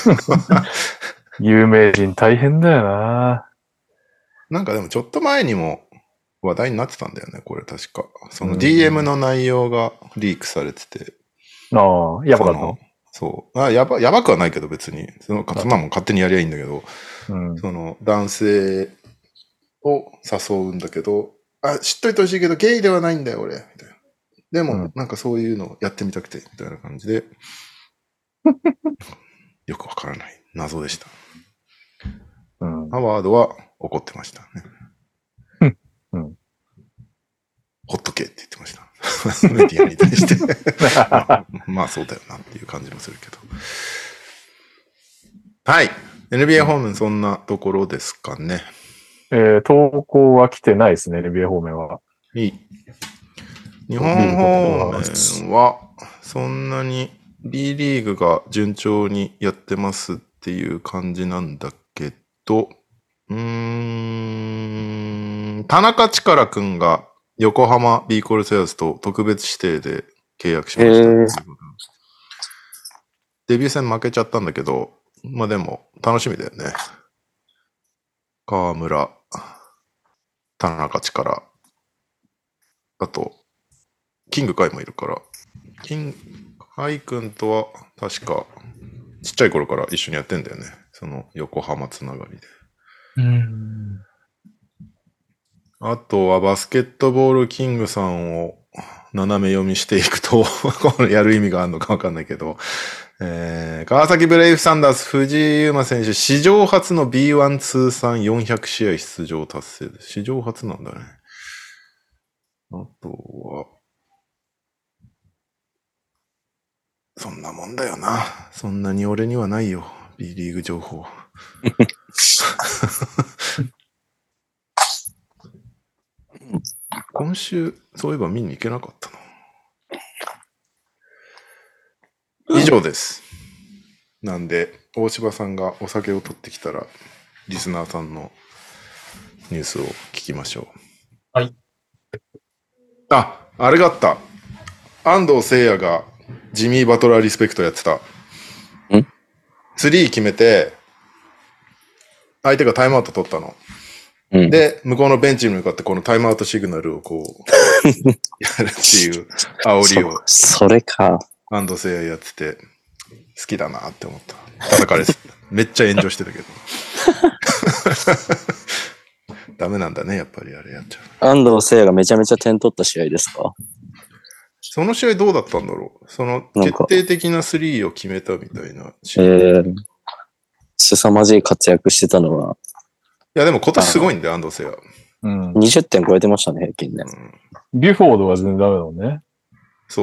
S2: 有名人大変だよな。
S1: なんかでもちょっと前にも話題になってたんだよね、これ確か。その DM の内容がリークされてて。
S2: ああ、やばかったの？
S1: そう。やばくはないけど別に。そんなもん勝手にやりゃいいんだけど、その男性を誘うんだけど、知っといてほしいけどゲイではないんだよ俺、みたいな。でも、なんかそういうのをやってみたくて、みたいな感じで、よくわからない謎でした。ハワードは怒ってましたね。ほっとけって言ってました。メディアに対してまあそうだよなっていう感じもするけど。はい。NBA 方面そんなところですかね。
S2: 投稿は来てないですね、NBA 方面は。
S1: いい。日本方面は、そんなに B リーグが順調にやってますっていう感じなんだけど、田中力くんが横浜ビーコルセアーズと特別指定で契約しました。デビュー戦負けちゃったんだけど、まあでも楽しみだよね。河村、田中力、あと、キングカイもいるから、カイ君とは確かちっちゃい頃から一緒にやってんだよね。その横浜つながりで。あとはバスケットボールキングさんを斜め読みしていくとこれやる意味があるのかわかんないけど、川崎ブレイブサンダース藤井優馬選手史上初の B1 通算400試合出場達成です。史上初なんだね。あとはそんなもんだよな。そんなに俺にはないよ。B リーグ情報。今週、そういえば見に行けなかったな。以上です。なんで、大柴さんがお酒を取ってきたら、リスナーさんのニュースを聞きましょう。
S3: はい。
S1: あれがあった。安藤聖也がジミー・バトラーリスペクトやってた。スリー決めて、相手がタイムアウト取ったの。で、向こうのベンチに向かってこのタイムアウトシグナルをこう、やるっていう煽りを。
S4: それか。
S1: 安藤聖也やってて、好きだなって思った。叩かれて、めっちゃ炎上してたけど。ダメなんだね、やっぱりあれやっちゃう。
S4: 安藤聖也がめちゃめちゃ点取った試合ですか？
S1: その試合どうだったんだろう。その決定的なスリーを決めたみたいな。
S4: 凄まじい活躍してたのは。
S1: いやでも今年すごいんだよ、安藤聖也。
S4: 20点超えてましたね、平均ね。
S2: ビュフォードは全然ダメだもんね。
S1: そう。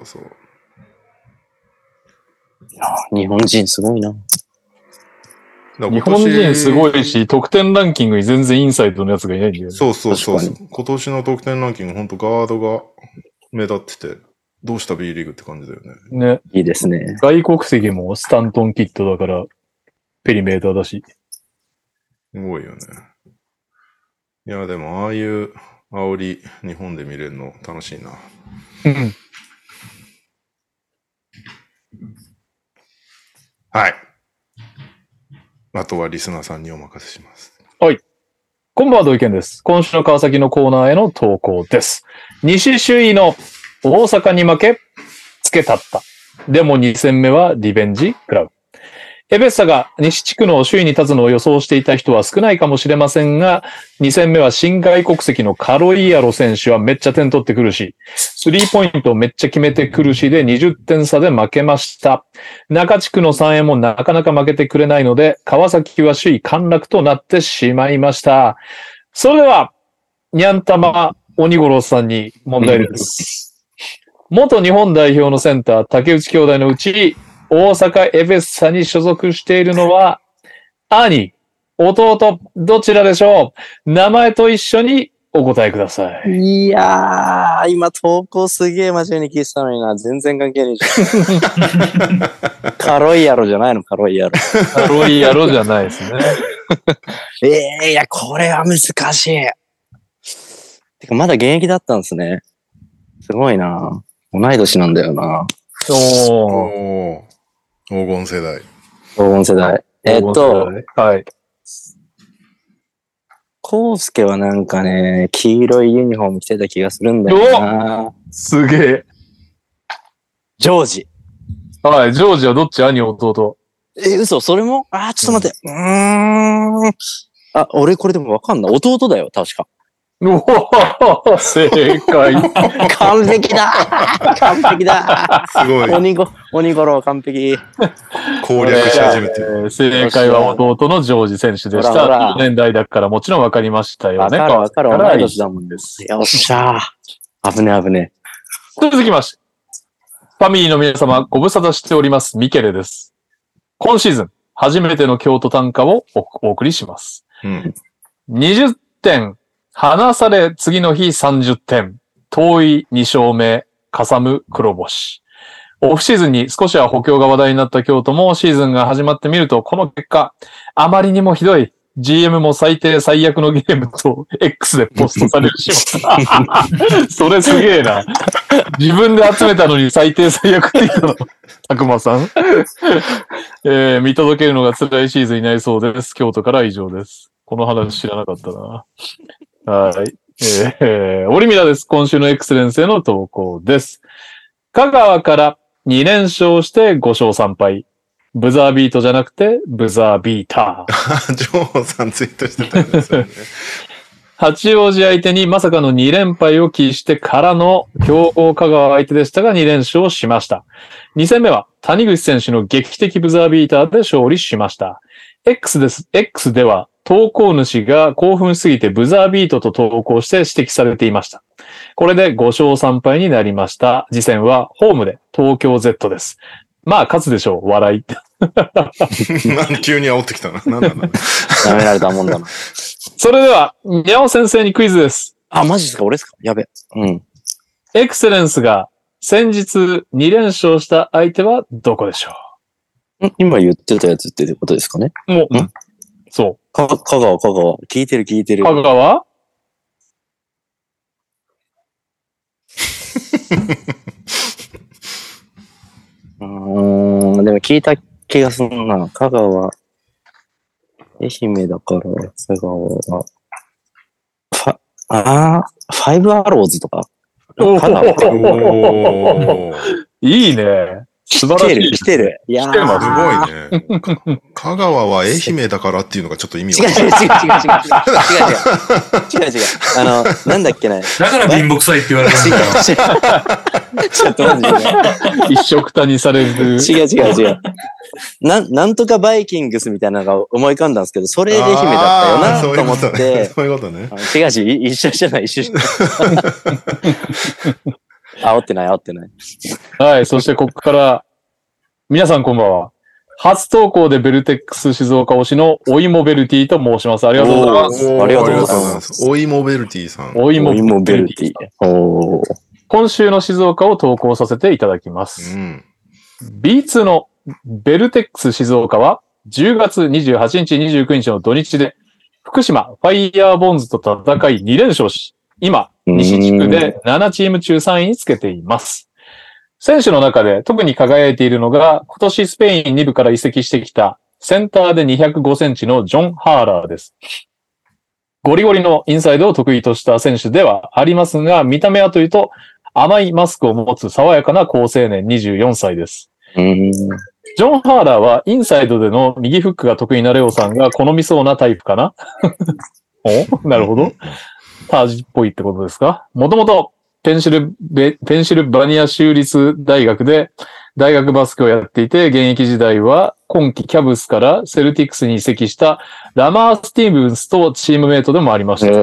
S4: いや、日本人すごいな。
S2: 日本人すごいし、得点ランキングに全然インサイドのやつがいないんだよね。
S1: そう。今年の得点ランキング、ほんとガードが目立ってて、どうした B リーグって感じだよね。
S2: ね。
S4: いいですね。
S2: 外国籍もスタントンキットだから、ペリメーターだし。
S1: すごいよね。いや、でもああいう煽り、日本で見れるの楽しいな。はい。あとはリスナーさんにお任せします。
S2: はい。こんばんは、土井健です。今週の川崎のコーナーへの投稿です。西首位の大阪に負け、つけたった。でも2戦目はリベンジ食らう。 エベッサが西地区の首位に立つのを予想していた人は少ないかもしれませんが、2戦目は新外国籍のカロイアロ選手はめっちゃ点取ってくるし、スリーポイントめっちゃ決めてくるしで20点差で負けました。中地区の3円もなかなか負けてくれないので、川崎は首位陥落となってしまいました。それでは、にゃんたま鬼五郎さんに問題です。元日本代表のセンター、竹内兄弟のうち、大阪エベッサに所属しているのは、兄、弟、どちらでしょう？名前と一緒にお答えください。
S4: いやー、今投稿すげー真面目に聞いてたのにな、全然関係ないじゃん。カロイアロじゃないの、カロイアロ。
S2: カロイアロじゃないですね。
S4: いや、これは難しい。てか、まだ現役だったんですね。すごいな。同い年なんだよな。
S1: 黄金世代。
S4: 黄金世代。
S2: はい。
S4: コウスケはなんかね、黄色いユニフォーム着てた気がするんだよな。
S2: すげえ。
S4: ジョージ。
S2: はい、ジョージはどっち？兄、弟。
S4: 嘘、それも？ちょっと待って。俺これでもわかんない。弟だよ、確か。
S2: おお、正解。
S4: 完璧だ完璧だ
S1: すごい。
S4: 鬼五郎完璧。
S1: 攻略し始めてる。
S2: 正解は弟のジョージ選手でした。年代だからもちろんわかりましたよね。
S4: わかる。同い年だもんです。よっしゃー。危ね。
S2: 続きまして。ファミリーの皆様、ご無沙汰しております。ミケレです。今シーズン、初めての京都短歌をお送りします。20点。離され次の日30点。遠い2勝目。かさむ黒星。オフシーズンに少しは補強が話題になった京都もシーズンが始まってみると、この結果、あまりにもひどい。GM も最低最悪のゲームと X でポストされるしまった。それすげえな。自分で集めたのに最低最悪って言ったの。たくまさん。見届けるのが辛いシーズンになりそうです。京都からは以上です。この話知らなかったな。はい。オリミラです。今週のエクセレンスへの投稿です。香川から2連勝して5勝3敗。ブザービートじゃなくて、ブザービーター。
S1: ジョーさんツイートしてたんですよね。
S2: 八王子相手にまさかの2連敗を喫してからの強豪香川相手でしたが2連勝しました。2戦目は谷口選手の劇的ブザービーターで勝利しました。X では投稿主が興奮しすぎてブザービートと投稿して指摘されていました。これで5勝3敗になりました。次戦はホームで東京 Z です。まあ勝つでしょう。笑い。
S1: 急に煽ってきたな。なんだな。
S4: 舐められたもんだな。
S2: それでは、にゃお先生にクイズです。
S4: マジですか？俺ですか？やべ。
S2: エクセレンスが先日2連勝した相手はどこでしょ
S4: う？今言ってたやつってことですかね？
S2: もう、そう。
S4: 香川。聞いてる。
S2: 香川
S4: でも聞いた気がするな。香川、愛媛だから、香川は、ファイブアローズとか。
S2: いいね。素晴らしい。
S4: 来てる。いやー。
S1: すごいね。香川は愛媛だからっていうのがちょっと意味
S4: 違う。なんだっけな。
S3: だから貧乏くさいって言われるんだよ。
S4: ちょっと待って。
S2: 一緒くたにされる。
S4: 違う。なんとかバイキングスみたいなのが思い浮かんだんですけど、それで愛媛だったよなと思って。
S1: そういうことね。
S4: 違うし、一緒じゃない。煽ってない。
S2: はい、そしてここから、皆さんこんばんは。初投稿でベルテックス静岡推しのオイモベルティと申します。ありがとうございます。
S4: ありがとうございます。
S1: オイモベルティさん。
S2: オイモベルティ。今週の静岡を投稿させていただきます。B2 のベルテックス静岡は10月28日29日の土日で福島ファイヤーボンズと戦い2連勝し、今、西地区で7チーム中3位につけています。選手の中で特に輝いているのが、今年スペイン2部から移籍してきた、センターで205センチのジョン・ハーラーです。ゴリゴリのインサイドを得意とした選手ではありますが、見た目はというと、甘いマスクを持つ爽やかな好青年24歳です。 ジョン・ハーラーはインサイドでの右フックが得意なレオさんが好みそうなタイプかなおなるほど。タージっぽいってことですか？もともとペンシルバニア州立大学で大学バスケをやっていて、現役時代は今季キャブスからセルティックスに移籍したラマー・スティーブンスとチームメイトでもありました。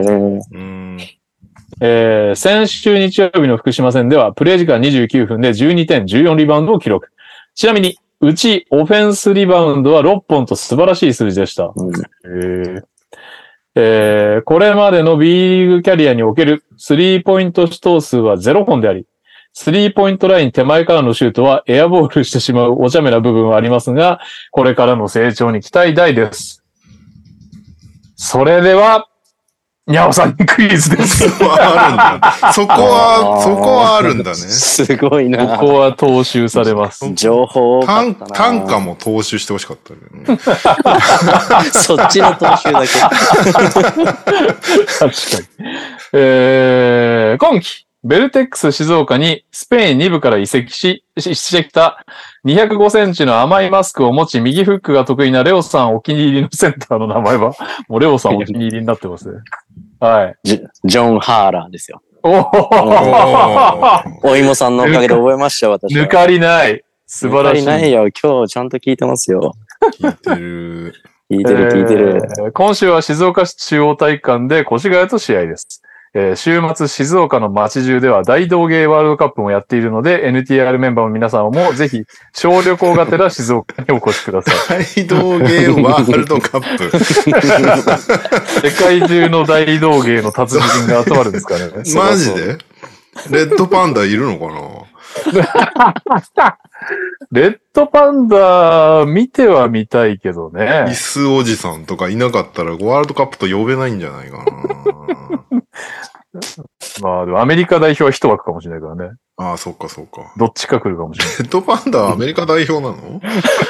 S2: 先週日曜日の福島戦ではプレー時間29分で12点、14リバウンドを記録。ちなみに、うちオフェンスリバウンドは6本と素晴らしい数字でした。これまでの B リーグキャリアにおけるスリーポイント試投数は0本であり、スリーポイントライン手前からのシュートはエアボールしてしまうお茶目な部分はありますが、これからの成長に期待大です。それでは、にゃおさんにクイズです。
S1: そこはあるんだね。
S4: すごいな。
S2: ここは踏襲されます。
S4: 情報
S1: 単価も踏襲してほしかったね。
S4: そっちの踏襲だけ。
S2: 確かに。今季、ベルテックス静岡にスペイン2部から移籍してきた205センチの甘いマスクを持ち右フックが得意なレオさんお気に入りのセンターの名前は、もうレオさんお気に入りになってますね。はい。
S4: ジョン・ハーラーですよ。
S1: お
S4: お芋さんのおかげで覚えましたよ、私は。
S2: 抜かりない。素晴らしい。
S4: 抜かりないよ。今日ちゃんと聞いてますよ。
S1: 聞いてる。
S4: 聞いてる。
S2: 今週は静岡市中央体育館で越谷と試合です。週末静岡の街中では大道芸ワールドカップもやっているので NTR メンバーの皆さんもぜひ小旅行がてら静岡にお越しください。
S1: 大道芸ワールドカップ。
S2: 世界中の大道芸の達人が集まるんですかね。
S1: マジで？レッドパンダいるのかな？
S2: レッドパンダ見てはみたいけどね。
S1: イスおじさんとかいなかったらワールドカップと呼べないんじゃないかな。
S2: まあでもアメリカ代表は一枠かもしれないからね。
S1: ああ、そっかそっか。
S2: どっちか来るかもしれない。
S1: レッドパンダはアメリカ代表なの？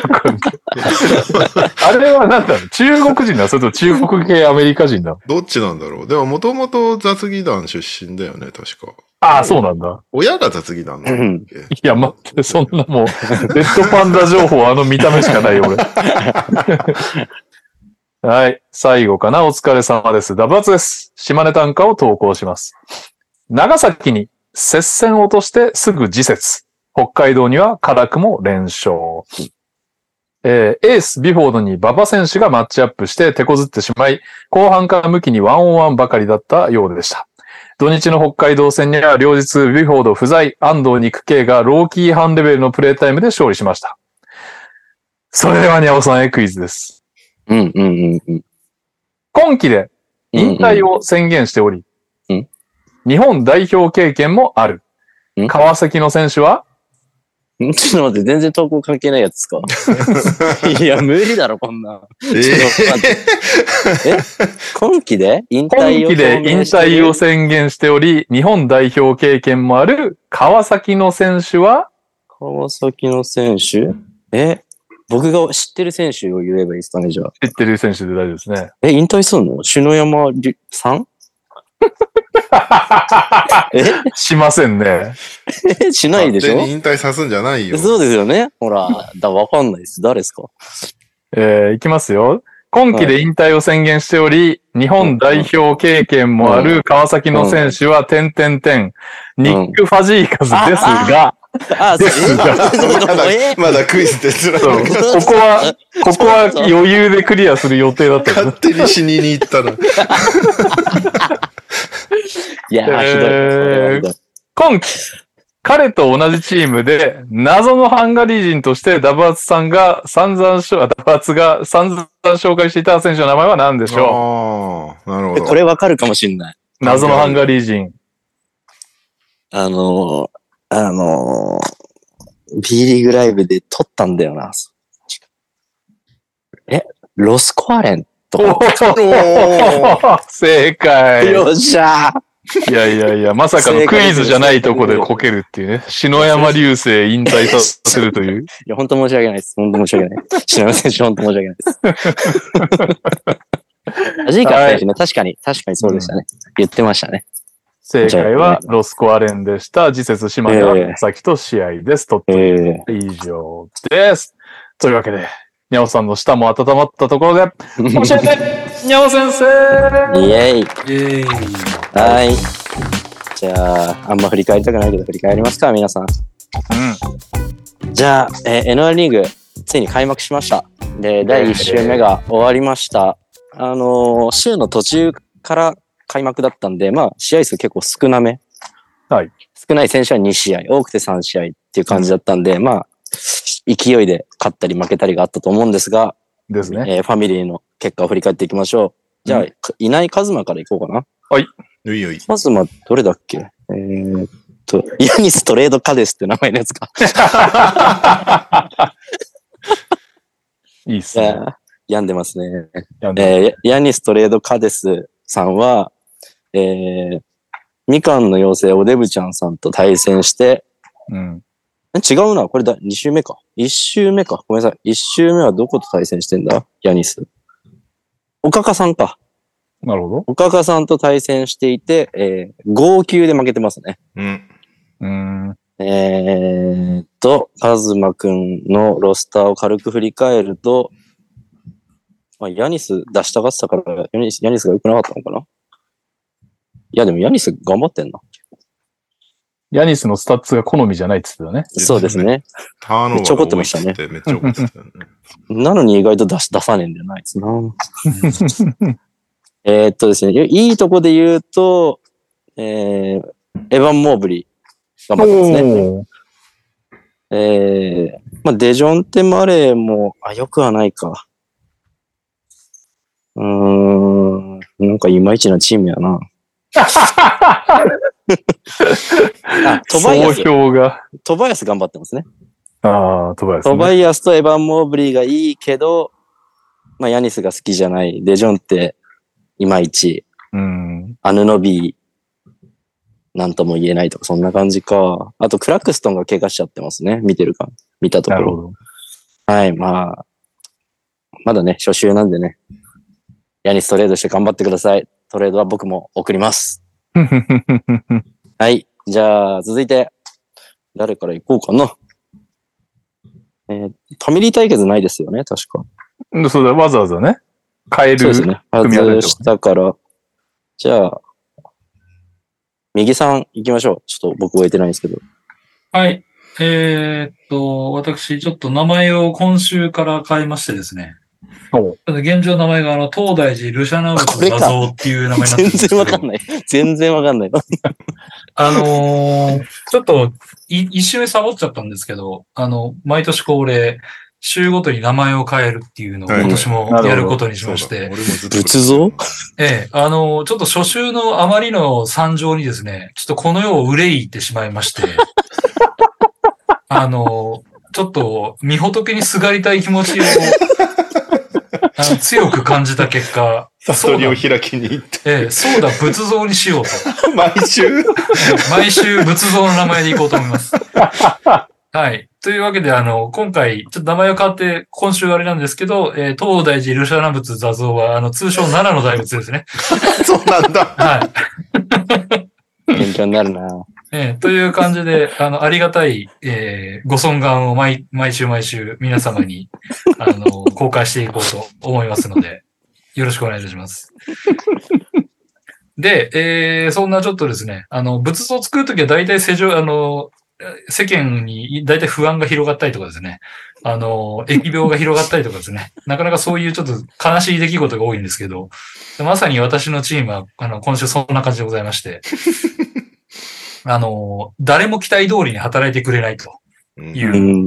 S2: あれはなんだろう、中国人だ、それとも中国系アメリカ人だ。
S1: どっちなんだろう。でももともと雑技団出身だよね、確か。
S2: ああ、そうなんだ。
S1: 親が雑技団なんだっけ？
S2: いや、待って、そんなもう、レッドパンダ情報あの見た目しかないよ、俺。はい。最後かな。お疲れ様です。ダブアツです。島根短歌を投稿します。長崎に接戦を落としてすぐ次節。北海道には辛くも連勝。エース、ビフォードに馬場選手がマッチアップして手こずってしまい、後半から向きにワンオンワンばかりだったようでした。土日の北海道戦には両日ビフォード不在、安藤肉系がローキー半レベルのプレータイムで勝利しました。それではにゃおさんへクイズです。今季で引退を宣言しており、日本代表経験もある。川崎の選手は
S4: ちょっと待って、全然投稿関係ないやつですか？いや、無理だろ、こんな。今季で引
S2: 退を宣言しており、日本代表経験もある川崎の選手は
S4: 川崎の選手？僕が知ってる選手を言えばいいですかね、じゃあ。
S2: 知ってる選手で大丈夫ですね。
S4: 引退すんの？篠山さん？
S2: しませんね。
S4: しないでしょ？
S1: 勝手に引退さすんじゃないよ。
S4: そうですよね。ほら、わかんないです。誰ですか？
S2: いきますよ。今季で引退を宣言しており、日本代表経験もある川崎の選手は、ニック・ファジーカズですが、
S1: まだクイズですら。
S2: ここは余裕でクリアする予定だった。
S1: 勝手に死にに行ったら。
S4: いや、ひどい。
S2: 今季、彼と同じチームで、謎のハンガリー人としてダブアツが散々紹介していた選手の名前は何でしょ
S1: う？なるほど。
S4: これわかるかもしんない。
S2: 謎のハンガリー人。
S4: B リーグライブで撮ったんだよな。ロスコアレンとか。
S2: 正解。
S4: よっしゃ
S2: ー。いや、まさかのクイズじゃないとこでこけるっていうね。篠山流星引退させるという。
S4: いや、本当申し訳ないです。本当申し訳ない。篠山選手、本当申し訳ないです。アジーカ選手ね、確かにそうでしたね。言ってましたね。
S2: 正解はロスコアレンでした。次節島根は先と試合です。以上です。 というわけで、にゃおさんの舌も温まったところで、教えてにゃお先生
S4: イェイ。
S3: イェーイ。
S4: はい。じゃあ、あんま振り返りたくないけど振り返りますか、皆さん。じゃあ、NR リーグ、ついに開幕しました。で、第1週目が終わりました。週の途中から開幕だったんで、まあ、試合数結構少なめ。
S2: はい。
S4: 少ない選手は2試合、多くて3試合っていう感じだったんで、まあ、勢いで勝ったり負けたりがあったと思うんですが、
S2: ですね。
S4: ファミリーの結果を振り返っていきましょう。じゃあ、いないカズマからいこうかな。
S2: はい。
S4: カズマ、どれだっけヤニストレードカデスって名前のやつか。
S2: いいっすね。
S4: 病んでますね。
S2: ヤ
S4: ニストレードカデスさんは、みかんの妖精おデブちゃんさんと対戦して、違うな。これ2週目か。1週目か。ごめんなさい。1週目はどこと対戦してんだヤニス。おかかさんか。
S2: なるほど。
S4: おかかさんと対戦していて、号泣で負けてますね。カズマくんのロスターを軽く振り返ると、まあ、ヤニス出したがってたから、ヤニスが良くなかったのかな。いや、でもヤニス頑張ってんな。
S2: ヤニスのスタッツが好みじゃないって言ってたね。
S4: そうですね。めっちゃ怒ってましたね。
S1: めっちゃ怒ってたね。
S4: なのに意外と出さねえんだよな、あいつな。ですね、いいとこで言うと、エヴァン・モーブリー頑張ってますね。まあ、デジョンテ・マレーも、良くはないか。なんかいまいちなチームやな。トバイアス。トバイアス頑張ってますね。
S2: トバイアス、
S4: トバイアスとエヴァン・モーブリーがいいけど、まあ、ヤニスが好きじゃない。デジョンっていまいち。アヌノビー、なんとも言えないとか、そんな感じか。あと、クラクストンが怪我しちゃってますね。見たところ。
S2: なるほど。
S4: はい、まあ、まだね、初週なんでね。ヤニストレードして頑張ってください。トレードは僕も送ります。はい。じゃあ、続いて、誰から行こうかな。ファミリー対決ないですよね、確か。
S2: そうだ、わざわざね。変える。
S4: そうですね。外したから。じゃあ、右さん行きましょう。ちょっと僕覚えてないんですけど。
S3: はい。私、ちょっと名前を今週から変えましてですね。現状名前が東大寺ルシャナブツ画像っていう名前になってるんですけど。
S4: 全然わかんない。
S3: ちょっと一周サボっちゃったんですけど、毎年恒例、週ごとに名前を変えるっていうのを今年もやることにしまして。
S4: 仏像？
S3: ちょっと初週のあまりの惨状にですね、ちょっとこの世を憂いてしまいまして、ちょっと、御仏にすがりたい気持ちを、強く感じた結果、
S1: 悟りを開きに行って。
S3: そうだ、仏像にしようと。
S1: 毎
S3: 週仏像の名前でいこうと思います。はい。というわけで、今回、ちょっと名前を変わって、今週あれなんですけど、東大寺ルシャナ仏座像は、通称奈良の大仏ですね。
S1: そうなんだ。
S3: はい。
S4: 勉強になるな。
S3: という感じで、ありがたい、ご尊願を毎週皆様に、公開していこうと思いますので、よろしくお願いいたします。で、そんなちょっとですね、仏像を作るときは大体世間に大体不安が広がったりとかですね、疫病が広がったりとかですね、なかなかそういうちょっと悲しい出来事が多いんですけど、まさに私のチームは、今週そんな感じでございまして、誰も期待通りに働いてくれないという、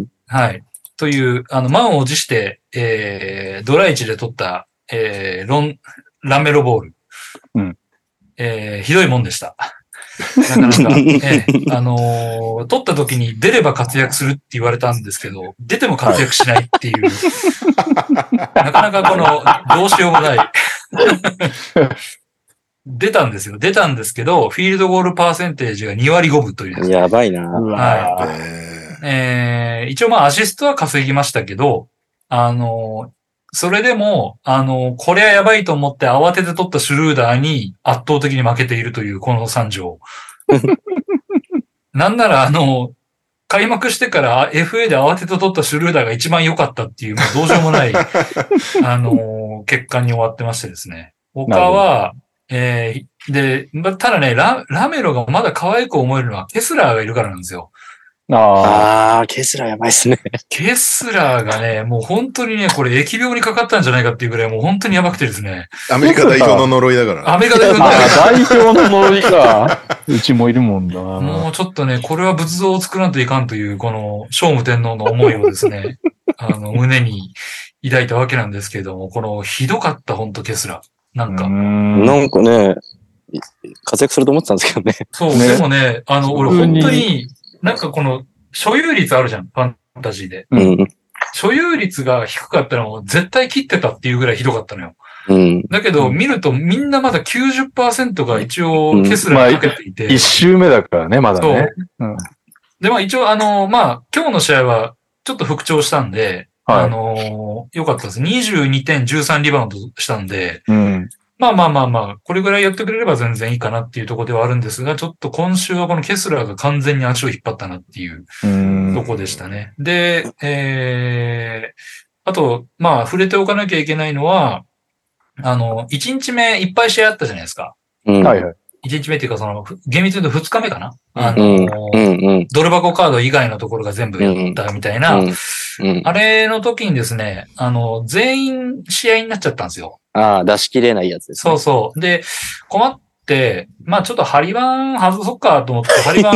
S3: はい。という、満を持して、ドライチで取った、ランメロボール。ひどいもんでした。なかなか、取った時に出れば活躍するって言われたんですけど、出ても活躍しないっていう、なかなかどうしようもない。出たんですけど、フィールドゴールパーセンテージが2割5分という、
S4: やばいな。
S3: はい。一応まあアシストは稼ぎましたけど、それでも、これはやばいと思って慌てて取ったシュルーダーに圧倒的に負けているというこの惨状。なんなら開幕してから FA で慌てて取ったシュルーダーが一番良かったっていう、もうどうしようもない、結果に終わってましてですね。他は、で、ただね、ラメロがまだ可愛く思えるのはケスラーがいるからなんですよ。
S4: ケスラーやばいっすね。
S3: ケスラーがね、もう本当にね、これ疫病にかかったんじゃないかっていうぐらいもう本当にやばくてですね。
S1: アメリカ代表の呪いだから。
S3: アメリカ代表の呪い。
S2: 代表の呪いか。うちもいるもんだ。
S3: もうちょっとね、これは仏像を作らんといかんという、この、聖武天皇の思いをですね、胸に抱いたわけなんですけれども、この、ひどかった、本当ケスラー。なんか
S4: ね、活躍すると思ってたんですけどね。
S3: そう、でもね、俺本当に、なんかこの、所有率あるじゃん、ファンタジーで。所有率が低かったらもう絶対切ってたっていうぐらいひどかったのよ。だけど、見るとみんなまだ 90% が一応ケスラーにかけていて。
S2: 一周目だからね、まだね。
S3: で、まあ一応今日の試合はちょっと復調したんで、よかったです。22点13リバウンドしたんで、まあ、これぐらいやってくれれば全然いいかなっていうところではあるんですが、ちょっと今週はこのケスラーが完全に足を引っ張ったなっていうとこでしたね。で、あと、触れておかなきゃいけないのは、1日目いっぱい試合あったじゃないですか。
S2: はいはい。
S3: 1日目っていうか厳密に言うと2日目かな。ドル箱カード以外のところが全部やったみたいな、あれの時にですね、全員試合になっちゃったんですよ。
S4: 出し切れないやつです
S3: ね。そう。で、困って、ちょっと張り板外そっかと思って、張り板、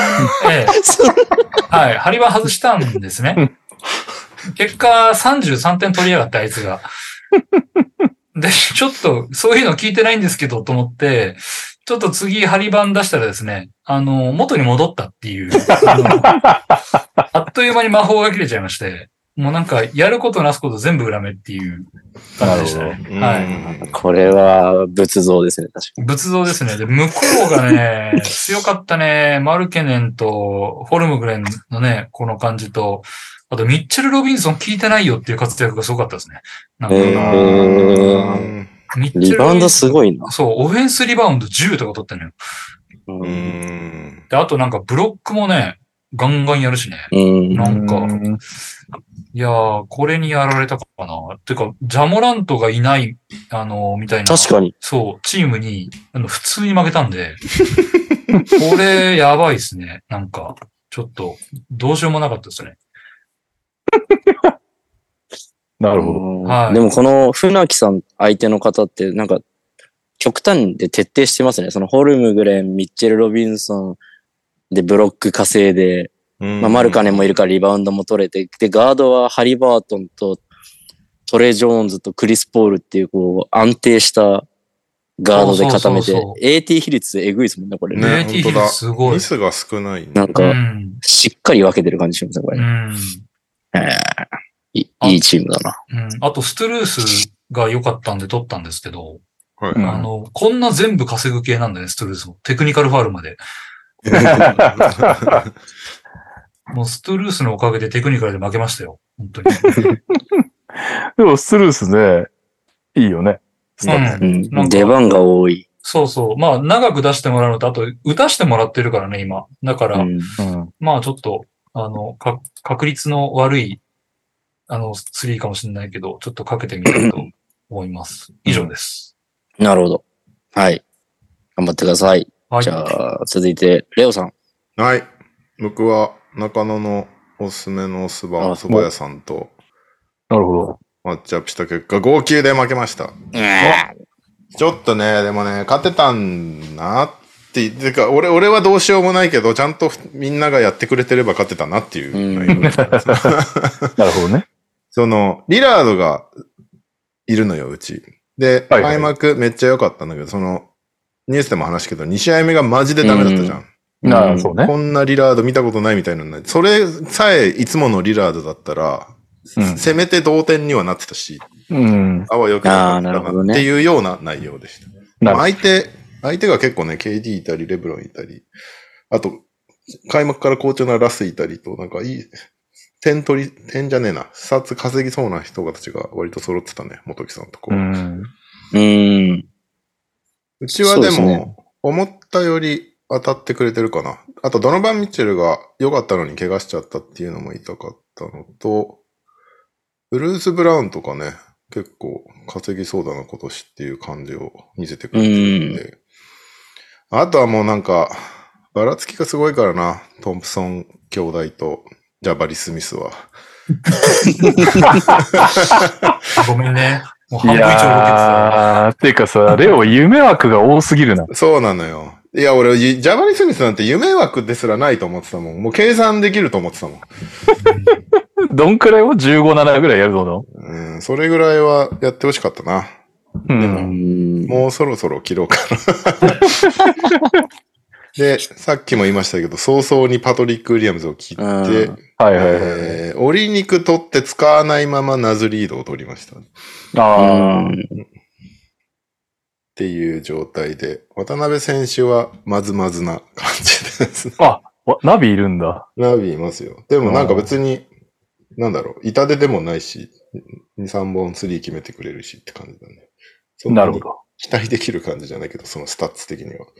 S3: はい、張り板外したんですね。結果、33点取りやがって、あいつが。で、ちょっと、そういうの聞いてないんですけど、と思って、ちょっと次、張り板出したらですね、元に戻ったっていう、あっという間に魔法が切れちゃいまして、もうなんか、やることなすこと全部裏目っていう感じでしたね。はい。
S4: これは、仏像ですね、確かに。
S3: 仏像ですね。で、向こうがね、強かったね。マルケネンと、フォルムグレンのね、この感じと、あと、ミッチェル・ロビンソン聞いてないよっていう活躍がすごかったですね。なんか
S4: リバウンドすごいな。
S3: そう、オフェンスリバウンド10とか取ってんのよ。で、あとなんかブロックもね、ガンガンやるしね。なんか、いやー、これにやられたかな。てか、ジャモラントがいない、みたいな。
S4: 確かに。
S3: そう、チームに、普通に負けたんで、これ、やばいですね。なんか、ちょっと、どうしようもなかったですね。
S2: なるほど。
S3: はい。
S4: でもこの船木さん相手の方ってなんか極端で徹底してますね。そのホルムグレン、ミッチェル・ロビンソンでブロック稼いで、マルカネもいるからリバウンドも取れて、で、ガードはハリバートンとトレ・ジョーンズとクリス・ポールっていうこう安定したガードで固めて、AT 比率えぐいですもんね、これ
S1: ね。
S3: AT 比率すごい。
S1: ミスが少ない、ね。
S4: なんか、しっかり分けてる感じしますね、これ。いいチームだな。
S3: あと、ストゥルースが良かったんで取ったんですけど、こんな全部稼ぐ系なんだね、ストゥルースも。テクニカルファウルまで。もうストゥルースのおかげでテクニカルで負けましたよ。本当に。
S2: でも、ストゥルースね、いいよね。
S4: 出番が多い。
S3: そうそう。長く出してもらうのと、あと、打たしてもらってるからね、今。だから、ちょっと、確率の悪い、スリーかもしれないけど、ちょっとかけてみたいと思います。以上です。
S4: なるほど。はい。頑張ってください。はい、じゃあ、続いて、レオさん。
S1: はい。僕は、中野のおすすめの蕎麦屋さんと、
S2: なるほど。
S1: マッチアップした結果、号泣で負けました。ちょっとね、でもね、勝てたんなって、てか、俺はどうしようもないけど、ちゃんとみんながやってくれてれば勝てたなっていう。
S2: なるほどね。
S1: リラードがいるのよ、うち。で、開幕めっちゃ良かったんだけど、ニュースでも話したけど、2試合目がマジでダメだったじゃん。
S2: そうね。
S1: こんなリラード見たことないみたいなのそれさえいつものリラードだったら、せめて同点にはなってたし、あわよくなったなっていうような内容でした。相手が結構ね、KD いたり、レブロンいたり、あと、開幕から好調なラスいたりと、なんかいい、点じゃねえな、スタッツ稼ぎそうな人たちが割と揃ってたね、元木さんとこ。うちはでも、思ったより当たってくれてるかな。あと、ドノバン・ミッチェルが良かったのに怪我しちゃったっていうのも痛かったのと、ブルース・ブラウンとかね、結構稼ぎそうだな今年っていう感じを見せてくれてるんで。あとはもうなんか、ばらつきがすごいからな。トンプソン兄弟とジャバリ・スミスは。
S3: ごめんね。もう半分以上受けてた。
S2: っていうかさ、レオ夢枠が多すぎるな。
S1: そうなのよ。いや、俺、ジャバリ・スミスなんて夢枠ですらないと思ってたもん。もう計算できると思ってたもん。
S2: どんくらいを 15-7 ぐらいやるの？
S1: それぐらいはやってほしかったな。でも、もうそろそろ切ろうかな。で、さっきも言いましたけど、早々にパトリック・ウィリアムズを切って、折り肉取って使わないままナズリードを取りました。っていう状態で、渡辺選手はまずまずな感じですね。
S2: あ、ナビいるんだ。
S1: ナビいますよ。でもなんか別に、なんだろう、痛手でもないし、2、3本3決めてくれるしって感じだね。
S2: なるほど。
S1: 期待できる感じじゃないけど、そのスタッツ的には。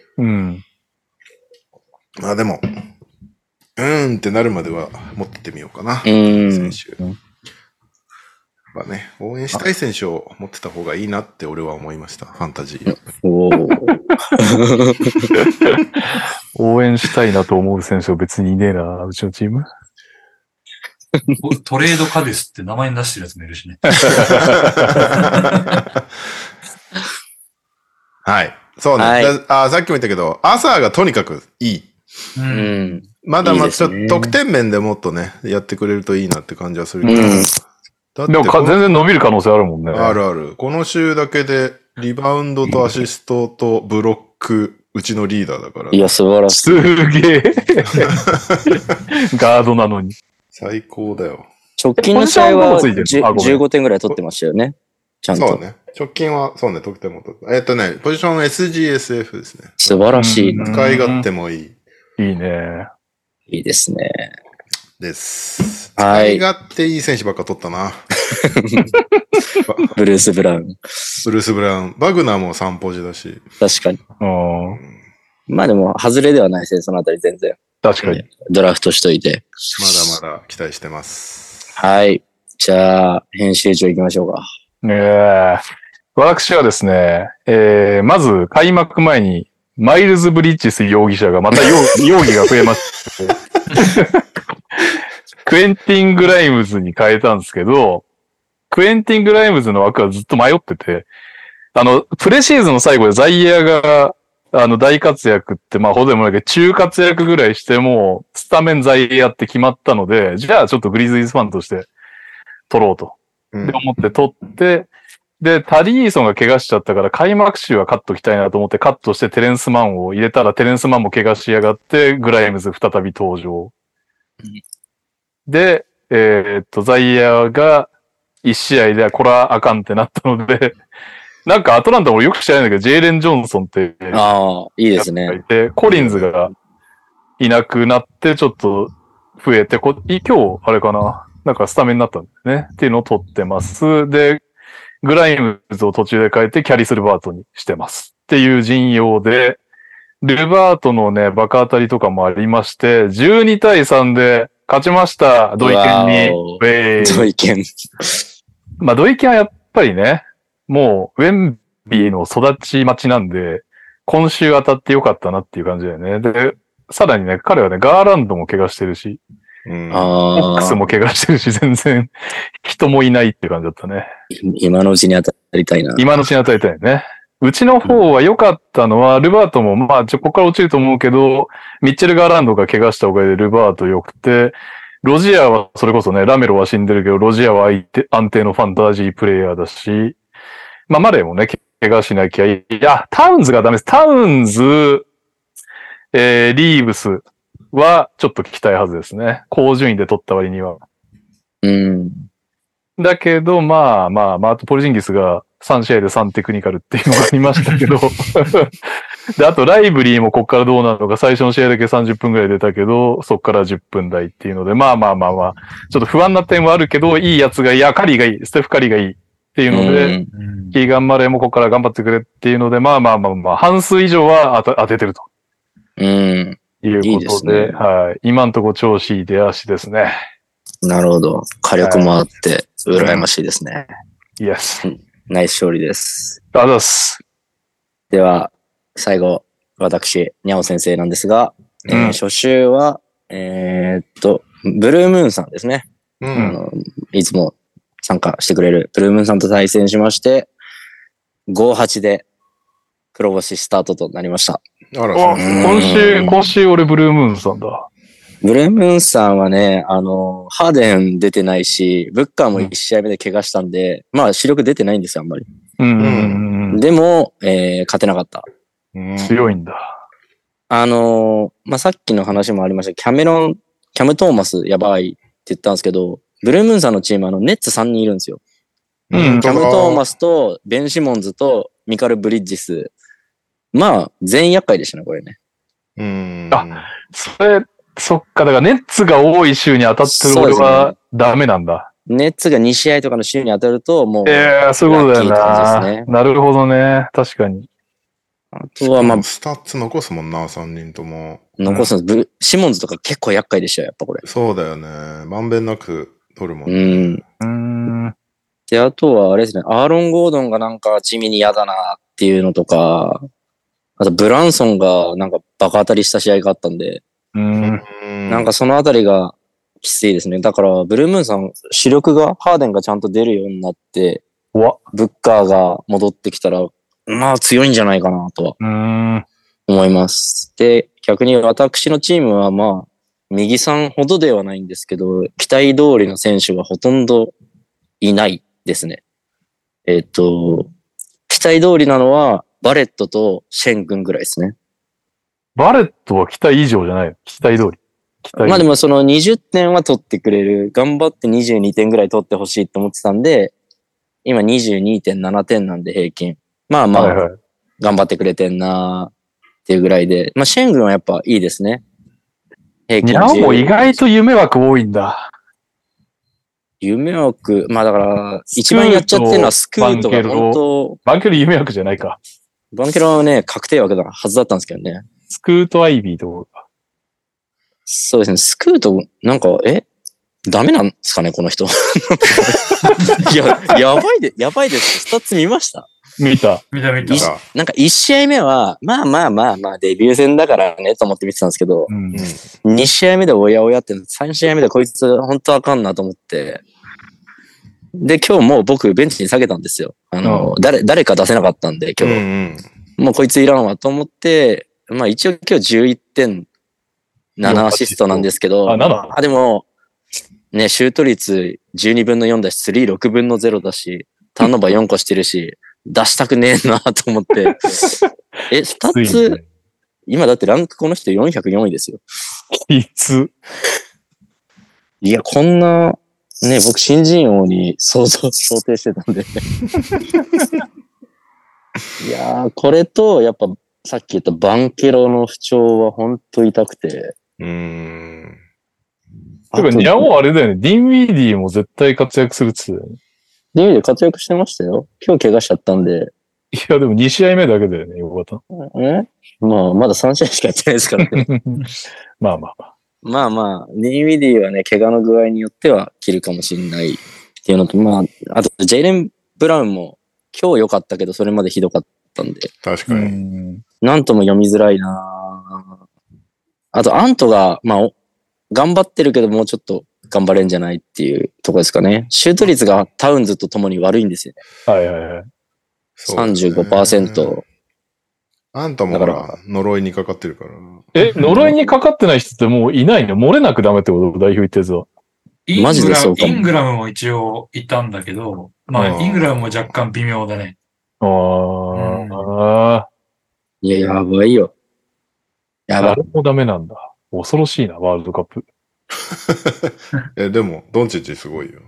S1: まあでも、ってなるまでは持ってってみようかな。選手。まあね、応援したい選手を持ってた方がいいなって俺は思いました。ファンタジー。
S2: 応援したいなと思う選手は別にいねえな、うちのチーム。
S3: トレードカデスって名前に出してるやつもいるしね。
S1: はい。そうね。さっきも言ったけど、アサーがとにかくいい。まだまだちょっと得点面でもっとね、やってくれるといいなって感じはするけど。
S2: でも全然伸びる可能性あるもんね。
S1: あるある。この週だけで、リバウンドとアシストとブロック、うちのリーダーだから。
S4: いや、素晴らしい。
S2: すげえ。ガードなのに。
S1: 最高だよ。
S4: 直近の試合は15点ぐらい取ってましたよね。ちゃんと。
S1: そうね。直近は、そうね、得点も取った。ポジション SGSF ですね。
S4: 素晴らしい。
S1: 使い勝手もいい。
S2: いいね。
S4: いいですね。
S1: です。使い勝手いい選手ばっか取ったな。
S4: ブルース・ブラウン。
S1: バグナーも3ポジだし。
S4: 確かに。まあでも、外れではないですね、そのあたり全然。
S2: 確かに。
S4: ドラフトしといて。
S1: まだまだ期待してます。
S4: はい。じゃあ、編集長行きましょうか。
S2: 私はですね、まず開幕前に、マイルズ・ブリッジス容疑者がまた容疑が増えまして、クエンティン・グライムズに変えたんですけど、クエンティン・グライムズの枠はずっと迷ってて、プレシーズンの最後でザイヤーが、大活躍って、まあ、ほどでもないけど、中活躍ぐらいしても、スタメンザイヤーって決まったので、じゃあちょっとグリズリーズファンとして取ろうと。で、思って取って、で、タリーソンが怪我しちゃったから開幕週はカットきたいなと思ってカットしてテレンスマンを入れたらテレンスマンも怪我しやがってグライムズ再び登場。で、ザイヤーが1試合でこれはあかんってなったので、なんかアトランタもよく知らないんだけど、ジェイレン・ジョンソンって。
S4: いいですね。
S2: コリンズがいなくなってちょっと増えて、今日あれかな、なんかスタメンになったんですね。っていうのを取ってます。で、グライムズを途中で変えてキャリス・ルバートにしてます。っていう陣容で、ルバートのね、バカ当たりとかもありまして、12対3で勝ちました、ドイケンに。
S4: ドイケン。
S2: まあ、ドイケンはやっぱりね、もう、ウェンビーの育ち待ちなんで、今週当たってよかったなっていう感じだよね。で、さらにね、彼はね、ガーランドも怪我してるし、フォックスも怪我してるし、全然人もいないって感じだったね。
S4: 今のうちに当たりたいな。
S2: 今のうちに当たりたいね。うちの方は良かったのは、ルバートも、まあ、ここから落ちると思うけど、ミッチェル・ガーランドが怪我したおかげでルバート良くて、ロジアはそれこそね、ラメロは死んでるけど、ロジアは安定のファンタジープレイヤーだし、まあ、マレーもね、怪我しなきゃいい。いや、タウンズがダメです。タウンズ、リーブスはちょっと聞きたいはずですね。高順位で取った割には。だけど、まあ、あとポルジンギスが3試合で3テクニカルっていうのがありましたけど。で、あとライブリーもこっからどうなるのか、最初の試合だけ30分くらい出たけど、そっから10分台っていうので、まあ、ちょっと不安な点はあるけど、いいやつがいい、カリーがいい、ステフ・カリーがいいっていうので、キーガン・マレーもここから頑張ってくれっていうので、まあ、半数以上は当ててると。
S4: うん。
S2: いうことで、
S4: ね、
S2: はい。今んとこ調子いい出足ですね。
S4: なるほど。火力もあって、羨ましいですね。
S2: イエス。
S4: ナイス勝利です。
S2: ありがとうございます。
S4: では、最後、私、にゃお先生なんですが、初週は、ブルームーンさんですね。いつも参加してくれるブルームーンさんと対戦しまして、5-8で黒星スタートとなりました。
S2: 今週俺ブルームーンさんだ。
S4: ブルームーンさんはね、ハーデン出てないし、ブッカーも1試合目で怪我したんで、まあ主力出てないんですよ、あんまり。でも、勝てなかった。
S2: 強いんだ。
S4: まあ、さっきの話もありましたキャム・トーマスやばいって言ったんですけど、ブルームーンさんのチームネッツ3人いるんですよ。キャム・トーマスとベン・シモンズとミカル・ブリッジス。まあ、全員厄介でしたね、これね。
S2: そっか、だからネッツが多い週に当たってる俺はダメなんだ。
S4: ネッツが2試合とかの週に当たると、もう、
S2: そういうことだよな。ね、なるほどね。確かに。
S1: あとはまあ、スタッツ残すもんな、3人とも。
S4: 残すんです。シモンズとか結構厄介でしたよ、やっぱこれ。
S1: そうだよね。まんべんなく取るもんね。
S4: で、あとはあれですね、アーロン・ゴードンがなんか地味に嫌だなっていうのとか、あとブランソンがなんかバカ当たりした試合があったんで、なんかそのあたりがきついですね。だから、ブルームーンさん、主力が、ハーデンがちゃんと出るようになって、ブッカーが戻ってきたら、まあ強いんじゃないかなとは思います。で、逆に私のチームはまあ、右さんほどではないんですけど、期待通りの選手がほとんどいないですね。期待通りなのは、バレットとシェン君ぐらいですね。
S2: バレットは期待以上じゃないよ。期待通り。
S4: まあでもその20点は取ってくれる。頑張って22点ぐらい取ってほしいと思ってたんで、今 22.7 点なんで平均。まあまあ、頑張ってくれてんなーっていうぐらいで。まあシェン軍はやっぱいいですね。
S2: 平均。ニャオも意外と夢枠多いんだ。
S4: 夢枠、まあだから、一番やっちゃってるのはスクートが本当。
S2: バンケロ夢枠じゃないか。
S4: バンケロはね、確定枠だはずだったんですけどね。
S2: スクートアイビーとか。
S4: そうですね、スクート、なんか、ダメなんですかね、この人。いや、やばいです。スタッツ見ました？
S2: 見た。
S4: なんか1試合目は、まあ、デビュー戦だからね、と思って見てたんですけど、2試合目でおやおやって、3試合目でこいつ本当あかんなと思って、で、今日もう僕ベンチに下げたんですよ。誰か出せなかったんで、今日。もうこいついらんわと思って、まあ一応今日11点、7アシストなんですけど、でも、ね、シュート率12分の4だし、スリー6分の0だし、ターンオーバー4個してるし、出したくねえなと思って。スタッツ、今だってランクこの人404位ですよ。
S2: いつ
S4: いや、こんな、ね、僕新人王に想定してたんで。いやー、これと、やっぱ、さっき言ったバンケロの不調は本当痛くて。てか、
S2: ニャオあれだよね。ディンウィーディも絶対活躍するっつってたよね。
S4: ディンウィーディ活躍してましたよ。今日怪我しちゃったんで。
S2: いや、でも2試合目だけだよね、よかった。
S4: まあ、まだ3試合しかやってないですからね。
S2: まあ、
S4: ディンウィーディはね、怪我の具合によっては切るかもしれないっていうのと、まあ、あと、ジェイレン・ブラウンも今日良かったけど、それまでひどかったんで。
S1: 確かに。
S4: なんとも読みづらいな。あと、アントが、まあ、頑張ってるけど、もうちょっと頑張れんじゃないっていうとこですかね。シュート率がタウンズと共に悪いんですよ
S2: ね。はいはいはい。
S4: 35%。
S1: アントもほら、呪いにかかってるから。
S2: 呪いにかかってない人ってもういないの？漏れなくダメってこと？代表言ったやつは。
S4: マジでそうかも。
S3: イングラムも一応いたんだけど、まあ、イングラムも若干微妙だね。
S4: いや、やばいよ。
S2: やばい。誰もダメなんだ。恐ろしいな、ワールドカップ。
S1: でも、ドンチッチすごいよ。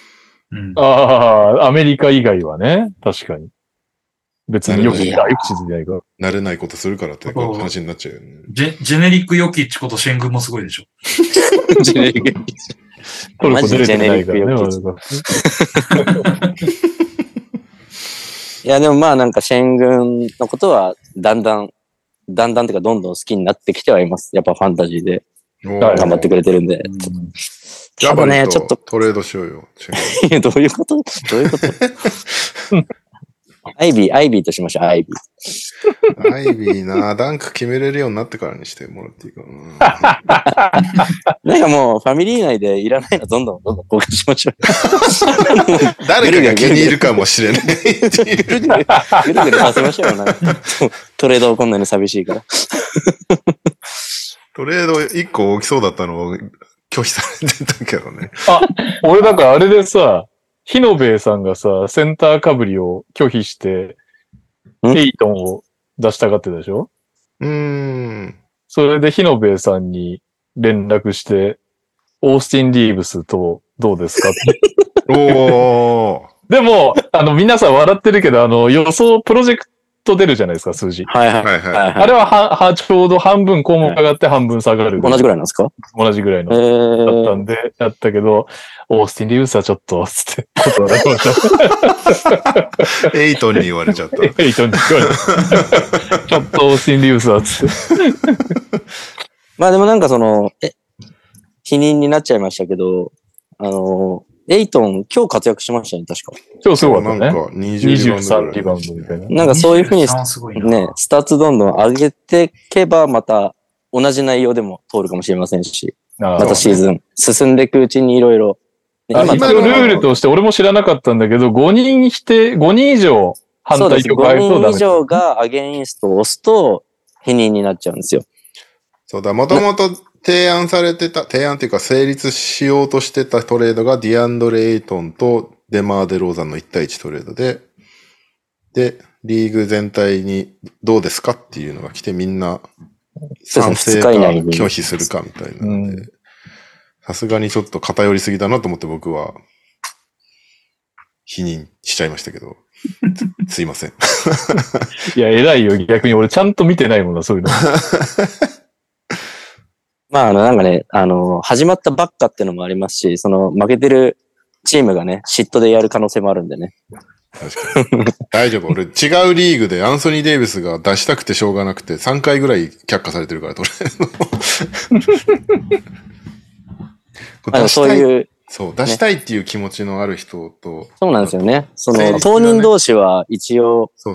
S2: アメリカ以外はね、確かに。別によくない口じゃないか。
S1: 慣れないことするからって話になっちゃうよね。
S3: ジェネリックヨキッチことシェングンもすごいでしょ。
S4: ジェネリックヨキッチ。
S2: マジでジェネリックヨキッチ。
S4: いや、でもまあなんかシェン軍のことはだんだんだんだんというかどんどん好きになってきてはいます。やっぱファンタジーで頑張ってくれてるんで。
S1: ただね、ちょっとトレードしようよ。
S4: いや、どういうことアイビーとしましょう、アイビー。
S1: アイビーな、ダンク決めれるようになってからにしてもらっていいかな。
S4: なんかもう、ファミリー内でいらないのどんどん交換しましょう。
S1: 誰かが気に入るかもしれない。ぐ
S4: るぐるさせましょうよ。トレードこんなに寂しいから。
S1: トレード1個大きそうだったのを拒否されてたけどね。
S2: 俺だからあれでさ、日野部さんがさ、センターかぶりを拒否して、エイトンを出したがってたでしょ？それで日野部さんに連絡して、オースティン・リーブスとどうですかって。でも、皆さん笑ってるけど、予想プロジェクト出るじゃないですか、数字。
S4: はい。あ
S2: れはちょうど半分項目上がって半分下がる。
S4: 同じぐらいなんですか？
S2: 同じぐらいの。だったんで、やったけど、オースティン・リーブスはちょっと、つって、
S1: エイトンに言われちゃった。
S2: エイトンに言われた。ちょっとオースティン・リーブスは、つって。
S4: まあでもなんか否認になっちゃいましたけど、エイトン今日活躍しましたね、確か。
S2: 今日すごかったね。
S1: なんか
S2: 23リバウンドみたいな。
S4: なんかそういうふうにね、スタッツどんどん上げてけば、また同じ内容でも通るかもしれませんし、またシーズン進んでいくうちにいろいろ。
S2: 今ルールとして俺も知らなかったんだけど、5人以上反対票が入るとダメ。
S4: 5人以上がアゲインストを押すと否認になっちゃうんですよ。
S1: そうだ、もともと提案っていうか成立しようとしてたトレードがディアンドレ・エイトンとデマー・デローザンの1対1トレードで、リーグ全体にどうですかっていうのが来てみんな賛成か拒否するかみたいなので、さすがにちょっと偏りすぎだなと思って僕は否認しちゃいましたけど、すいません。
S2: いや、偉いよ。逆に俺ちゃんと見てないもんな、そういうの。
S4: まあ、なんかね、始まったばっかってのもありますし、負けてるチームがね、嫉妬でやる可能性もあるんでね。
S1: 確かに。大丈夫。俺、違うリーグでアンソニー・デイビスが出したくてしょうがなくて、3回ぐらい却下されてるから、とりあえず。
S4: そういう。
S1: そう、出したいっていう気持ちのある人と。
S4: そうなんですよね。当人同士は一応。
S1: そう。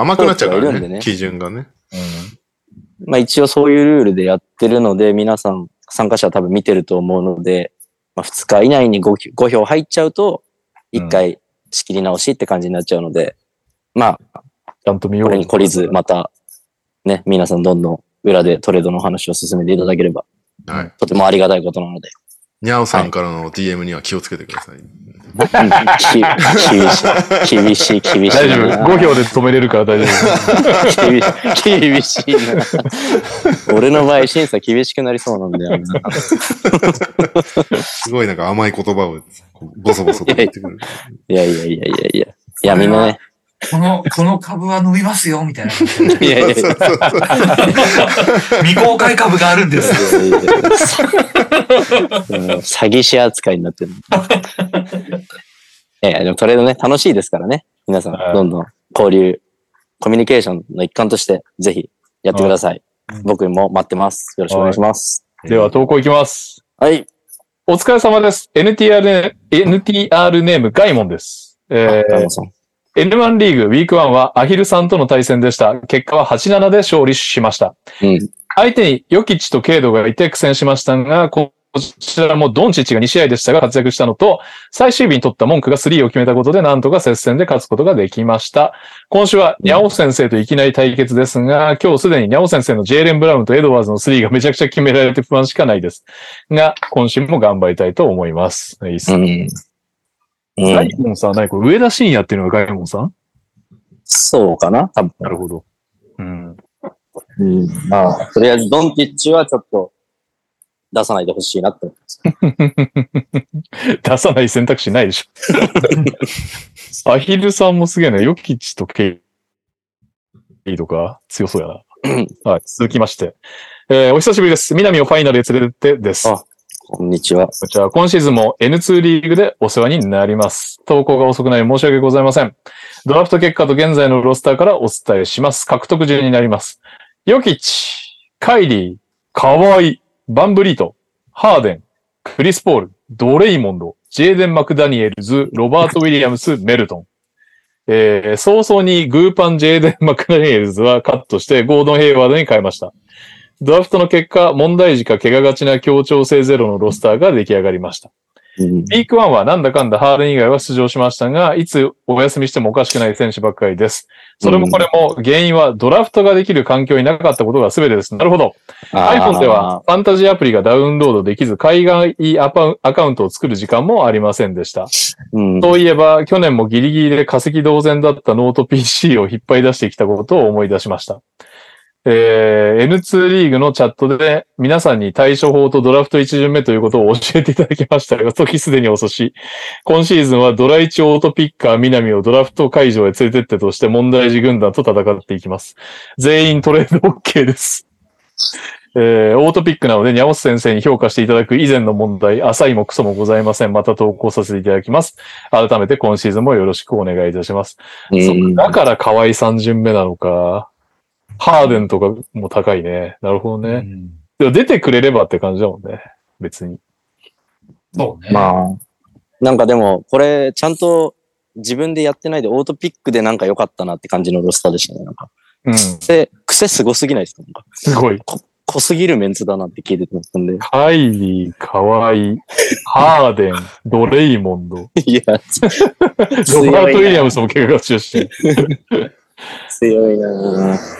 S1: 甘くなっちゃうからね。基準がね。
S4: まあ一応そういうルールでやってるので、皆さん参加者は多分見てると思うので、まあ2日以内に 5票入っちゃうと、1回仕切り直しって感じになっちゃうので、まあ、
S2: ちゃんと見よう。
S4: これに懲りず、また、ね、皆さんどんどん裏でトレードの話を進めていただければ、
S1: はい。
S4: とてもありがたいことなので。
S1: にゃおさんからの DM には気をつけてください。
S4: 厳しい。
S2: 大丈夫。5票で止めれるから大丈
S4: 夫。厳しいな。俺の場合審査厳しくなりそうなんだよな。
S1: すごいなんか甘い言葉をボソボソと言ってくる。
S4: いや、みんなね。
S3: この株は伸びますよ、みたいな。
S4: いや。
S3: 未公開株があるんです。
S4: 詐欺師扱いになってる。でもトレードね、楽しいですからね。皆さん、どんどん交流、コミュニケーションの一環として、ぜひやってください。僕も待ってます。よろしくお願いします。
S2: では、投稿いきます。
S4: はい。
S2: お疲れ様です。NTR ネーム、ガイモンです。
S4: ガイモンさん。
S2: N1 リーグウィーク1はアヒルさんとの対戦でした。結果は 8-7 で勝利しました。相手にヨキッチとケイドがいて苦戦しましたが、こちらもドンチッチが2試合でしたが活躍したのと、最終日に取った文句が3を決めたことでなんとか接戦で勝つことができました。今週はニャオ先生といきなり対決ですが、今日すでにニャオ先生のジェイレン・ブラウンとエドワーズの3がめちゃくちゃ決められて不安しかないです。が、今週も頑張りたいと思います。いいっすね。ガイモンさんは何これ上田晋也っていうのがガイモンさん？
S4: そうかな多分。
S2: なるほど。
S4: まあ、とりあえずドンティッチはちょっと出さないでほしいなって思い
S2: ます。出さない選択肢ないでしょ。アヒルさんもすげえな。ヨキッチとケイとか強そうやな。はい。続きまして。お久しぶりです。南をファイナルへ連れてってです。
S4: こんにちは。
S2: じゃあ、今シーズンも N2 リーグでお世話になります。投稿が遅くなり申し訳ございません。ドラフト結果と現在のロスターからお伝えします。獲得順になります。 ヨキッチ、カイリー、カワイ、バンブリート、ハーデン、クリス・ポール、ドレイモンド、ジェーデン・マクダニエルズ、ロバート・ウィリアムス、メルトン。早々にグーパン・ジェーデン・マクダニエルズはカットしてゴードン・ヘイワードに変えました。ドラフトの結果、問題児か怪我がちな協調性ゼロのロスターが出来上がりました。ウィーク1はなんだかんだハーデン以外は出場しましたが、いつお休みしてもおかしくない選手ばっかりです。それもこれも原因はドラフトができる環境になかったことが全てです。なるほど。iPhone ではファンタジーアプリがダウンロードできず、海外アカウントを作る時間もありませんでした。そういえば、去年もギリギリで化石同然だったノート PC を引っ張り出してきたことを思い出しました。N2 リーグのチャットで皆さんに対処法とドラフト1巡目ということを教えていただきましたが、時すでに遅し、今シーズンはドラ1オートピッカー南をドラフト会場へ連れてってとして問題児軍団と戦っていきます。全員トレード OK です。オートピックなので、ニャオス先生に評価していただく以前の問題、浅いもクソもございません。また投稿させていただきます。改めて今シーズンもよろしくお願いいたします。だから河合3巡目なのか。ハーデンとかも高いね。なるほどね。でも出てくれればって感じだもんね。別に。
S3: そうね。
S4: まあ。なんかでも、これ、ちゃんと自分でやってないで、オートピックでなんか良かったなって感じのロスターでしたね。なんか。癖すごすぎないですか？なんか
S2: すごい。
S4: 濃すぎるメンツだなって聞いてますんで。
S2: カイリー、カワイ、ハーデン、ドレイモンド。
S4: いや、
S2: ロバート・ウィリアムスも怪我がちだし。
S4: 強いなぁ。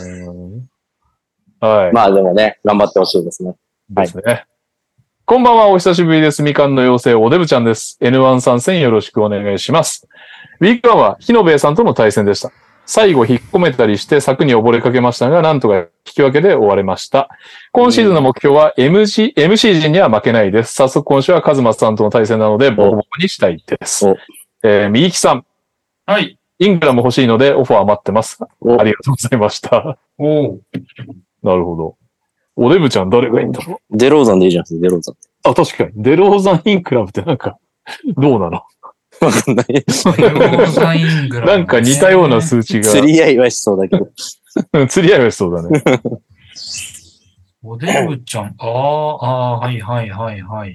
S2: はい。
S4: まあでもね、頑張ってほしいですね。
S2: ですね。はい、こんばんは、お久しぶりです。みかんの妖精、おデブちゃんです。N1 参戦よろしくお願いします。ウィーク1は、日野兵衛さんとの対戦でした。最後引っ込めたりして柵に溺れかけましたが、なんとか引き分けで終われました。今シーズンの目標は MC 陣には負けないです。早速今週はカズマさんとの対戦なので、ボコボコにしたいです。右木さん。
S3: はい。
S2: イングラム欲しいのでオファー待ってます。ありがとうございました。なるほど。おデブちゃん誰がいいんだろ
S4: う。デローザンでいいじゃん、デローザン。
S2: あ、確かに。デローザンインクラムってなんか、どうなの
S4: わかんない。
S3: デローザンイングラム、
S2: なんか似たような数値が。
S4: 釣り合いはしそうだけど。
S2: 釣り合いはしそうだね。
S3: おデブちゃん。はいはいはいはい。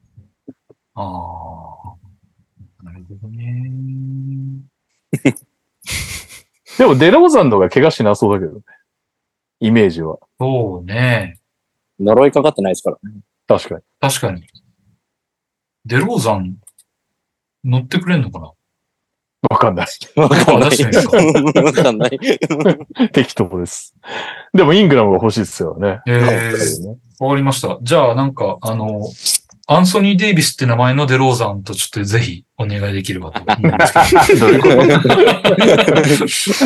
S3: なるほどね。
S2: でもデローザンのが怪我しなそうだけどね。イメージは。
S3: そうね。
S4: 呪いかかってないですからね。
S2: 確かに。
S3: 確かに。デローザン、乗ってくれんのかな？
S2: わかんない。
S4: わかんない。
S3: わ
S4: かんない。
S2: 適当です。でもイングラムが欲しいですよね。
S3: わかりました。じゃあなんか、アンソニー・デイビスって名前のデローザンとちょっとぜひお願いできればと思いますけど。どういう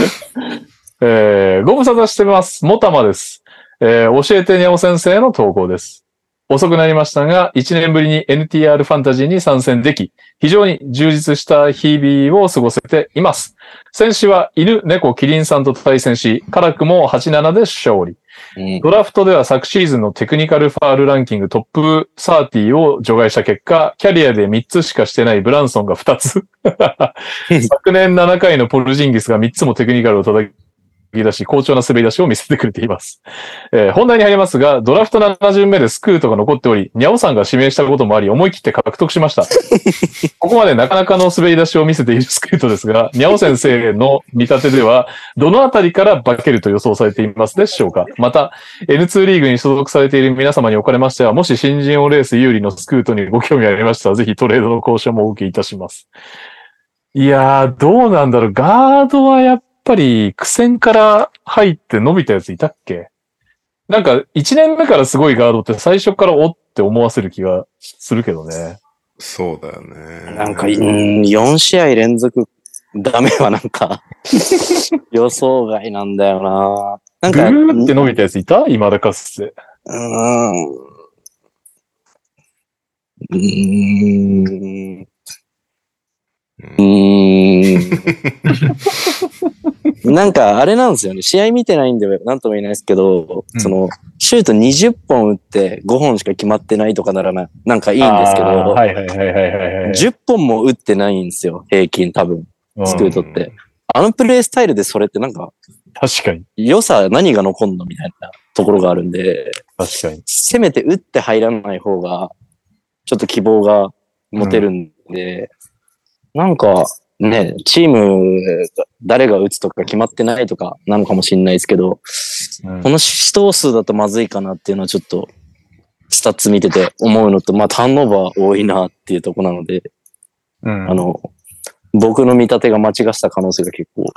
S2: ことご無沙汰してます。もたまです。教えてにゃお先生の投稿です。遅くなりましたが、1年ぶりに NTR ファンタジーに参戦でき、非常に充実した日々を過ごせています。先週は犬、猫、キリンさんと対戦し、辛くも 8-7 で勝利。ドラフトでは昨シーズンのテクニカルファールランキングトップ30を除外した結果、キャリアで3つしかしてないブランソンが2つ。昨年7回のポルジンギスが3つもテクニカルを叩き出し、好調な滑り出しを見せてくれています。本題に入りますが、ドラフト7巡目でスクートが残っており、ニャオさんが指名したこともあり、思い切って獲得しました。ここまでなかなかの滑り出しを見せているスクートですが、ニャオ先生の見立てでは、どのあたりから化けると予想されていますでしょうか。また、N2 リーグに所属されている皆様におかれましては、もし新人王レース有利のスクートにご興味ありましたら、ぜひトレードの交渉もお受けいたします。いやー、どうなんだろう。ガードはやっぱり苦戦から入って伸びたやついたっけ？なんか1年目からすごいガードって最初からおって思わせる気がするけどね。
S1: そうだよね。
S4: なんか、4試合連続ダメはなんか予想外なんだよな。なんか
S2: グーって伸びたやついた？今だかつて。
S4: なんかあれなんですよね。試合見てないんでなんとも言えないですけど、そのシュート20本打って5本しか決まってないとかならなんかいいんですけど、10本も打ってないんですよ。平均多分スクートって。 あのプレイスタイルでそれってなんか、
S2: 確かに。
S4: 良さ何が残んのみたいなところがあるんで、
S2: 確かに。
S4: せめて打って入らない方が、ちょっと希望が持てるんで、なんかね、チーム誰が打つとか決まってないとかなのかもしれないですけど、この死闘数だとまずいかなっていうのはちょっと、スタッツ見てて思うのと、まあターンオーバー多いなっていうところなので、僕の見立てが間違した可能性が結構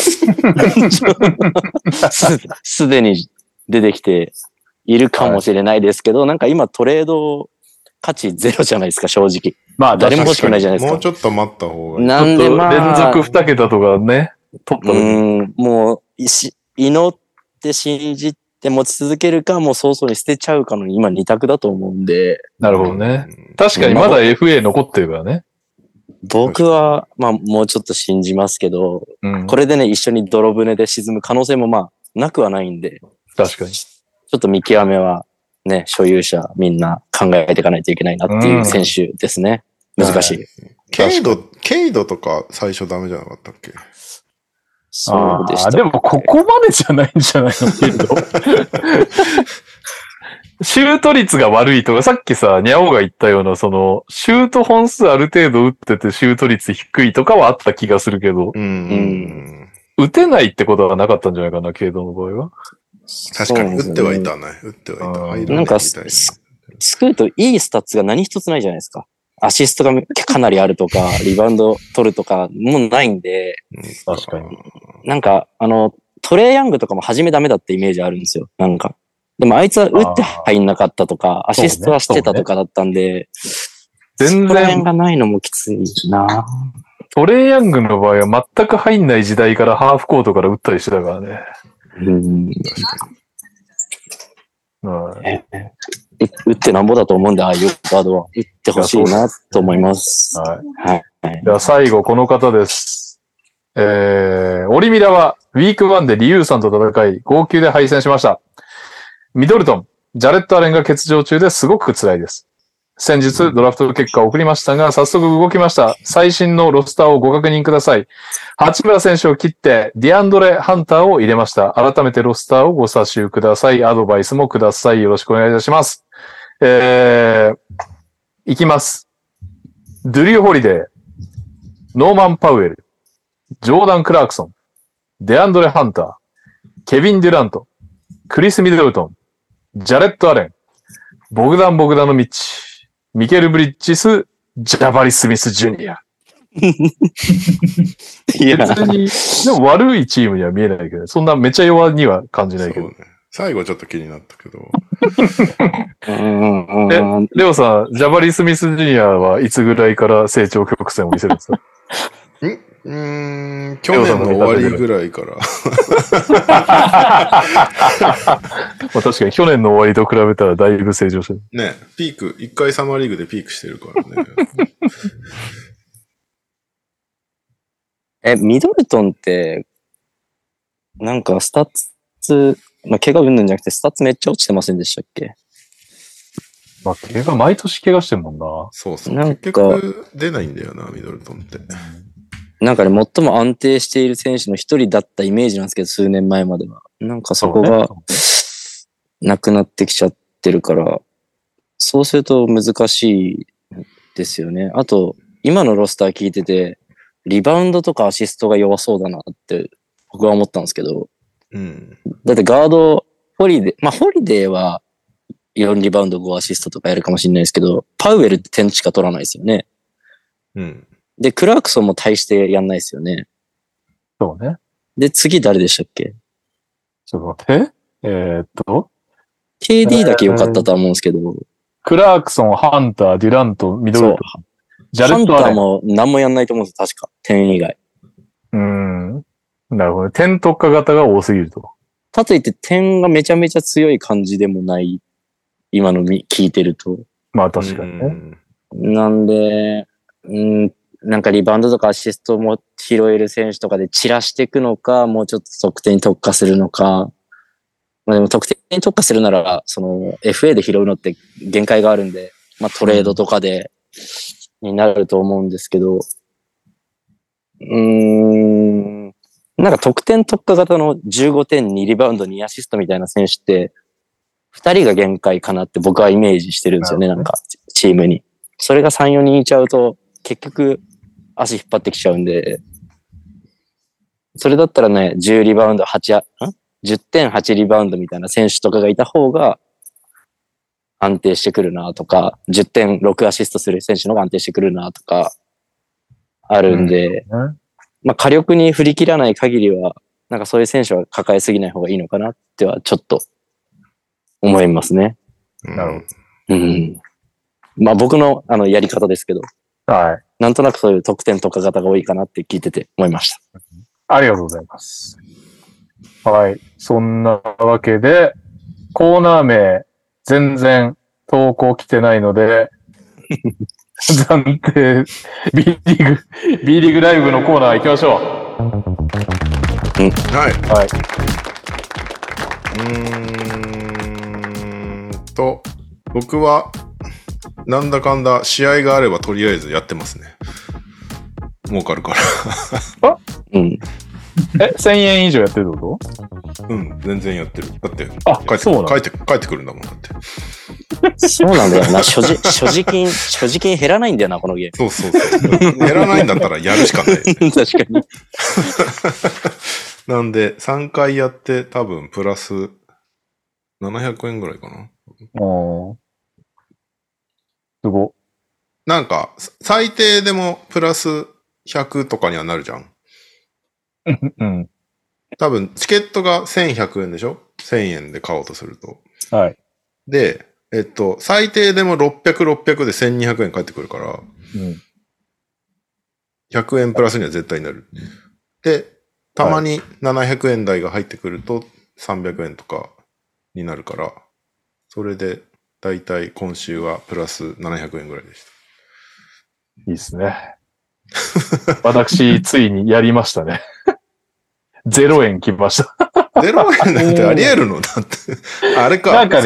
S4: すでに出てきているかもしれないですけど、なんか今トレード価値ゼロじゃないですか、正直。まあ誰も欲しくないじゃないですか。
S1: もうちょっと待った方がいい。
S2: なんでまあ。連続2桁とかね、取った
S4: もう、祈って信じて持ち続けるか、もう早々に捨てちゃうかの今2択だと思うんで。
S2: なるほどね。確かにまだ FA 残ってるからね。
S4: 僕は、まあ、もうちょっと信じますけど、これでね、一緒に泥船で沈む可能性もまあ、なくはないんで。
S2: 確かに。
S4: ちょっと見極めは、ね、所有者みんな考えていかないといけないなっていう選手ですね。難しい。
S1: ケイドとか最初ダメじゃなかったっけ？
S4: そうでした。
S2: でもここまでじゃないんじゃないのケイド。シュート率が悪いとか、さっきさ、ニャオが言ったような、シュート本数ある程度打っててシュート率低いとかはあった気がするけど、打てないってことはなかったんじゃないかな、ケイドの場合は。
S1: 確かに、打ってはいたね。打ってはいた。
S4: なんか、スクーといいスタッツが何一つないじゃないですか。アシストがかなりあるとか、リバウンド取るとかもないんで、
S2: 確かに。
S4: なんか、トレイヤングとかも初めダメだってイメージあるんですよ。なんか。でもあいつは打って入んなかったとか、アシストはしてたとかだったんで、全然がないのもきついな。
S2: トレイヤングの場合は全く入んない時代からハーフコートから打ったりしてたからね。
S1: 確か
S4: に。打ってなんぼだと思うんで、ああいうカードは打ってほしいなと思います。
S2: はい。では最後この方です。オリミラはウィーク1でリュウさんと戦い、号泣で敗戦しました。ミドルトン、ジャレット・アレンが欠場中ですごく辛いです。先日ドラフト結果を送りましたが、早速動きました。最新のロスターをご確認ください。八村選手を切ってディアンドレ・ハンターを入れました。改めてロスターをご査集ください。アドバイスもください。よろしくお願いいたします。いきます。ドゥリュー・ホリデー、ノーマン・パウエル、ジョーダン・クラークソン、ディアンドレ・ハンター、ケビン・デュラント、クリス・ミドルトン、ジャレット・アレン、ボグダン・ボグダノミッチ、ミケル・ブリッジス、ジャバリ・スミス・ジュニア。いや別に、でも悪いチームには見えないけど、そんなめちゃ弱には感じないけど。
S1: ね、最後ちょっと気になったけど。
S2: レオさん、ジャバリ・スミス・ジュニアはいつぐらいから成長曲線を見せるんですか？
S1: 去年の終わりぐらいから。
S2: まあ確かに去年の終わりと比べたらだいぶ成長してる。
S1: ね、ピーク、一回サマーリーグでピークしてるから
S4: ね。ミドルトンって、なんかスタッツ、まあ、怪我うんぬんじゃなくてスタッツめっちゃ落ちてませんでしたっけ？
S2: まあ、毎年怪我してるもんな。
S1: そうそう。なんか結局出ないんだよな、ミドルトンって。
S4: なんかね、最も安定している選手の一人だったイメージなんですけど、数年前までは。なんかそこが、なくなってきちゃってるから、そうすると難しいですよね。あと、今のロスター聞いてて、リバウンドとかアシストが弱そうだなって僕は思ったんですけど、だってガード、ホリデーは4リバウンド5アシストとかやるかもしれないですけど、パウエルって点しか取らないですよね。で、クラークソンも大してやんないですよね。
S2: そうね。
S4: で、次誰でしたっけ？
S2: ちょっと待って。
S4: KD だけ良かったとは思うんですけど。
S2: クラークソン、ハンター、デュラント、ミドルトン。
S4: ジャレット・アレン。ハンターも何もやんないと思うんですよ、確か。点以外。
S2: なるほどね。点特化型が多すぎると。
S4: かといって点がめちゃめちゃ強い感じでもない。今の聞いてると。
S2: まあ確かにね。
S4: なんで、なんかリバウンドとかアシストも拾える選手とかで散らしていくのか、もうちょっと得点に特化するのか。まあでも得点に特化するなら、FA で拾うのって限界があるんで、まあトレードとかで、になると思うんですけど、 なんか得点特化型の15点2リバウンド2アシストみたいな選手って、2人が限界かなって僕はイメージしてるんですよね、なんかチームに。それが3、4人いちゃうと、結局足引っ張ってきちゃうんで、それだったらね、10リバウンド10点8リバウンドみたいな選手とかがいた方が安定してくるなとか、10点6アシストする選手の方が安定してくるなとか、あるんで、まあ火力に振り切らない限りは、なんかそういう選手は抱えすぎない方がいいのかなってはちょっと思いますね。
S2: なるほど。
S4: うん。まあ僕のやり方ですけど、
S2: はい。
S4: なんとなくそういう得点特化型が多いかなって聞いてて思いました。
S2: ありがとうございます。はい。そんなわけで、コーナー名、全然投稿来てないので、暫定 B リーグライブのコーナー行きましょう。
S1: はい。
S2: はい。
S1: 僕は、なんだかんだ試合があればとりあえずやってますね。儲かるから。
S2: あうん。1000円以上やってるってこ
S1: と？うん、全然やってる。だって、帰ってくるんだもん、だって。
S4: そうなんだよな。所持金減らないんだよな、このゲー
S1: ム。そう。減らないんだったらやるしかない、ね。
S4: 確かに。
S1: なんで、3回やって多分プラス700円ぐらいかな。
S2: すご。
S1: なんか、最低でもプラス100とかにはなるじゃん。
S2: うん。
S1: 多分、チケットが1100円でしょ ?1000 円で買おうとすると。
S2: はい。
S1: で、最低でも600で1200円返ってくるから、100円プラスには絶対になる。で、たまに700円台が入ってくると300円とかになるから、それでだいたい今週はプラス700円ぐらいでした。
S2: いいっすね。私、ついにやりましたね。0円来ました。
S1: 0円なんてあり得るのだって。あれか、
S2: なんかね、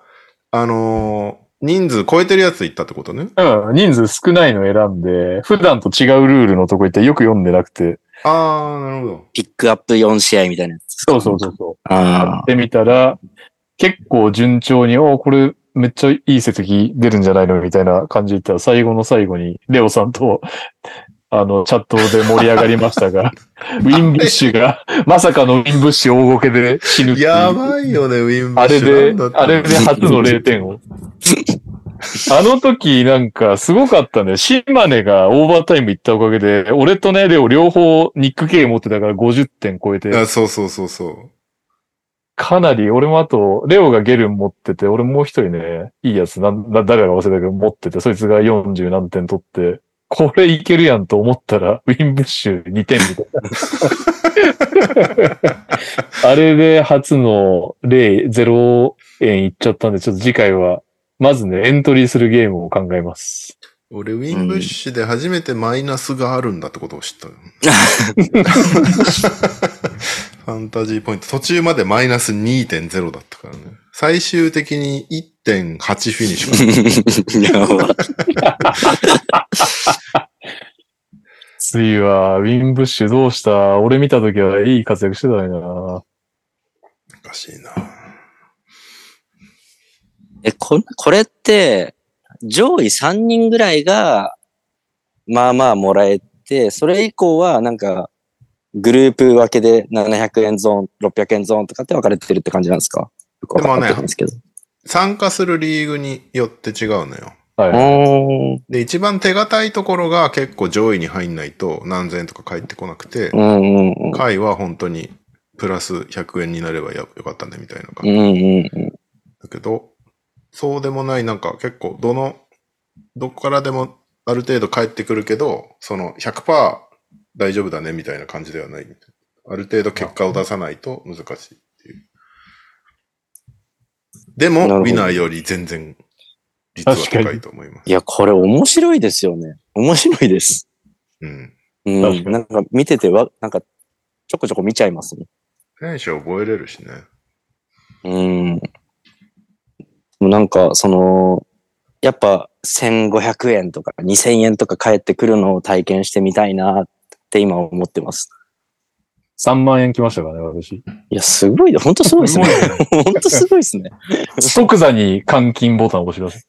S1: 人数超えてるやつ行ったってことね。
S2: うん、人数少ないの選んで、普段と違うルールのとこ行ってよく読んでなくて。
S1: あー、なるほど。
S4: ピックアップ4試合みたいなやつ。
S2: そう。やってみたら、結構順調に、これめっちゃいい成績出るんじゃないのみたいな感じで言ったら、最後の最後に、レオさんと、チャットで盛り上がりましたが、ウィンブッシュが、まさかのウィンブッシュ大ごけで死ぬっていう。
S1: やばいよね、ウィンブッシュ。
S2: あれで初の0点を。あの時なんかすごかったね。島根がオーバータイム行ったおかげで、俺とね、レオ両方ニック K 持ってたから50点超えて。
S1: そう。
S2: かなり、俺もあと、レオがゲルン持ってて、俺もう一人ね、いいやつ、誰か忘れたけど持ってて、そいつが40何点取って、これいけるやんと思ったら、ウィンブッシュ2点みたいな。あれで初の0円いっちゃったんで、ちょっと次回は、まずね、エントリーするゲームを考えます。
S1: 俺、ウィンブッシュで初めてマイナスがあるんだってことを知った。ファンタジーポイント。途中までマイナス 2.0 だったからね。最終的に 1.8 フィニッシュ。やば。
S2: ついは、ウィンブッシュどうした？俺見たときはいい活躍してたのにな。
S1: おかしいな。
S4: これって、上位3人ぐらいが、まあまあもらえて、それ以降はなんか、グループ分けで700円ゾーン、600円ゾーンとかって分かれてるって感じなんですか？
S1: でもね、参加するリーグによって違うのよ。
S2: はい。
S1: で、一番手堅いところが結構上位に入んないと何千円とか返ってこなくて、下位は本当にプラス100円になればよかったねみたいな感じ。だけど、そうでもない、なんか結構どこからでもある程度返ってくるけど、その 100% 大丈夫だねみたいな感じではない。ある程度結果を出さないと難しいっていう。でも、ウィナーより全然率は高いと思います。
S4: いや、これ面白いですよね。面白いです。なんか見ててなんかちょこちょこ見ちゃいますね。
S1: 選手覚えれるしね。
S4: なんか、やっぱ1500円とか2000円とか返ってくるのを体験してみたいなって今思ってます。
S2: 3万円来ましたからね、私。
S4: いや、すごいね。ほんとすごいですね。ほんとすごいですね。
S2: 即座に換金ボタンを押しました。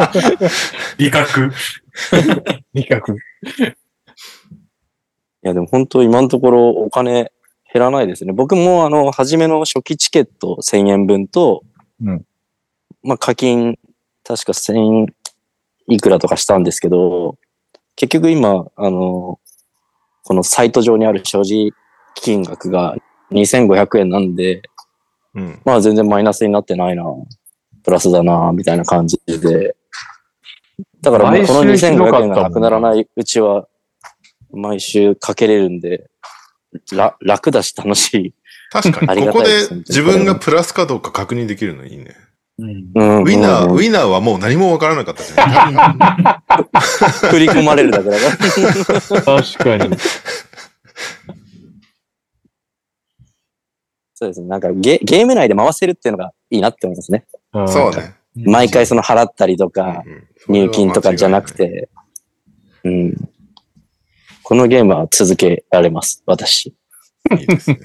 S3: 利確。
S2: 利確。
S4: いや、でも本当今のところお金減らないですね。僕も初めの初期チケット1000円分と、
S2: うん、
S4: まあ課金確か1000いくらとかしたんですけど、結局今、このサイト上にある所持金額が2500円なんで、
S1: うん、
S4: まあ全然マイナスになってないな、プラスだな、みたいな感じで。だからもうこの2500円がなくならないうちは、毎週かけれるんで、楽だし楽しい。
S1: 確かに、ここで自分がプラスかどうか確認できるのいいね。
S3: うん、
S1: ウィナーはもう何もわからなかったじゃん。
S4: 振り込まれるだけだから。
S2: 確かに。
S4: そうですね。なんかゲーム内で回せるっていうのがいいなって思いますね。
S1: そうね。
S4: 毎回その払ったりとか、入金とかじゃなくて、うん。このゲームは続けられます、私。
S1: いいですね。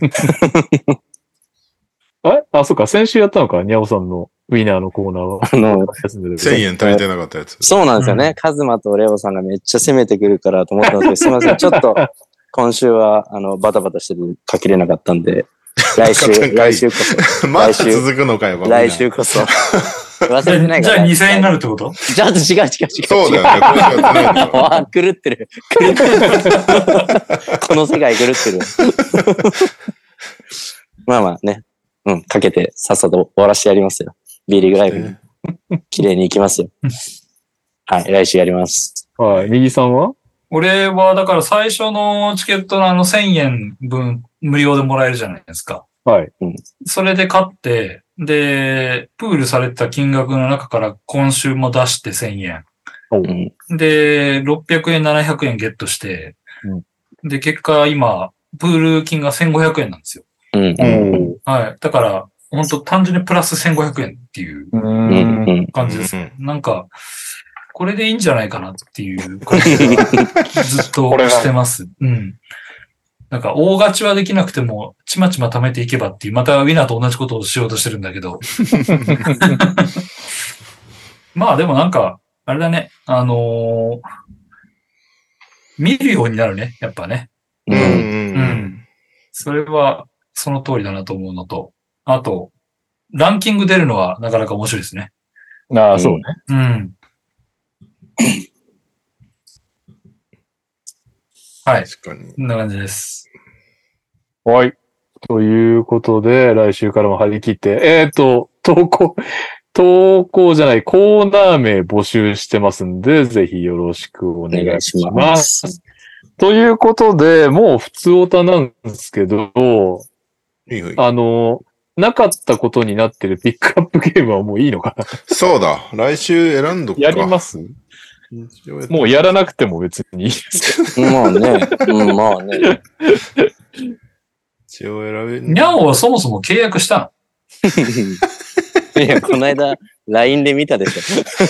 S2: そうか。先週やったのか、ニャオさんのウィナーのコーナーは。
S1: 1000円足りてなかったやつ。
S4: そうなんですよね。カズマとレオさんがめっちゃ攻めてくるからと思ったんですけど、すいません。ちょっと、今週は、バタバタしててかけれなかったんで、来週こそ。
S1: まだ続くのかよ、
S4: 来週こそ。忘れてないから。
S3: じゃあ2000円になるってこと？
S4: じゃあ違う。
S1: そうだよね。
S4: 狂ってる。この世界狂ってる。まあまあね。うん、かけてさっさと終わらせてやりますよ。B リーグライブに。綺麗に行きますよ。はい、来週やります。
S2: はい、右さんは？
S3: 俺は、だから最初のチケットの1000円分無料でもらえるじゃないですか。
S2: はい。
S3: それで買って、で、プールされてた金額の中から今週も出して1000円。で、600円、700円ゲットして、で、結果今、プール金が1500円なんですよ。はい。だから、本当単純にプラス1500円っていう感じです。なんか、これでいいんじゃないかなっていう感じがずっとしてます。うん。なんか、大勝ちはできなくても、ちまちま貯めていけばっていう、またウィナーと同じことをしようとしてるんだけど。まあでもなんか、あれだね、見るようになるね、やっぱね。それは、その通りだなと思うのと、あと、ランキング出るのはなかなか面白いですね。
S2: ああ、そうね。
S3: うん。はい。
S1: 確かに。
S3: こんな感じです。
S2: はい。ということで、来週からも張り切って、投稿じゃない、コーナー名募集してますんで、ぜひよろしくお願いします。ということで、もう普通オタなんですけど、なかったことになってるピックアップゲームはもういいのかな？
S1: そうだ。来週選んどくか。
S2: やります？もうやらなくても別にいいです
S4: まあね。まあね。
S1: 一応選べ
S3: にゃおはそもそも契約した
S4: の？いや、この間、LINE で見たでしょ。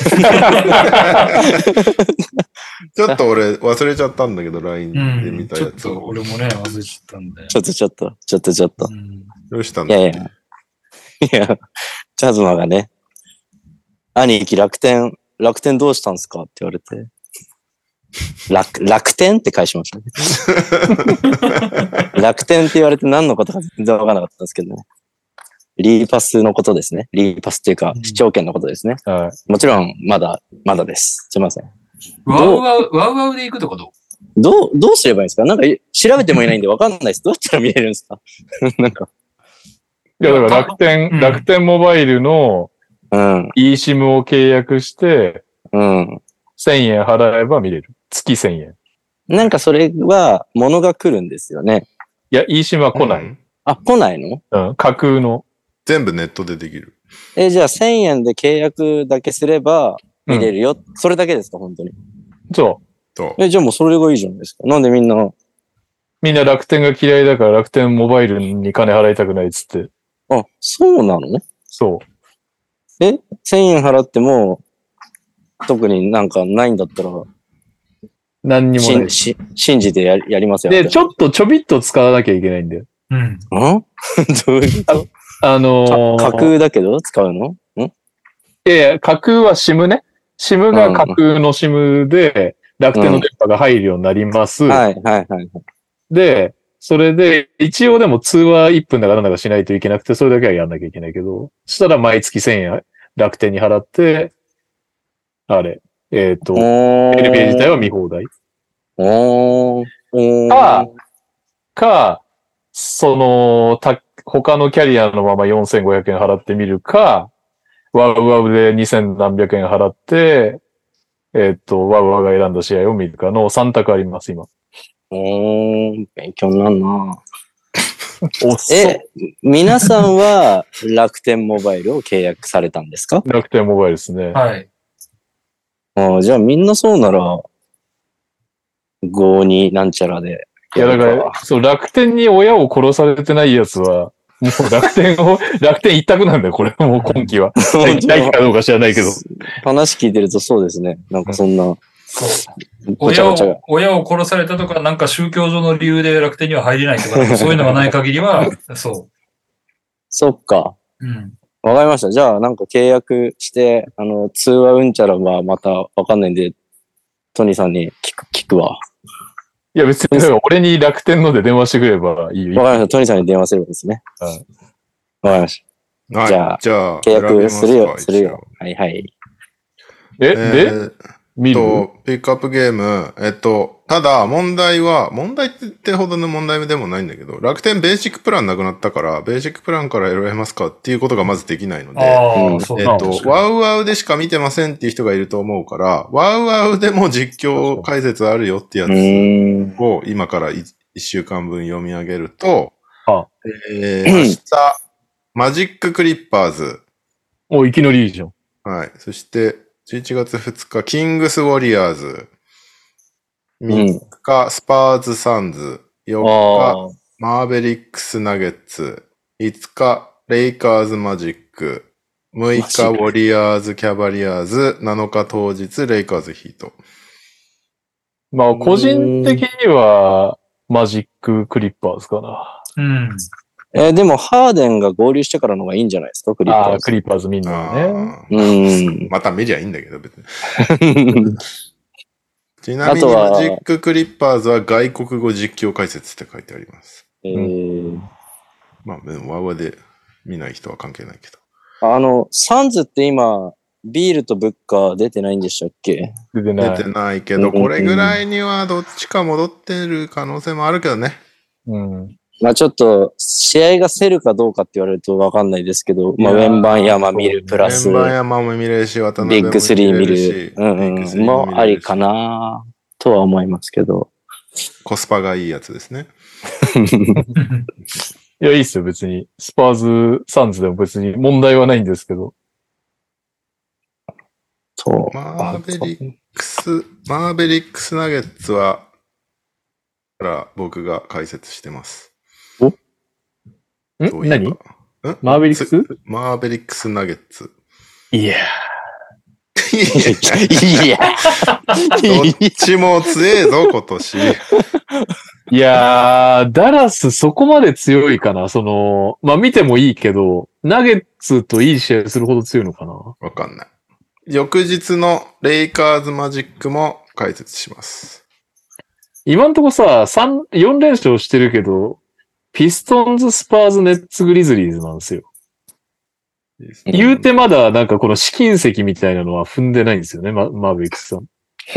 S1: ちょっと俺忘れちゃったんだけど、LINE で見たやつ。
S3: ちょっと俺もね、忘れちゃったんで。
S4: ちょっと。
S1: どうしたんだ？
S4: いや、チャズマがね、兄貴楽天どうしたんすかって言われて、楽天って返しましたね。楽天って言われて何のことか全然わからなかったんですけどね。リーパスのことですね。リーパスっていうか、視聴権のことですね。もちろん、まだです。すいません。
S3: ワウワウで行くとか
S4: どうすればいいんですか？なんか、調べてもいないんでわかんないです。どうやったら見れるんですか？なんか。
S2: いや、だから楽天モバイルの、eSIM を契約して、1000円払えば見れる。月1000円。
S4: なんかそれは、物が来るんですよね。
S2: いや、eSIM は来ない。
S4: あ、来ないの？
S2: 架空の。
S1: 全部ネットでできる。
S4: じゃあ1000円で契約だけすれば見れるよ。それだけですか、本当に。
S2: そう。
S4: じゃあもうそれがいいじゃないですか。なんでみんな
S2: 楽天が嫌いだから楽天モバイルに金払いたくないっつって。
S4: あ、そうなの？
S2: そう。
S4: 1000円払っても、特になんかないんだったら、
S2: 何にもない。
S4: 信じてやりますよ。
S2: で、ちょびっと使わなきゃいけないんだよ。
S3: うん。
S4: どういう架空だけど使うの？
S2: いや架空は SIM ね。SIM が架空の SIM で楽天の電波が入るようになります。
S4: はいはいはい。
S2: で、それで、一応でも通話1分だかなんだかしないといけなくて、それだけはやんなきゃいけないけど、そしたら毎月1000円楽天に払って、あれ、LPA 自体は見放題。か、他のキャリアのまま4500円払ってみるか、ワウワウで2000何百円払って、ワウワウが選んだ試合を見るかの3択あります、今。
S4: 勉強になるな皆さんは楽天モバイルを契約されたんですか？
S2: 楽天モバイルですね。
S3: はい。
S4: じゃあみんなそうなら、52なんちゃらで。
S2: いやだから、楽天に親を殺されてないやつは、もう楽天一択なんだよ、これ。もう今期は。ないかどうか知らないけど。
S4: 話聞いてるとそうですね。なんかそんな。
S3: 親を殺されたとか、なんか宗教上の理由で楽天には入れないとか、そういうのがない限りは、そう。
S4: そっか。
S3: うん。
S4: わかりました。じゃあなんか契約して、通話うんちゃらはまたわかんないんで、トニーさんに聞くわ。
S2: いや別に、俺に楽天ので電話してくればいいよ。
S4: わかりました。トニーさんに電話すればですね。わかりました。じゃあ、契約するよ。はいはい。
S2: で見る？
S1: ピックアップゲーム、ただ問題ってほどの問題でもないんだけど、楽天ベーシックプランなくなったから、ベーシックプランから選べますかっていうことがまずできないので、ワウワウでしか見てませんっていう人がいると思うから、ワウワウでも実況解説あるよってやつを今から1週間分読み上げると、明日、マジッククリッパーズ。
S2: いきなりいいじゃん。
S1: はい。そして、11月2日、キングスウォリアーズ。3日、スパーズサンズ。4日、マーベリックスナゲッツ。5日、レイカーズマジック。6日、ウォリアーズキャバリアーズ。7日当日、レイカーズヒート。
S2: まあ、個人的には、マジッククリッパーズかな。
S3: うん。
S4: でも、ハーデンが合流してからの方がいいんじゃないですか、クリッパーズ。
S2: クリッパーズみんなね。
S1: また見りゃいいんだけど、別に。ちなみに、マジッククリッパーズは外国語実況解説って書いてあります。まあ、でも、ワウワで見ない人は関係ないけ
S4: ど。サンズって今、ビールとブッカー出てないんでしたっけ？
S2: 出て
S1: ないけど、これぐらいにはどっちか戻ってる可能性もあるけどね。
S4: まあちょっと、試合が競るかどうかって言われるとわかんないですけど、まあウェンバンヤマ見るプラス、
S1: ウェンバンヤマも見れるし、渡
S4: 辺も見れるし、ビッグ3見る、もありかなとは思いますけど。
S1: コスパがいいやつですね。
S2: いや、いいっすよ、別に。スパーズ、サンズでも別に問題はないんですけど。
S1: マーベリックスナゲッツは、から僕が解説してます。
S2: 何？マーベリックス？
S1: マーベリックスナゲッツ。
S2: いや
S1: どっちも強えぞ、今年。
S2: いやー、ダラスそこまで強いかな。まあ見てもいいけど、ナゲッツといい試合するほど強いのかな。
S1: わかんない。翌日のレイカーズマジックも解説します。
S2: 今んとこさ、4連勝してるけど、ピストンズ、スパーズ、ネッツ、グリズリーズなんですよ。言うてまだなんかこの試金石みたいなのは踏んでないんですよね、マーベリックスさん。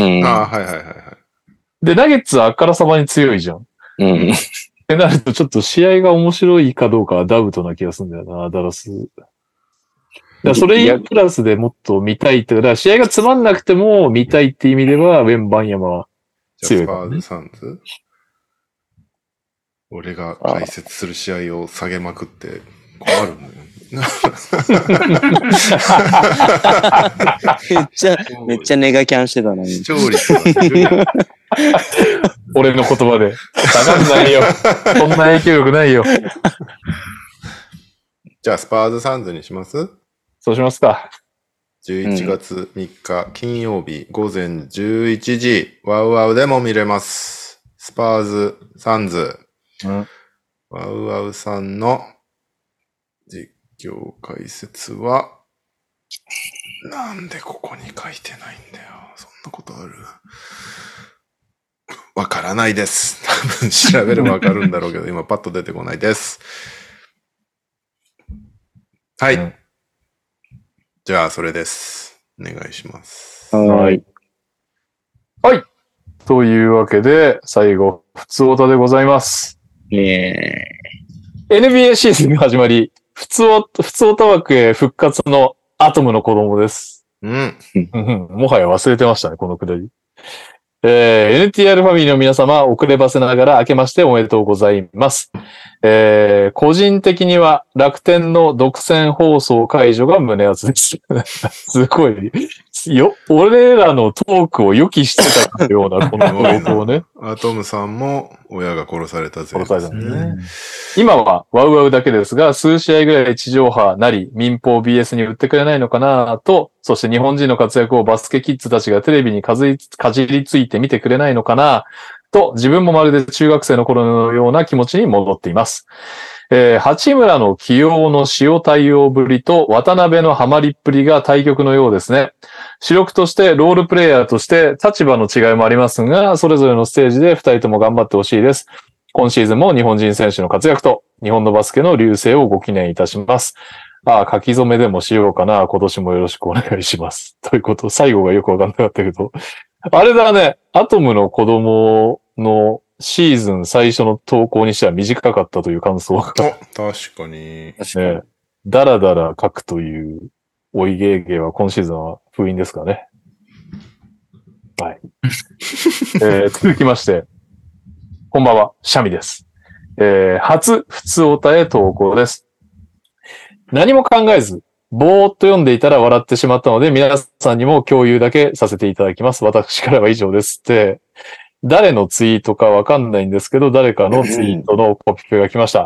S2: で、ナゲッツはあからさまに強いじゃん。ってなるとちょっと試合が面白いかどうかはダウトな気がするんだよな、ダラス。それプラスでもっと見たいって、だから試合がつまんなくても見たいって意味では、ウェンバンヤマは強い、ね。
S1: スパーズサンズ？俺が解説する試合を下げまくって困るんだよ。
S4: めっちゃネガキャンしてたのに。
S1: 視聴率が出るやん。
S2: 俺の言葉で。下がんないよ。そんな影響力ないよ。
S1: じゃあ、スパーズサンズにします？
S2: そうしますか。
S1: 11月3日金曜日午前11時、ワウワウでも見れます。スパーズ・サンズ。ワウワウさんの実況解説は、なんでここに書いてないんだよ。そんなことある？わからないです。多分調べればわかるんだろうけど、今パッと出てこないです。はい。じゃあ、それです。お願いします。
S2: はい。はい。というわけで、最後、ふつおたでございます。NBA シーズンが始まり、ふつおた枠へ復活のアトムの子供です。もはや忘れてましたね、このくだり。NTR ファミリーの皆様、遅ればせながら明けましておめでとうございます。個人的には楽天の独占放送解除が胸熱です。すごい。俺らのトークを予期してたような、この投稿をね。
S1: アトムさんも親が殺されたぜ、
S2: 殺されたんですね。今はワウワウだけですが、数試合ぐらい地上波なり、民放 BS に売ってくれないのかなと、そして日本人の活躍をバスケキッズたちがテレビにかじりついて見てくれないのかなと、自分もまるで中学生の頃のような気持ちに戻っています。八村の起用の塩対応ぶりと渡辺のハマりっぷりが対極のようですね。主力としてロールプレイヤーとして立場の違いもありますが、それぞれのステージで二人とも頑張ってほしいです。今シーズンも日本人選手の活躍と日本のバスケの隆盛をご記念いたします。書き初めでもしようかな。今年もよろしくお願いします。ということ、最後がよくわかんなかったけど。あれだね、アトムの子供のシーズン最初の投稿にしては短かったという感想が。
S1: 確かに。
S2: ね、だらだら書くというおいげいげいは今シーズンは封印ですかね。はい。続きまして、こんばんは、シャミです。初普通おたへ投稿です。何も考えず、ぼーっと読んでいたら笑ってしまったので、皆さんにも共有だけさせていただきます。私からは以上ですって、誰のツイートかわかんないんですけど、誰かのツイートのコピペが来ました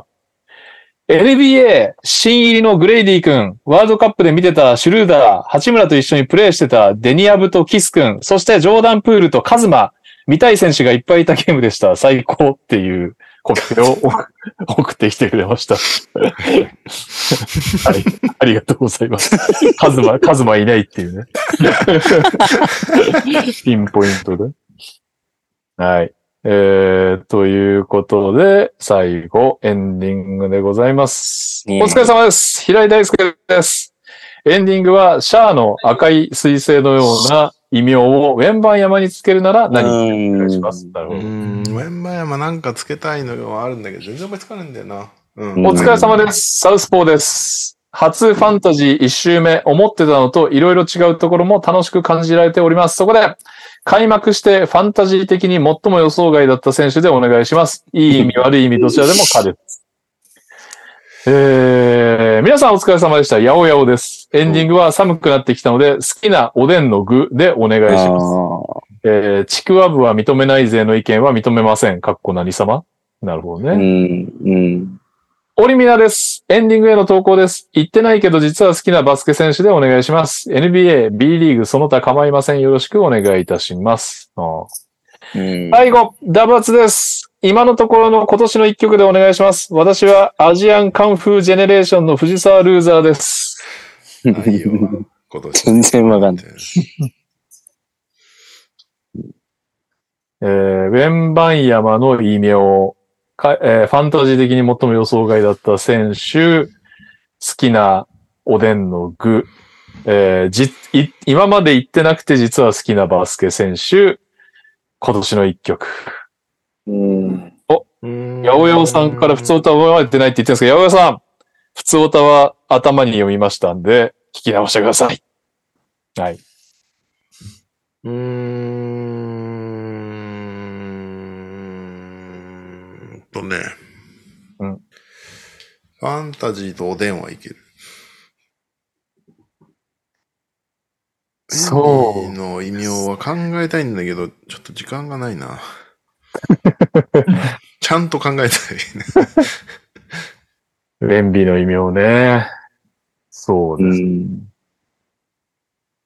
S2: 。NBA 新入りのグレイディ君、ワールドカップで見てたシュルーダー、八村と一緒にプレーしてたデニアブとキス君、そしてジョーダンプールとカズマ、見たい選手がいっぱいいたゲームでした。最高っていうコピペを送ってきてくれました。はい。ありがとうございます。カズマいないっていうね。ピンポイントで。はい。ということで、最後、エンディングでございます。お疲れ様です。平井大輔です。エンディングは、シャアの赤い彗星のような異名をウェンバン山につけるなら何をお願いします。なるほど。
S1: ウェンバン山なんかつけたいのがあるんだけど、全然思いつかないんだよな。
S2: お疲れ様です。サウスポーです。初ファンタジー1周目、思ってたのといろいろ違うところも楽しく感じられております。そこで、開幕してファンタジー的に最も予想外だった選手でお願いします。いい意味、悪い意味、どちらでも可です。皆さんお疲れ様でした。ヤオヤオです。エンディングは寒くなってきたので、好きなおでんの具でお願いします。ちくわぶは認めない勢の意見は認めません。かっこ何様？なるほどね。オリミナです。エンディングへの投稿です。言ってないけど実は好きなバスケ選手でお願いします。NBA、B リーグ、その他構いません。よろしくお願いいたします。最後、ダブアツです。今のところの今年の一曲でお願いします。私はアジアンカンフージェネレーションの藤沢ルーザーです。
S1: ないよ。今年。
S4: 全然わかんない。
S2: ウェンバンヤマの異名、ファンタジー的に最も予想外だった選手、好きなおでんの具、今まで言ってなくて実は好きなバスケ選手、今年の一曲。ヤオヤオさんから普通歌は覚えてないって言ってるんですけど、ヤオヤオさん、普通歌は頭に読みましたんで、聞き直してください。はい。
S1: ファンタジーとおでんはいける。
S2: そう。
S1: の異名は考えたいんだけど、ちょっと時間がないな。ちゃんと考えたい。
S2: ウェンビの異名ね。そうです。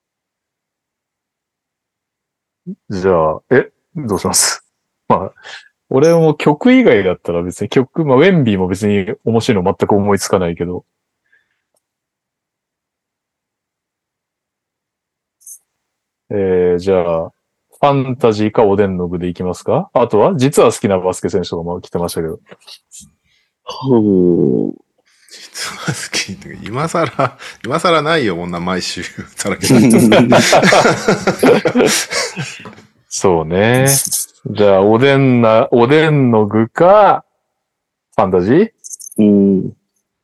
S2: じゃあ、どうします？まあ、俺も曲以外だったら別に曲、まあ、ウェンビーも別に面白いの全く思いつかないけど。じゃあ、ファンタジーかおでんの具でいきますか？あとは実は好きなバスケ選手とかも来てましたけど。
S1: 実は好きって今更ないよ、こんな毎週さらけ
S2: そうね。じゃあ、おでんの具か、ファンタジー？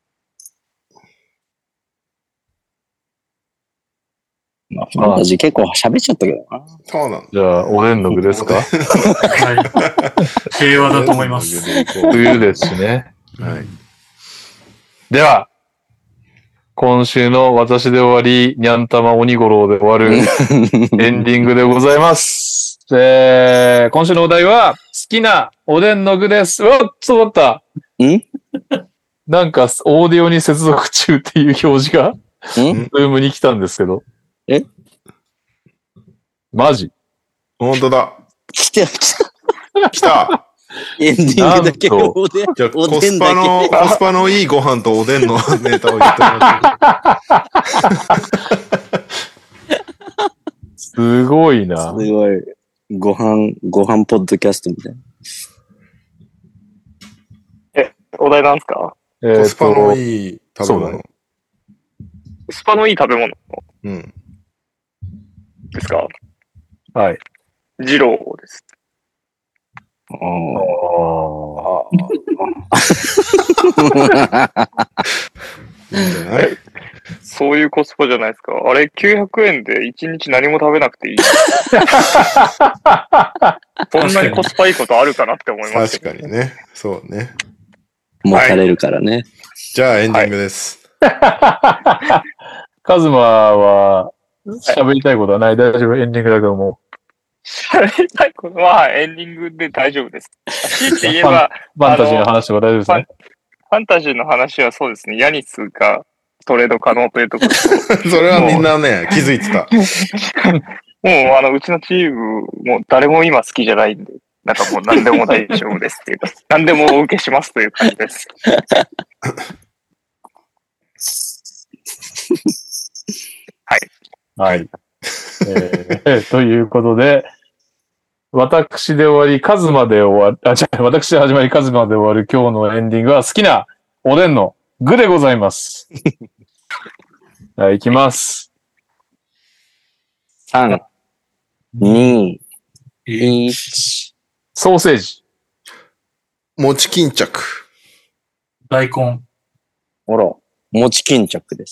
S4: まあ、ファンタジー結構喋っちゃったけどな。
S1: そうなんだ。
S2: じゃあ、おでんの具ですか？はい。
S3: 平和だと思います。
S2: 冬ですしね。
S1: はい。
S2: では、今週の私で終わり、にゃんたま鬼五郎で終わるエンディングでございます。今週のお題は、好きなおでんの具です。うわっ、ちょっと待った。なんか、オーディオに接続中っていう表示が、ズームに来たんですけど。マジ？
S1: 本当だ。
S4: 来
S1: た。
S4: エンディングだけおでん。
S1: じゃあ、コスパのいいご飯とおでんのネタを言ってもらって。
S2: すごいな。
S4: すごい。ご飯ポッドキャストみたいな。
S5: お題なんすか？
S1: コスパのいい食べ物。
S5: コスパのいい食べ物。ですか？
S2: はい。
S5: 二郎です。そういうコスパじゃないですか。あれ、900円で1日何も食べなくていい。そんなにコスパいいことあるかなって思います、
S1: 確かにね。そうね。
S4: もたれるからね。
S1: じゃあ、エンディングです。
S2: カズマは、喋りたいことはない？大丈夫？エンディングだけども。
S5: 喋りたいことはエンディングで大丈夫です。強いて言えば、
S2: ファンタジーの話とか大丈夫ですね。
S5: ファンタジーの話はそうですね。ヤニスがトレード可能というところ。
S1: それはみんなね、気づいてた。
S5: もう、うちのチーム、もう誰も今好きじゃないんで、なんかもう何でも大丈夫ですっていうか、何でもお受けしますという感じです。はい。
S2: はい。ということで、私で終わり、カズマで終わる、私で始まり、カズマで終わる今日のエンディングは好きなおでんの具でございます。はい、いきます。
S4: 3、2、1。
S2: ソーセージ。
S1: 餅巾着。
S3: 大根。
S4: ほら、餅巾着です。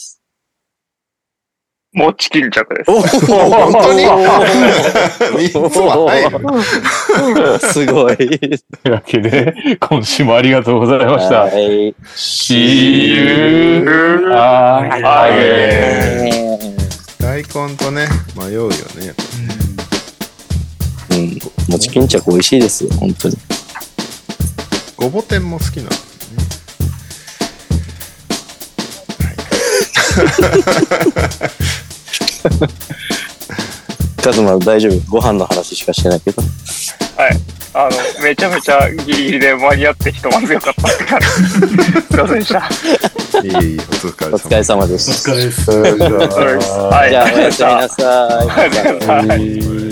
S5: 餅巾着です。
S1: 本当に3つは入る。
S4: すごい。
S2: というわけで、今週もありがとうございました。
S4: はい。
S2: See you again。
S1: 大根とね、迷うよね。
S4: 餅巾着美味しいですよ、本当に。
S1: ごぼ天も好きなんですね。
S4: カズマ大丈夫？ご飯の話しかしてないけど。
S5: はい。めちゃめちゃギリギリで間に合ってひとまずよかったって感じ。すいませんでした。
S1: いい、お
S4: 疲れ様です。
S3: お疲れ様です。
S5: はい。
S4: じゃあ、おやすみなさい。
S5: おやすみなさい。